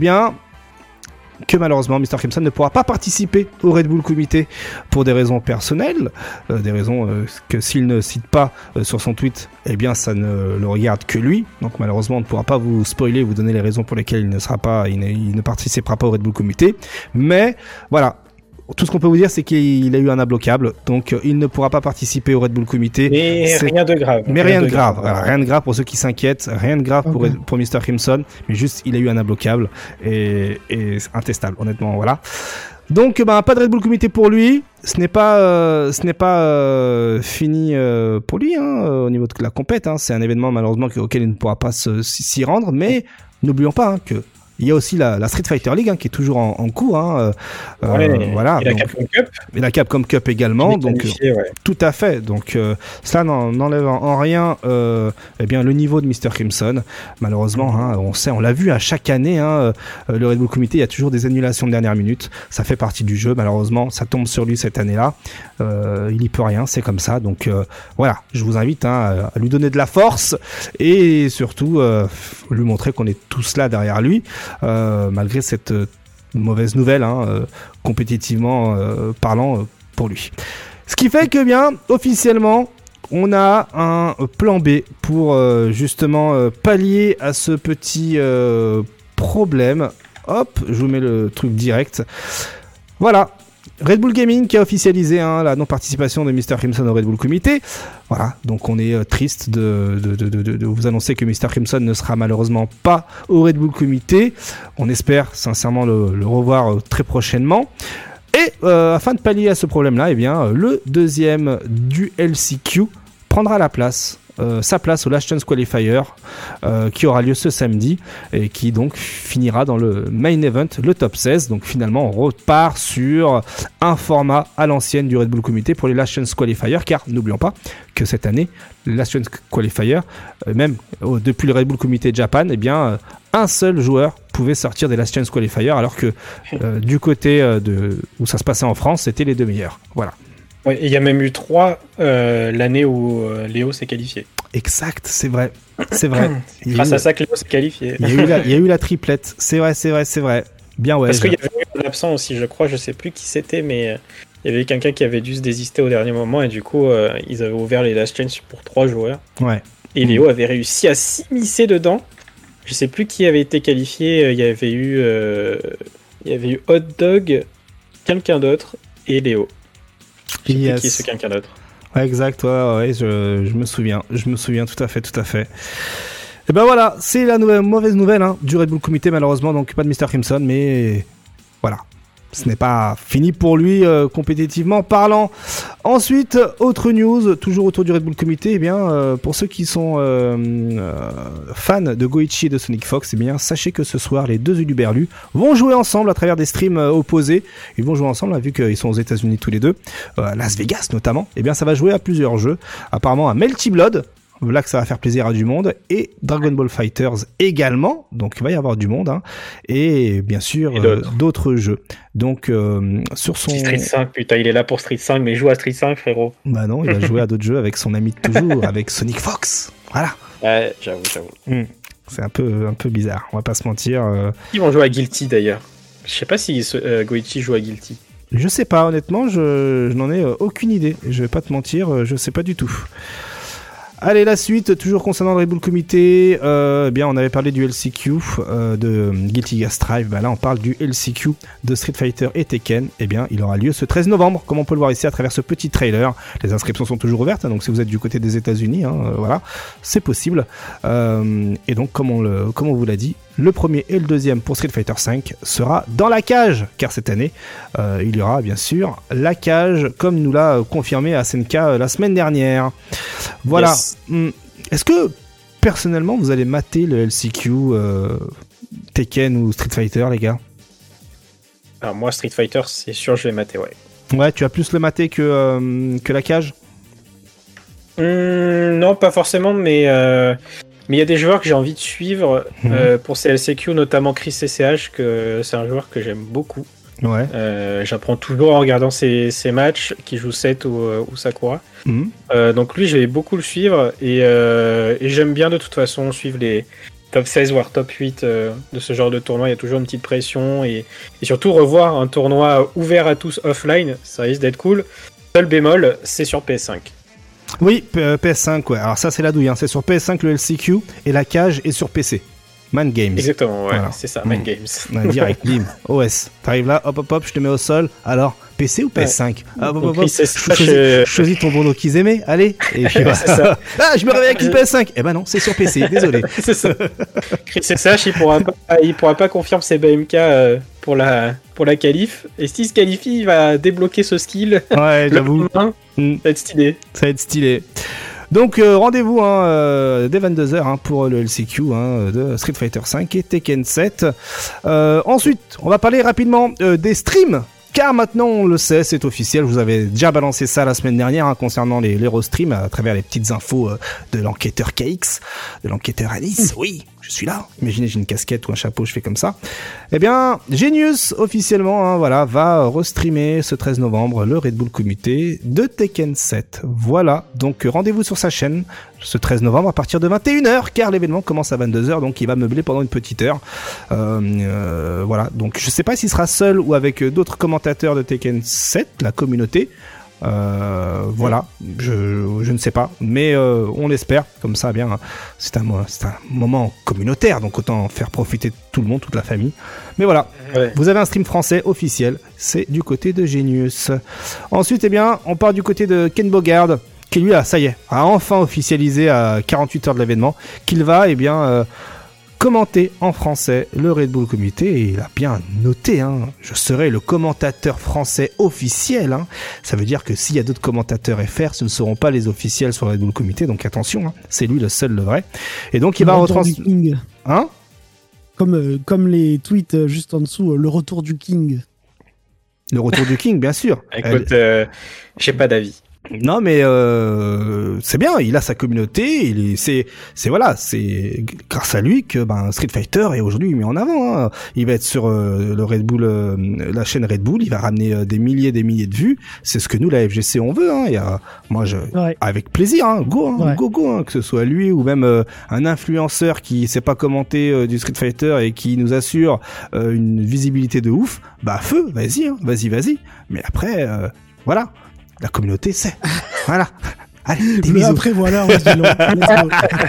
que malheureusement Mr. Crimson ne pourra pas participer au Red Bull Comité pour des raisons personnelles, des raisons que s'il ne cite pas sur son tweet, ça ne le regarde que lui. Donc malheureusement on ne pourra pas vous spoiler, vous donner les raisons pour lesquelles il ne participera pas au Red Bull Comité. Mais voilà. Tout ce qu'on peut vous dire, c'est qu'il a eu un imbloquable, donc il ne pourra pas participer au Red Bull Comité. Mais rien de grave. Mais rien de grave. Voilà, rien de grave pour ceux qui s'inquiètent, rien de grave pour Mr. Crimson, mais juste il a eu un imbloquable et intestable, honnêtement, voilà. Donc pas de Red Bull Comité pour lui. Ce n'est pas fini pour lui au niveau de la compète. C'est un événement malheureusement auquel il ne pourra pas s'y rendre, mais n'oublions pas que il y a aussi la Street Fighter League qui est toujours en cours. Voilà. Et la Capcom Cup. Et la Capcom Cup également. Donc, tout à fait. Donc, cela n'enlève en rien le niveau de Mr. Crimson. Malheureusement, on l'a vu à chaque année. Le Red Bull Comité, il y a toujours des annulations de dernière minute. Ça fait partie du jeu. Malheureusement, ça tombe sur lui cette année-là. Il y peut rien. C'est comme ça. Donc, voilà. Je vous invite à lui donner de la force et surtout lui montrer qu'on est tous là derrière lui. Malgré cette mauvaise nouvelle compétitivement parlant pour lui. Ce qui fait que officiellement on a un plan B pour justement pallier à ce petit problème. Hop, je vous mets le truc direct. Voilà. Red Bull Gaming qui a officialisé la non-participation de Mr. Crimson au Red Bull Comité. Voilà, donc on est triste de vous annoncer que Mr. Crimson ne sera malheureusement pas au Red Bull Comité. On espère sincèrement le revoir très prochainement. Et afin de pallier à ce problème-là, le deuxième du LCQ prendra sa place au Last Chance Qualifier qui aura lieu ce samedi et qui donc finira dans le main event, le top 16. Donc finalement on repart sur un format à l'ancienne du Red Bull Comité pour les Last Chance Qualifier, car n'oublions pas que cette année les Last Chance Qualifier, même depuis le Red Bull Comité Japan, un seul joueur pouvait sortir des Last Chance Qualifier, alors que du côté où ça se passait en France, c'était les deux meilleurs. Voilà. Ouais, il y a même eu 3 l'année où Léo s'est qualifié. Exact, c'est vrai. Grâce à ça que Léo s'est qualifié. Il y a eu la triplette. C'est vrai. Bien ouais. Parce qu'il y avait eu un absent aussi, je crois. Je sais plus qui c'était, mais il y avait quelqu'un qui avait dû se désister au dernier moment et du coup, ils avaient ouvert les Last Chance pour 3 joueurs. Ouais. Et Léo avait réussi à s'immiscer dedans. Je sais plus qui avait été qualifié. Il y avait eu Hot Dog, quelqu'un d'autre et Léo. Je sais plus qui est ce quelqu'un d'autre. Ouais, exact, ouais, je me souviens tout à fait. Et ben voilà, c'est la mauvaise nouvelle du Red Bull Comité malheureusement, donc pas de Mr. Crimson, mais voilà. Ce n'est pas fini pour lui compétitivement parlant. Ensuite, autre news, toujours autour du Red Bull Comité, pour ceux qui sont fans de Goichi et de Sonic Fox, sachez que ce soir, les deux Uluberlus vont jouer ensemble à travers des streams opposés. Ils vont jouer ensemble, vu qu'ils sont aux États-Unis tous les deux, à Las Vegas notamment. Ça va jouer à plusieurs jeux. Apparemment à Melty Blood. Là que ça va faire plaisir à du monde, et Dragon Ball Fighters également, donc il va y avoir du monde, et bien sûr d'autres jeux. Donc sur son Street 5, putain, il est là pour Street 5, mais il joue à Street 5, frérot. Bah non, il va jouer à d'autres jeux avec son ami de toujours, avec Sonic Fox. Voilà. Ouais, j'avoue. C'est un peu bizarre, on va pas se mentir. Ils vont jouer à Guilty d'ailleurs. Je sais pas si Goichi joue à Guilty. Je sais pas, honnêtement, je n'en ai aucune idée. Je vais pas te mentir, je sais pas du tout. Allez, la suite, toujours concernant le Red Bull Comité, on avait parlé du LCQ de Guilty Gear Strive. Là, on parle du LCQ de Street Fighter et Tekken. Il aura lieu ce 13 novembre, comme on peut le voir ici à travers ce petit trailer. Les inscriptions sont toujours ouvertes, donc si vous êtes du côté des États-Unis, voilà, c'est possible. Et donc, comme on vous l'a dit, le premier et le deuxième pour Street Fighter V sera dans la cage, car cette année, il y aura bien sûr la cage, comme nous l'a confirmé SNK la semaine dernière. Voilà. Yes. Est-ce que, personnellement, vous allez mater le LCQ Tekken ou Street Fighter, les gars? Alors moi, Street Fighter, c'est sûr, je vais mater, ouais. Ouais, tu vas plus le mater que la cage? Non, pas forcément, mais il y a des joueurs que j'ai envie de suivre pour ces LCQ, notamment Chris CCH, que c'est un joueur que j'aime beaucoup. Ouais. J'apprends toujours en regardant ses matchs, qui joue Seth ou Sakura. Donc lui, je vais beaucoup le suivre et j'aime bien de toute façon suivre les top 16 voire top 8 de ce genre de tournoi. Il y a toujours une petite pression et surtout revoir un tournoi ouvert à tous offline, ça risque d'être cool. Seul bémol, c'est sur PS5. Oui, PS5, ouais. Alors ça, c'est la douille, c'est sur PS5 le LCQ et la cage est sur PC. Man Games. Exactement, ouais, voilà. C'est ça, Man Games. Ouais, direct, bim, OS. T'arrives là, hop, je te mets au sol. Alors, PC ou PS5 choisis ton bon qu'ils aimaient, allez. Et puis, c'est ça. Ah, je me réveille avec une PS5. Eh ben non, c'est sur PC, désolé. C'est ça. Chris SH, il pourra pas confirmer ses BMK pour la qualif. Et s'il se qualifie, il va débloquer ce skill. Ouais, j'avoue. Ça va être stylé. Ça va être stylé. Donc rendez-vous dès 22h pour le LCQ de Street Fighter V et Tekken 7. Ensuite, on va parler rapidement des streams. Car maintenant, on le sait, c'est officiel. Je vous avais déjà balancé ça la semaine dernière concernant les restreams à travers les petites infos de l'enquêteur KX, de l'enquêteur Alice. Oui, je suis là. Imaginez, j'ai une casquette ou un chapeau, je fais comme ça. Eh bien, Genius, officiellement, va restreamer ce 13 novembre le Red Bull Comité de Tekken 7. Voilà, donc rendez-vous sur sa chaîne ce 13 novembre à partir de 21h, car l'événement commence à 22h, donc il va meubler pendant une petite heure. Voilà, donc je sais pas s'il sera seul ou avec d'autres commentateurs de Tekken 7, la communauté. Voilà, je ne sais pas, mais on l'espère, comme ça, bien, c'est un moment communautaire, donc autant faire profiter tout le monde, toute la famille. Mais voilà, vous avez un stream français officiel, c'est du côté de Genius. Ensuite, on part du côté de Ken Bogard, qui lui, ça y est, a enfin officialisé à 48 heures de l'événement, qu'il va, commenter en français le Red Bull Comité, et il a bien noté, je serai le commentateur français officiel, ça veut dire que s'il y a d'autres commentateurs FR, ce ne seront pas les officiels sur le Red Bull Comité, donc attention, c'est lui le seul, le vrai, et donc il va retransmettre... Comme les tweets juste en dessous, le retour du King. Le retour du King, bien sûr. Écoute, j'ai pas d'avis. Non, mais c'est bien, il a sa communauté, c'est grâce à lui que Street Fighter est aujourd'hui mis en avant. Il va être sur le Red Bull, la chaîne Red Bull, il va ramener des milliers de vues. C'est ce que nous, la FGC, on veut. Avec plaisir, go, que ce soit lui ou même un influenceur qui sait pas commenter du Street Fighter et qui nous assure une visibilité de ouf. Feu, vas-y. Mais après, voilà. La communauté sait. Voilà. Allez, des bisous. Après, voilà, on se dit long.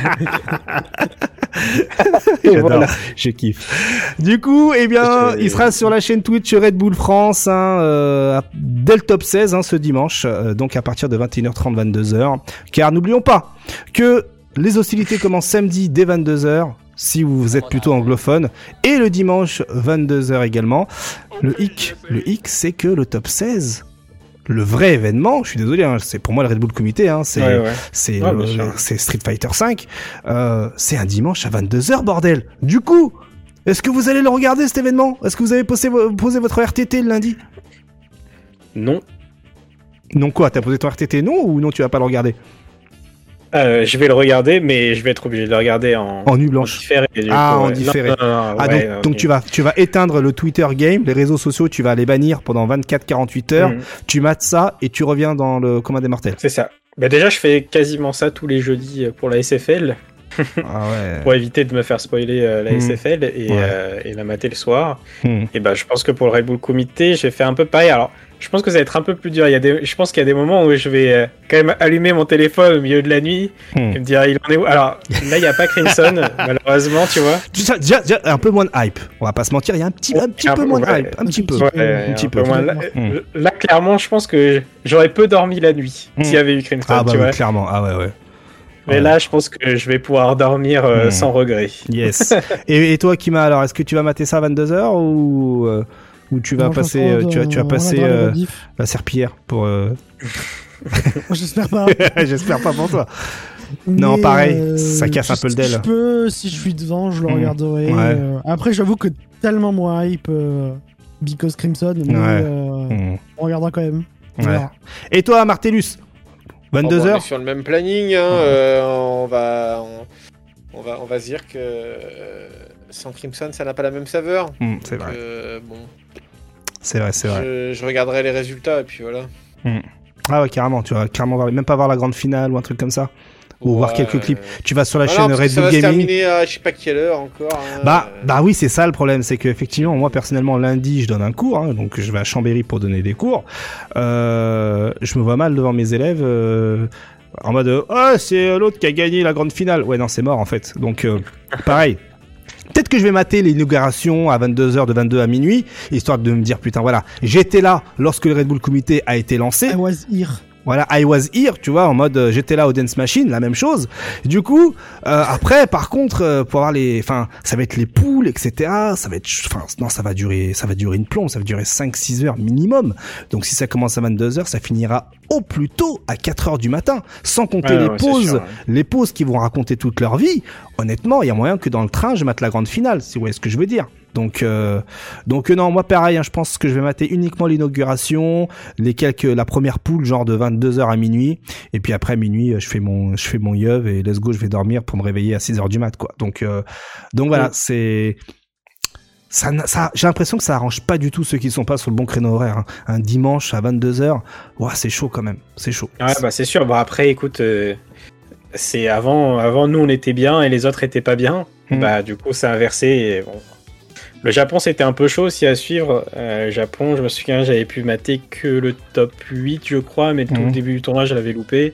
Voilà, je kiffe. Du coup, il sera sur la chaîne Twitch Red Bull France dès le top 16 ce dimanche, donc à partir de 21h30, 22h. Car n'oublions pas que les hostilités commencent samedi dès 22h. Si vous êtes plutôt anglophone, et le dimanche 22h également. Le hic, c'est que le top 16, le vrai événement, je suis désolé, hein, c'est pour moi le Red Bull Comité, hein, c'est Street Fighter 5, c'est un dimanche à 22h, bordel. Du coup, est-ce que vous allez le regarder cet événement ? Est-ce que vous avez posé votre RTT le lundi ? Non. Non quoi ? T'as posé ton RTT non ou non tu vas pas le regarder ? Je vais le regarder, mais je vais être obligé de le regarder en nuit blanche. En différé. En différé. Donc tu vas éteindre le Twitter game, les réseaux sociaux, tu vas les bannir pendant 24-48 heures. Tu mates ça et tu reviens dans le commun des mortels. C'est ça. Bah déjà, je fais quasiment ça tous les jeudis pour la SFL. Pour éviter de me faire spoiler la SFL et la mater le soir. Et bah, je pense que pour le Red Bull Comité, j'ai fait un peu pareil. Alors, je pense que ça va être un peu plus dur. Je pense qu'il y a des moments où je vais quand même allumer mon téléphone au milieu de la nuit et me dire il en est où. Alors là, il n'y a pas Crimson, malheureusement, tu vois. Déjà, un peu moins de hype. On va pas se mentir, il y a un petit peu moins de hype. Un petit peu. Là, clairement, je pense que j'aurais peu dormi la nuit s'il y avait eu Crimson. Ah bah tu vois. Clairement. Ah ouais. Mais là, je pense que je vais pouvoir dormir sans regret. Yes. Et toi, Kima, alors, est-ce que tu vas mater ça à 22h ou tu vas passer, tu vas passer la serpillière pour. J'espère pas. J'espère pas pour toi. Non, pareil, ça casse un peu le DEL. Si je suis devant, je le regarderai. Après, j'avoue que tellement moins hype because Crimson, mais on regardera quand même. Et toi, Martellus? 22h. On est sur le même planning, hein, on va se dire que sans Crimson, ça n'a pas la même saveur. C'est vrai. Bon. C'est vrai. Je regarderai les résultats et puis voilà. Ah ouais, carrément. Tu vas carrément même pas voir la grande finale ou un truc comme ça. Ou voir quelques clips. Tu vas sur la chaîne Red Bull Gaming. Ça va se terminer à je sais pas quelle heure encore. Hein. Bah oui, c'est ça le problème, c'est que effectivement, moi personnellement lundi, je donne un cours, hein, donc je vais à Chambéry pour donner des cours. Je me vois mal devant mes élèves en mode c'est l'autre qui a gagné la grande finale. Ouais non, c'est mort en fait. Donc pareil. Peut-être que je vais mater l'inauguration à 22h de 22 à minuit, histoire de me dire putain voilà, j'étais là lorsque le Red Bull Comité a été lancé. I was here. Voilà, I was here, tu vois, en mode j'étais là au Dance Machine, la même chose. Du coup, après, par contre, pour avoir ça va être les poules, etc. Ça va être, ça va durer une plombe, ça va durer 5-6 heures minimum. Donc si ça commence à 22h, ça finira au plus tôt à 4h du matin, sans compter les pauses qui vont raconter toute leur vie. Honnêtement, il y a moyen que dans le train, je mate la grande finale, si vous voyez ce que je veux dire. Donc non, moi pareil, hein, je pense que je vais mater uniquement l'inauguration, la première poule genre de 22h à minuit, et puis après minuit, je fais mon yeuve et let's go, je vais dormir pour me réveiller à 6h du mat, quoi. Donc voilà, c'est ça, j'ai l'impression que ça arrange pas du tout ceux qui sont pas sur le bon créneau horaire, hein. Un dimanche à 22h, c'est chaud quand même, c'est chaud. Ouais, bah c'est sûr. Bon après, écoute, c'est avant nous on était bien et les autres étaient pas bien. Bah du coup, ça a inversé et bon. Le Japon, c'était un peu chaud aussi à suivre. Japon, je me souviens, j'avais pu mater que le top 8, je crois, mais tout le début du tournoi, je l'avais loupé.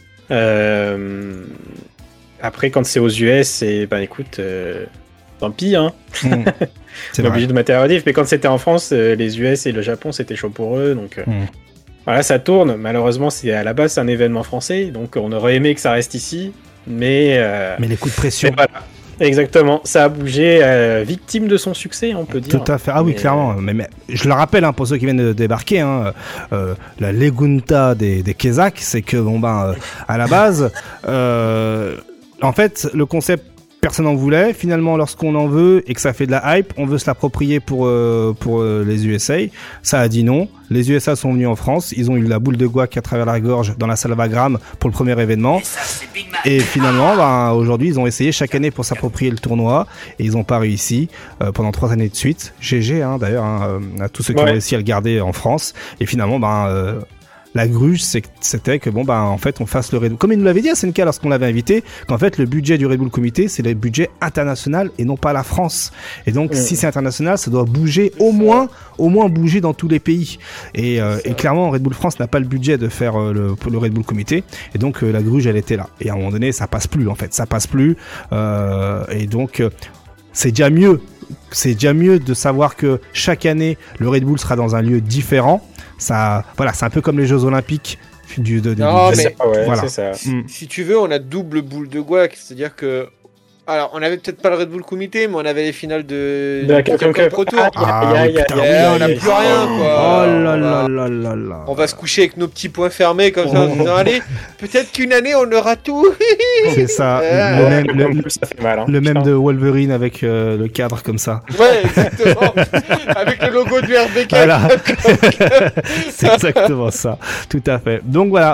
Après, quand c'est aux US, écoute, tant pis, hein. C'est obligé de mater la rediff, mais quand c'était en France, les US et le Japon, c'était chaud pour eux, donc... Voilà, ça tourne. Malheureusement, à la base, c'est un événement français, donc on aurait aimé que ça reste ici, mais les coups de pression... Voilà. Exactement, ça a bougé, victime de son succès, on peut dire. Tout à fait, oui, clairement. Mais je le rappelle, hein, pour ceux qui viennent de débarquer, hein, la Legunta des Kézaks, c'est que à la base, en fait, le concept, personne n'en voulait. Finalement, lorsqu'on en veut et que ça fait de la hype, on veut se l'approprier pour les USA. Ça a dit non. Les USA sont venus en France. Ils ont eu la boule de guac à travers la gorge dans la salle Wagram pour le premier événement. Et finalement, aujourd'hui, ils ont essayé chaque année pour s'approprier le tournoi et ils n'ont pas réussi pendant 3 années de suite. GG, hein, d'ailleurs, hein, à tous ceux qui ont réussi à le garder en France. Et finalement, la gruge, c'était que en fait, on fasse le Red Bull. Comme il nous l'avait dit à SNK lorsqu'on l'avait invité, qu'en fait, le budget du Red Bull Comité, c'est le budget international et non pas la France. Et donc, si c'est international, ça doit bouger au moins bouger dans tous les pays. Et clairement, Red Bull France n'a pas le budget de faire le Red Bull Comité. Et donc, la gruge, elle était là. Et à un moment donné, ça passe plus, en fait. Ça passe plus. Et donc, c'est déjà mieux. C'est déjà mieux de savoir que chaque année, le Red Bull sera dans un lieu différent. ça, voilà, c'est un peu comme les Jeux Olympiques. Non, mais voilà. c'est ça. Si tu veux, on a double boule de guac, c'est-à-dire que. Alors, on avait peut-être pas le Red Bull Comité, mais on avait les finales de la Capcom Cup Pro Tour. On n'a plus rien, quoi. Oh là là là là là. On va se coucher avec nos petits poings fermés comme ça en se disant allez, peut-être qu'une année on aura tout. C'est ça. Le même de Wolverine avec le cadre comme ça. Ouais, exactement. Avec le logo du RBK. Voilà. C'est exactement ça. Tout à fait. Donc voilà.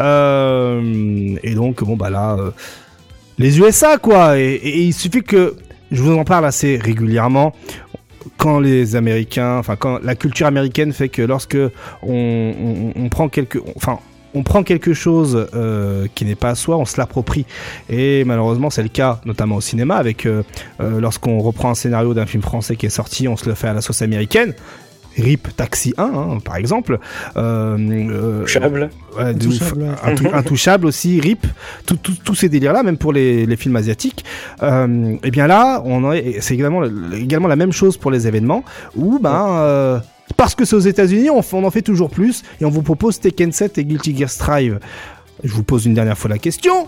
Et donc bon bah là. Les USA quoi, et il suffit que je vous en parle assez régulièrement quand les Américains, enfin quand la culture américaine fait que lorsque on prend quelque chose qui n'est pas à soi, on se l'approprie. Et malheureusement, c'est le cas, notamment au cinéma, avec lorsqu'on reprend un scénario d'un film français qui est sorti, on se le fait à la sauce américaine. RIP Taxi 1, hein, par exemple. Intouchable. Ouais, Intouchable aussi, RIP. Tous ces délires-là, même pour les films asiatiques. Et bien là, c'est également la même chose pour les événements, où parce que c'est aux États-Unis, on en fait toujours plus, et on vous propose Tekken 7 et Guilty Gear Strive. Je vous pose une dernière fois la question.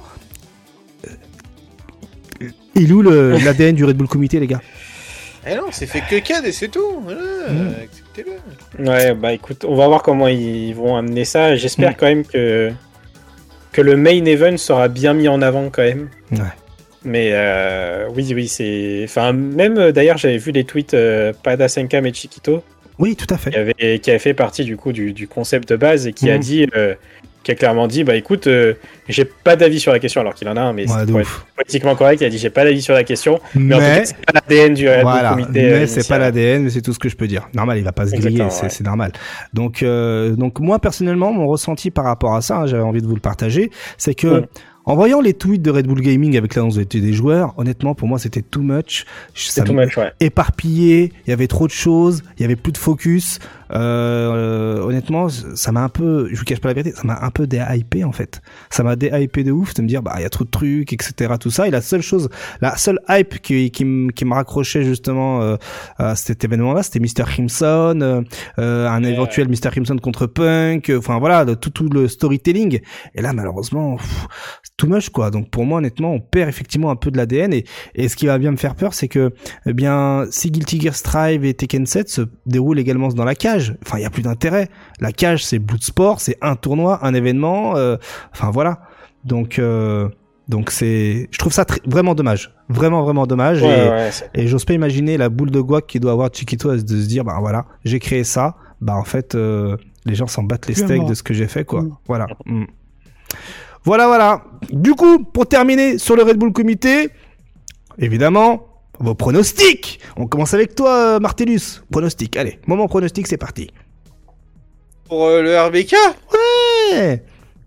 Il est où l'ADN du Red Bull Comité, les gars? Eh non, c'est fait que CAD et c'est tout. Voilà, acceptez-le. Ouais, bah écoute, on va voir comment ils vont amener ça. J'espère quand même que le main event sera bien mis en avant quand même. Ouais. Mais oui, c'est... Enfin, même d'ailleurs, j'avais vu les tweets Pada Senkam et Chiquito. Oui, tout à fait. Qui avait fait partie du coup du concept de base et qui a dit... qui a clairement dit, bah écoute, j'ai pas d'avis sur la question, alors qu'il en a un, mais c'est pour être politiquement correct, il a dit j'ai pas d'avis sur la question, mais en tout cas, c'est pas l'ADN du Red Bull Comité. Mais c'est pas l'ADN, mais c'est tout ce que je peux dire. Normal, il va pas se griller, c'est normal. Donc moi, personnellement, mon ressenti par rapport à ça, hein, j'avais envie de vous le partager, c'est que en voyant les tweets de Red Bull Gaming avec l'annonce des joueurs, honnêtement, pour moi, c'était too much. Éparpillé, il y avait trop de choses, il y avait plus de focus. Honnêtement, ça m'a un peu, je vous cache pas la vérité, ça m'a un peu déhypé en fait. Ça m'a déhypé de ouf de me dire il y a trop de trucs, etc. Tout ça. Et la seule hype qui me raccrochait justement à cet événement-là, c'était Mr. Crimson, un éventuel Mr. Crimson contre Punk. Enfin voilà, tout le storytelling. Et là, malheureusement, c'est too much quoi. Donc pour moi, honnêtement, on perd effectivement un peu de l'ADN. Et ce qui va bien me faire peur, c'est que si Guilty Gear Strive et Tekken 7 se déroulent également dans la cage. Enfin, il y a plus d'intérêt. La cage, c'est Bloodsport, c'est un tournoi, un événement. Enfin voilà. Donc je trouve ça vraiment dommage, vraiment dommage. Et j'ose pas imaginer la boule de guac qui doit avoir Chiquito de se dire voilà, j'ai créé ça. En fait, les gens s'en battent les steaks de ce que j'ai fait quoi. Voilà. Voilà. Du coup, pour terminer sur le Red Bull Comité, évidemment. Vos pronostics. On commence avec toi, Martellus. Pronostic. Allez, moment pronostic, c'est parti. Pour le RBK ? Ouais.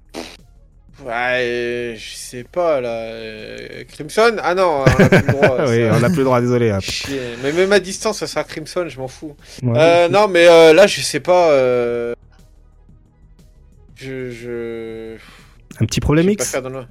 Ouais, je sais pas là. Crimson ? Ah non, on a plus le droit. Oui, on a plus le droit, désolé. Chier. Mais même à distance, ça sera Crimson, je m'en fous. Ouais, non, mais là, je sais pas. Un petit problème X.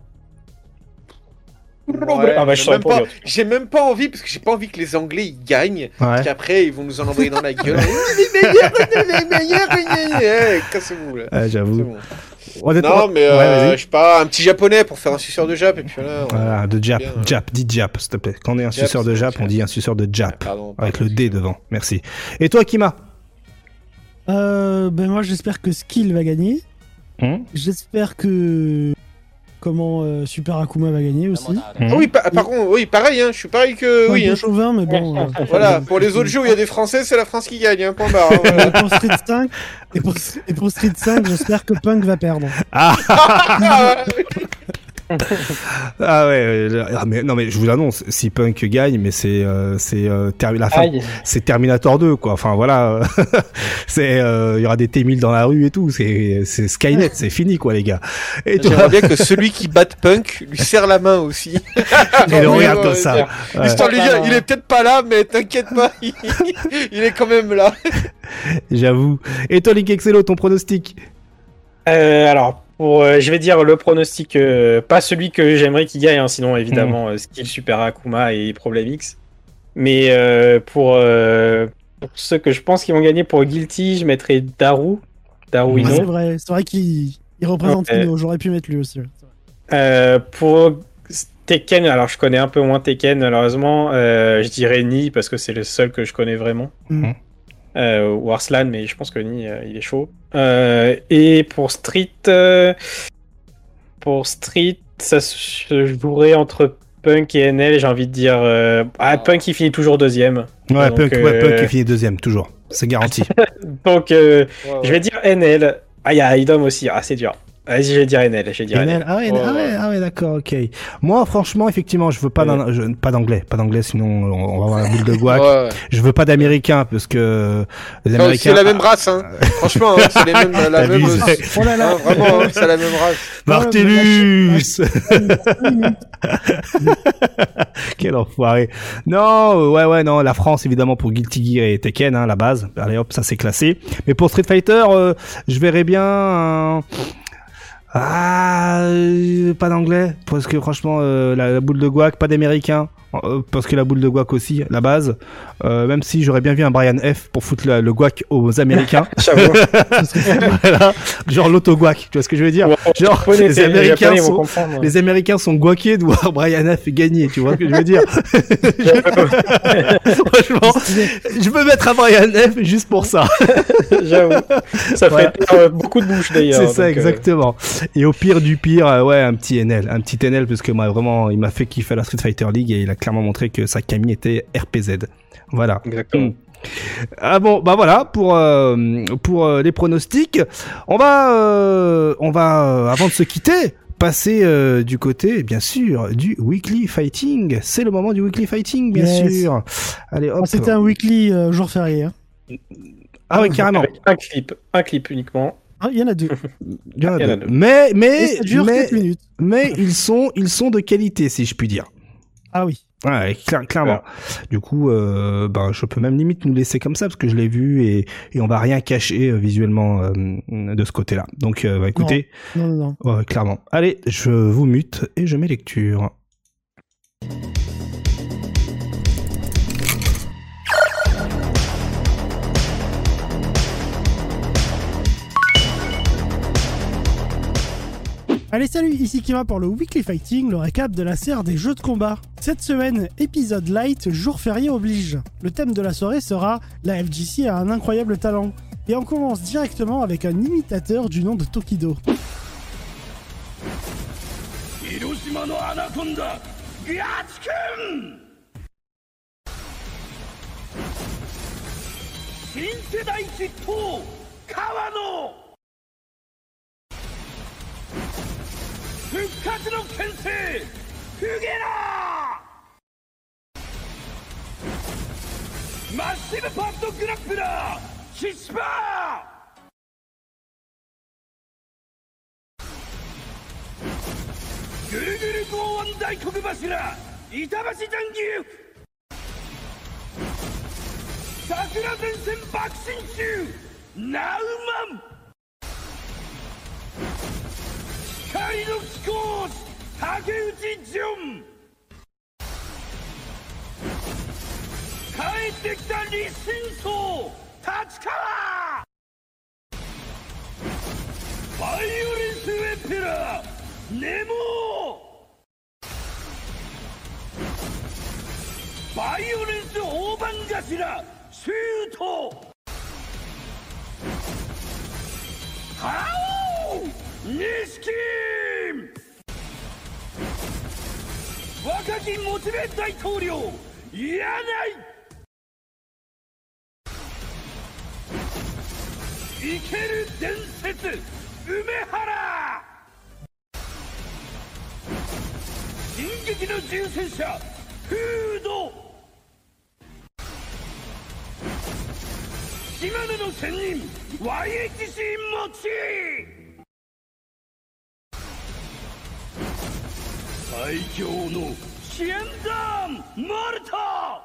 J'ai même pas envie parce que j'ai pas envie que les Anglais ils gagnent, parce qu'après ils vont nous en envoyer dans la gueule. Les meilleurs, cassez-vous là. J'avoue. Non mais je sais pas, un petit japonais pour faire un suceur de Jap et puis voilà. De Jap, dis Jap s'il te plaît. Quand on est un suceur de Jap, on dit un suceur de Jap avec le D devant. Merci. Et toi Kima? Moi j'espère que Skill va gagner. J'espère que Super Akuma va gagner aussi. Oui, par contre, oui, pareil, hein, je suis pareil que oui. Un peu chauvin, mais bon. Voilà, pour les autres jeux où il y a des Français, c'est la France qui gagne, hein, point barre. Voilà. Et pour Street 5, j'espère que Punk va perdre. Mais non mais je vous l'annonce, si Punk gagne, mais c'est Terminator 2 quoi. Enfin voilà, il y aura des T-1000 dans la rue et tout, c'est Skynet, c'est fini quoi les gars. Et j'aimerais bien que celui qui batte Punk lui serre la main aussi. Et le regarde comme ça. Histoire de lui dire, il est peut-être pas là, mais t'inquiète pas, il est quand même là. J'avoue. Et toi Link Excello, ton pronostic? Alors. Je vais dire le pronostic, pas celui que j'aimerais qu'il gagne, hein, sinon évidemment Skill, Super Akuma et Problem X. Mais pour ceux que je pense qu'ils vont gagner pour Guilty, je mettrai Daru Hikaru Ino. C'est vrai qu'il représente Ino. J'aurais pu mettre lui aussi. Pour Tekken, alors je connais un peu moins Tekken malheureusement. Je dirais Ni parce que c'est le seul que je connais vraiment. Ou Arslan, mais je pense que Ni il est chaud. Et pour Street, ça se jouerait entre Punk et NL. J'ai envie de dire Punk il finit toujours deuxième. Ouais, donc, Punk il finit deuxième toujours. C'est garanti. Donc je vais dire NL. Ah il y a Idom aussi. Ah c'est dur. Vas-y, je vais dire NL. Ah ouais, d'accord, ok. Moi, franchement, effectivement, je veux pas pas d'anglais, sinon on va avoir la boule de guac. Ouais. Je veux pas d'américains parce que les Américains. C'est la même race, hein. Franchement, c'est la même. Oh là là. Vraiment, c'est la même race. Martellus. Quel enfoiré. Non, ouais, non, la France évidemment pour Guilty Gear et Tekken, hein, la base. Allez hop, ça c'est classé. Mais pour Street Fighter, je verrais bien. Pas d'anglais, parce que franchement, la boule de guac, pas d'américain, parce que la boule de guac aussi, la base, même si j'aurais bien vu un Brian F pour foutre le guac aux Américains. Voilà. Genre l'auto-guac, tu vois ce que je veux dire? Ouais, genre, les Américains sont guaqués de voir Brian F gagner, tu vois ce que je veux dire? Franchement, je peux mettre un Brian F juste pour ça. J'avoue. Ça fait beaucoup de bouche d'ailleurs. C'est ça, exactement. Et au pire du pire, un petit NL, parce que moi vraiment, il m'a fait kiffer la Street Fighter League et il a clairement montré que sa Camille était RPZ. Voilà. Exactement. Ah bon, bah voilà pour les pronostics. On va avant de se quitter, passer du côté, bien sûr, du Weekly Fighting. C'est le moment du Weekly Fighting, bien sûr. Allez, hop. C'était un weekly jour férié. Hein. Ah oui, carrément. Avec un clip uniquement. Ah, il y en a deux. Il y en a deux. Mais ça dure 4 minutes. Mais ils sont de qualité, si je puis dire. Ah oui. Ouais, clairement. Du coup, je peux même limite nous laisser comme ça parce que je l'ai vu et on va rien cacher visuellement de ce côté-là. Donc, écoutez. Non. Ouais, clairement. Allez, je vous mute et je mets lecture. Allez salut, ici Kima pour le Weekly Fighting, le récap de la serre des jeux de combat. Cette semaine, épisode light, jour férié oblige. Le thème de la soirée sera « La FGC a un incroyable talent ». Et on commence directement avec un imitateur du nom de Tokido. Hiroshima no Anaconda, Gyatsuken! Shinsedai Chitto, Kawano! 復活の剣聖フゲラーマッシブパッドグラップラーキスパーぐるぐる剛腕大黒柱板橋残牛桜前線爆心中ナウマン光の貴公子竹内純帰ってきた立身僧立川バイオレンスエンペラーネモバイオレンス大番頭シュートハオ錦若きモチベ大統領柳井生ける伝説梅原進撃の重戦車フード島根の仙人 YHC 持ち最強のシエンダンマルタ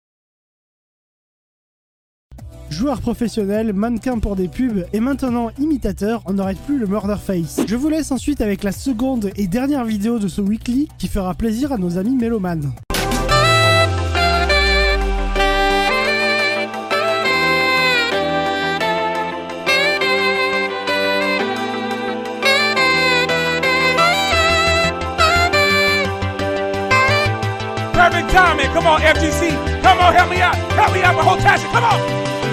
Joueur professionnel, mannequin pour des pubs et maintenant imitateur, on n'arrête plus le Murderface. Je vous laisse ensuite avec la seconde et dernière vidéo de ce weekly qui fera plaisir à nos amis mélomanes. time, man. Come on, FGC. Come on, help me out. Help me out with whole Tasha. Come on.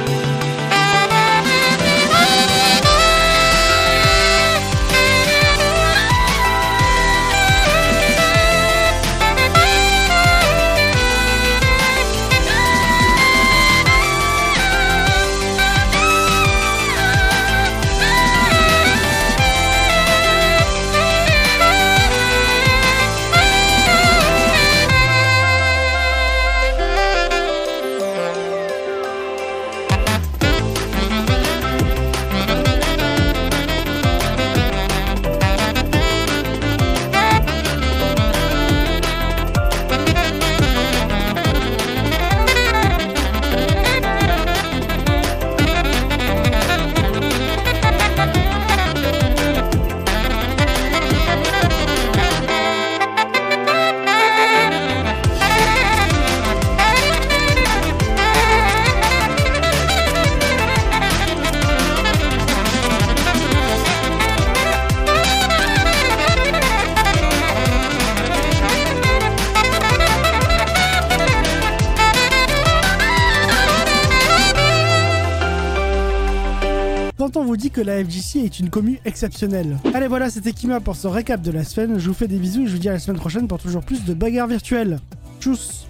On vous dit que la FGC est une commu exceptionnelle. Allez voilà, c'était Kima pour ce récap de la semaine. Je vous fais des bisous et je vous dis à la semaine prochaine pour toujours plus de bagarres virtuelles. Tchuss.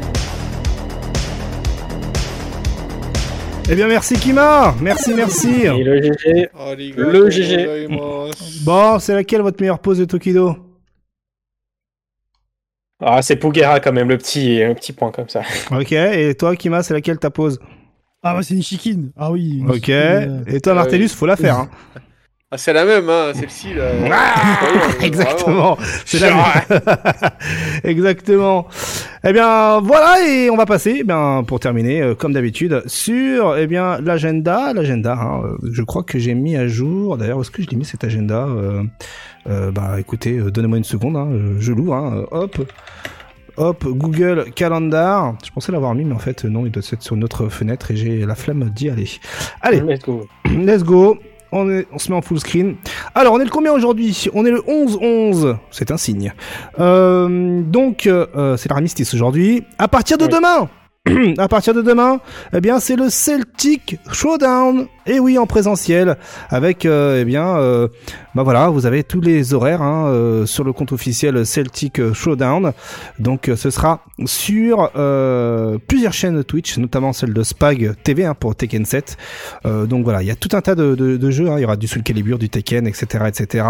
Eh bien merci Kima. Merci. Et le GG. Le GG. Bon, c'est laquelle votre meilleure pause de Tokido? Ah, c'est Pugera quand même, un petit point comme ça. Ok, et toi Kima, c'est laquelle ta pause? Ah bah c'est une chikine. Ah oui. Ok. Chikine, et toi Martellus, faut la faire. Hein. Ah c'est la même, hein, celle-ci là. Exactement. C'est la même. Exactement. Eh bien voilà, et on va passer, pour terminer, comme d'habitude, sur l'agenda. Hein, je crois que j'ai mis à jour. D'ailleurs, où est-ce que je l'ai mis cet agenda? Écoutez, donnez-moi une seconde. Hein, je l'ouvre. Hein, Hop, Google Calendar. Je pensais l'avoir mis, mais en fait, non, il doit être sur une autre fenêtre et j'ai la flemme d'y aller. Allez, let's go. On se met en full screen. Alors, on est le combien aujourd'hui? On est le 11-11. C'est un signe. Donc, c'est l'armistice aujourd'hui. À partir de demain, eh bien, c'est le Celtic Showdown. Et oui, en présentiel. Avec, vous avez tous les horaires sur le compte officiel Celtic Showdown. Donc, ce sera sur plusieurs chaînes Twitch, notamment celle de Spag TV pour Tekken 7. Donc voilà, il y a tout un tas de jeux. Il y aura du Soul Calibur, du Tekken, etc.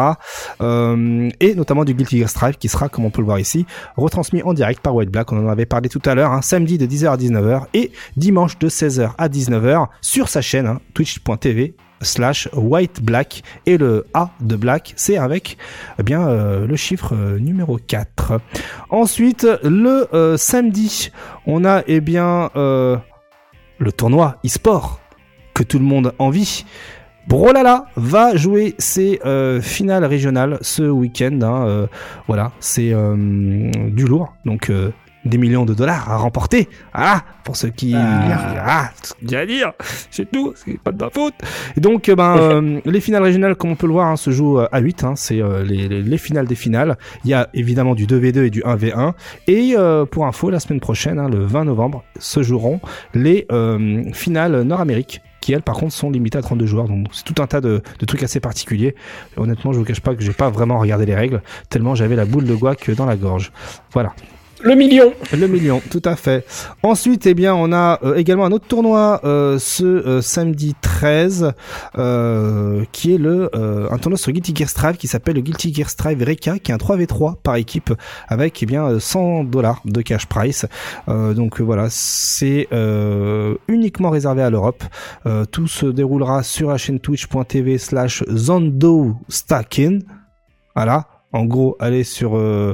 Et notamment du Guilty Gear Strive qui sera, comme on peut le voir ici, retransmis en direct par White Black. On en avait parlé tout à l'heure. Samedi de 10h à 19h et dimanche de 16h à 19h sur sa chaîne twitch.tv/White Black, et le A de Black c'est avec le chiffre numéro 4. Ensuite le samedi on a le tournoi e-sport que tout le monde envie. Brolala va jouer ses finales régionales ce week-end. C'est du lourd, donc des millions de dollars à remporter. Ah, pour ceux qui... à dire, c'est tout, c'est pas de ma faute. Et donc, les finales régionales, comme on peut le voir, se jouent à 8. C'est les finales des finales. Il y a évidemment du 2v2 et du 1v1. Et pour info, la semaine prochaine, le 20 novembre, se joueront les finales Nord-Amérique, qui elles par contre sont limitées à 32 joueurs, donc c'est tout un tas de trucs assez particuliers. Honnêtement, je vous cache pas que j'ai pas vraiment regardé les règles, tellement j'avais la boule de guac dans la gorge. Voilà. Le million, tout à fait. Ensuite, on a également un autre tournoi ce samedi 13, qui est un tournoi sur Guilty Gear Strive qui s'appelle le Guilty Gear Strive Reka, qui est un 3v3 par équipe avec $100 de cash price. Donc voilà, c'est uniquement réservé à l'Europe. Tout se déroulera sur la chaîne twitch.tv/ZondoStacken. Voilà. En gros, allez sur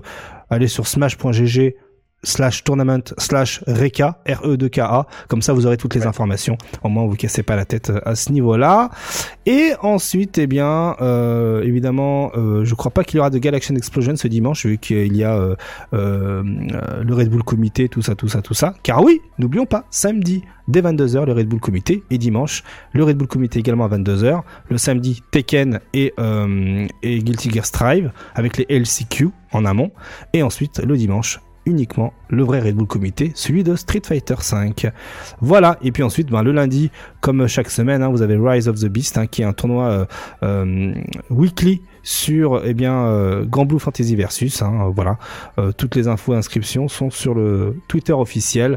smash.gg/tournament/Reka, RE2KA, comme ça vous aurez toutes les informations. Au moins vous cassez pas la tête à ce niveau-là. Et ensuite, évidemment, je crois pas qu'il y aura de Galaxian Explosion ce dimanche, vu qu'il y a le Red Bull Comité, tout ça. Car oui, n'oublions pas, samedi dès 22h le Red Bull Comité, et dimanche le Red Bull Comité également à 22h. Le samedi Tekken et Guilty Gear Strive avec les LCQ en amont, et ensuite le dimanche uniquement le vrai Red Bull Comité, celui de Street Fighter V. Voilà, et puis ensuite, le lundi, comme chaque semaine, vous avez Rise of the Beast, qui est un tournoi weekly sur Grand Blue Fantasy Versus. Voilà, toutes les infos et inscriptions sont sur le Twitter officiel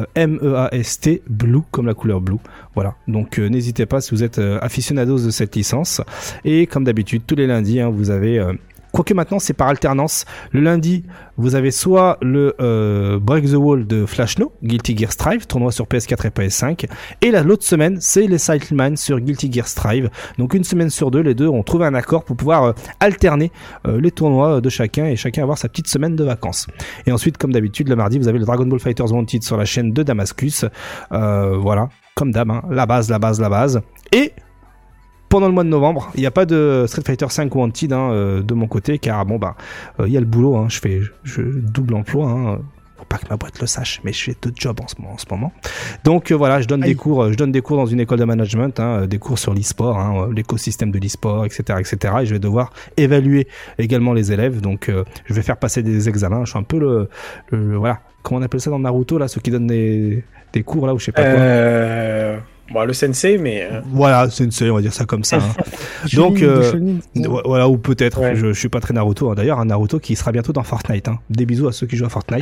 MEAST Blue, comme la couleur blue. Voilà, donc n'hésitez pas si vous êtes aficionados de cette licence. Et comme d'habitude, tous les lundis, vous avez... Quoique maintenant c'est par alternance. Le lundi, vous avez soit le Break the Wall de Flashno, Guilty Gear Strive, tournoi sur PS4 et PS5, et l'autre semaine, c'est les Sightline sur Guilty Gear Strive. Donc une semaine sur deux, les deux ont trouvé un accord pour pouvoir alterner les tournois de chacun et chacun avoir sa petite semaine de vacances. Et ensuite, comme d'habitude, le mardi, vous avez le Dragon Ball FighterZ Wanted sur la chaîne de Damascus. Voilà, comme d'hab, la base. Et pendant le mois de novembre, il n'y a pas de Street Fighter V Wanted de mon côté, car il y a le boulot, je double emploi, faut pas que ma boîte le sache, mais je fais 2 jobs en ce moment. Donc voilà, je donne des cours dans une école de management, des cours sur l'e-sport, l'écosystème de l'e-sport, etc., et je vais devoir évaluer également les élèves, donc je vais faire passer des examens. Je suis un peu le voilà, comment on appelle ça dans Naruto là, ceux qui donnent des cours là, ou je sais pas quoi. Le sensei, mais... Voilà, sensei, on va dire ça comme ça. Donc, voilà, ou peut-être, je suis pas très Naruto. D'ailleurs, un Naruto qui sera bientôt dans Fortnite. Des bisous à ceux qui jouent à Fortnite.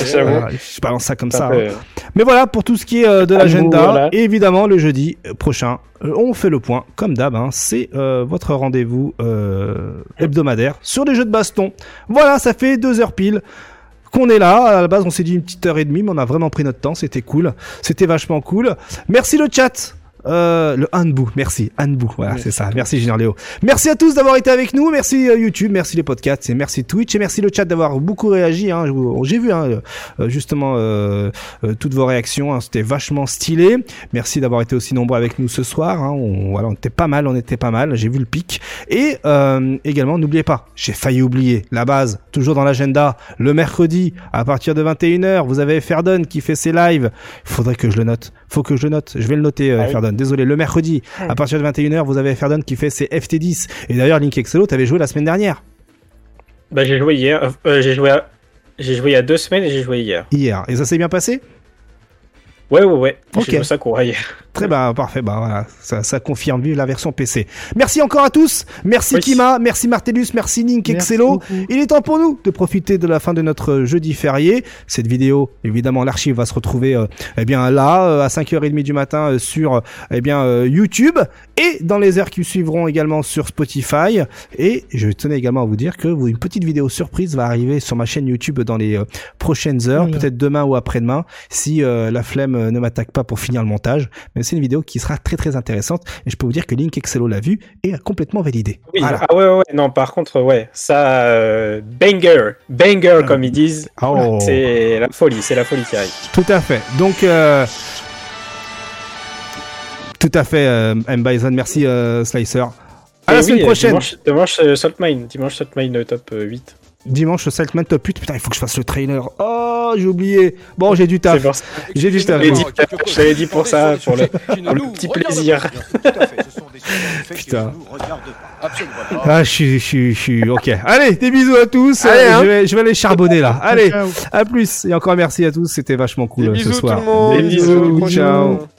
Je balance ça comme ça. Mais voilà, pour tout ce qui est de l'agenda, voilà. Et évidemment, le jeudi prochain, on fait le point, comme d'hab. C'est votre rendez-vous hebdomadaire sur les jeux de baston. Voilà, ça fait 2 heures pile qu'on est là. À la base, on s'est dit une petite heure et demie, mais on a vraiment pris notre temps. C'était cool. C'était vachement cool. Merci le chat. Le Hanbou, merci Hanbou, voilà, c'est ça. Merci Junior Léo. Merci à tous d'avoir été avec nous. Merci YouTube, merci les podcasts, et merci Twitch, et merci le chat d'avoir beaucoup réagi. J'ai vu justement toutes vos réactions. C'était vachement stylé. Merci d'avoir été aussi nombreux avec nous ce soir. On était pas mal. J'ai vu le pic. Et également, n'oubliez pas, j'ai failli oublier la base, toujours dans l'agenda. Le mercredi à partir de 21h, vous avez Ferdon qui fait ses lives. Faudrait que je le note. Je vais le noter, Ferdon. Désolé, le mercredi, à partir de 21h, vous avez Ferdon qui fait ses FT10. Et d'ailleurs, Link Excello, t'avais joué la semaine dernière. J'ai joué hier. J'ai joué il y a 2 semaines et j'ai joué hier. Et ça s'est bien passé ? Ouais. Okay. J'ai joué ça court hier. Très bien, parfait. Voilà, ça confirme vive la version PC. Merci encore à tous. Merci Kima, merci Martellus, merci Link Excello. Il est temps pour nous de profiter de la fin de notre jeudi férié. Cette vidéo, évidemment, l'archive va se retrouver là à 5h30 du matin sur YouTube et dans les heures qui suivront également sur Spotify. Et je tenais également à vous dire que une petite vidéo surprise va arriver sur ma chaîne YouTube dans les prochaines heures, peut-être demain ou après-demain, si la flemme ne m'attaque pas pour finir le montage. Mais c'est une vidéo qui sera très très intéressante et je peux vous dire que Link Excello l'a vue et a complètement validé. Oui, voilà. Non, par contre, ça, banger comme ils disent, c'est la folie qui arrive. Tout à fait. Donc, tout à fait, M. Bison, merci Slicer. À la semaine prochaine. Dimanche Saltmine top 8. Dimanche, Saltman top 8. Putain, il faut que je fasse le trailer. Oh, j'ai oublié. Bon, j'ai du taf. Je l'avais dit pour ça, pour le petit plaisir. Putain. Je suis ok. Allez, des bisous à tous. Allez, je vais aller charbonner là. Allez, à plus. Et encore merci à tous. C'était vachement cool ce soir. Tout le monde. Des bisous. Ciao.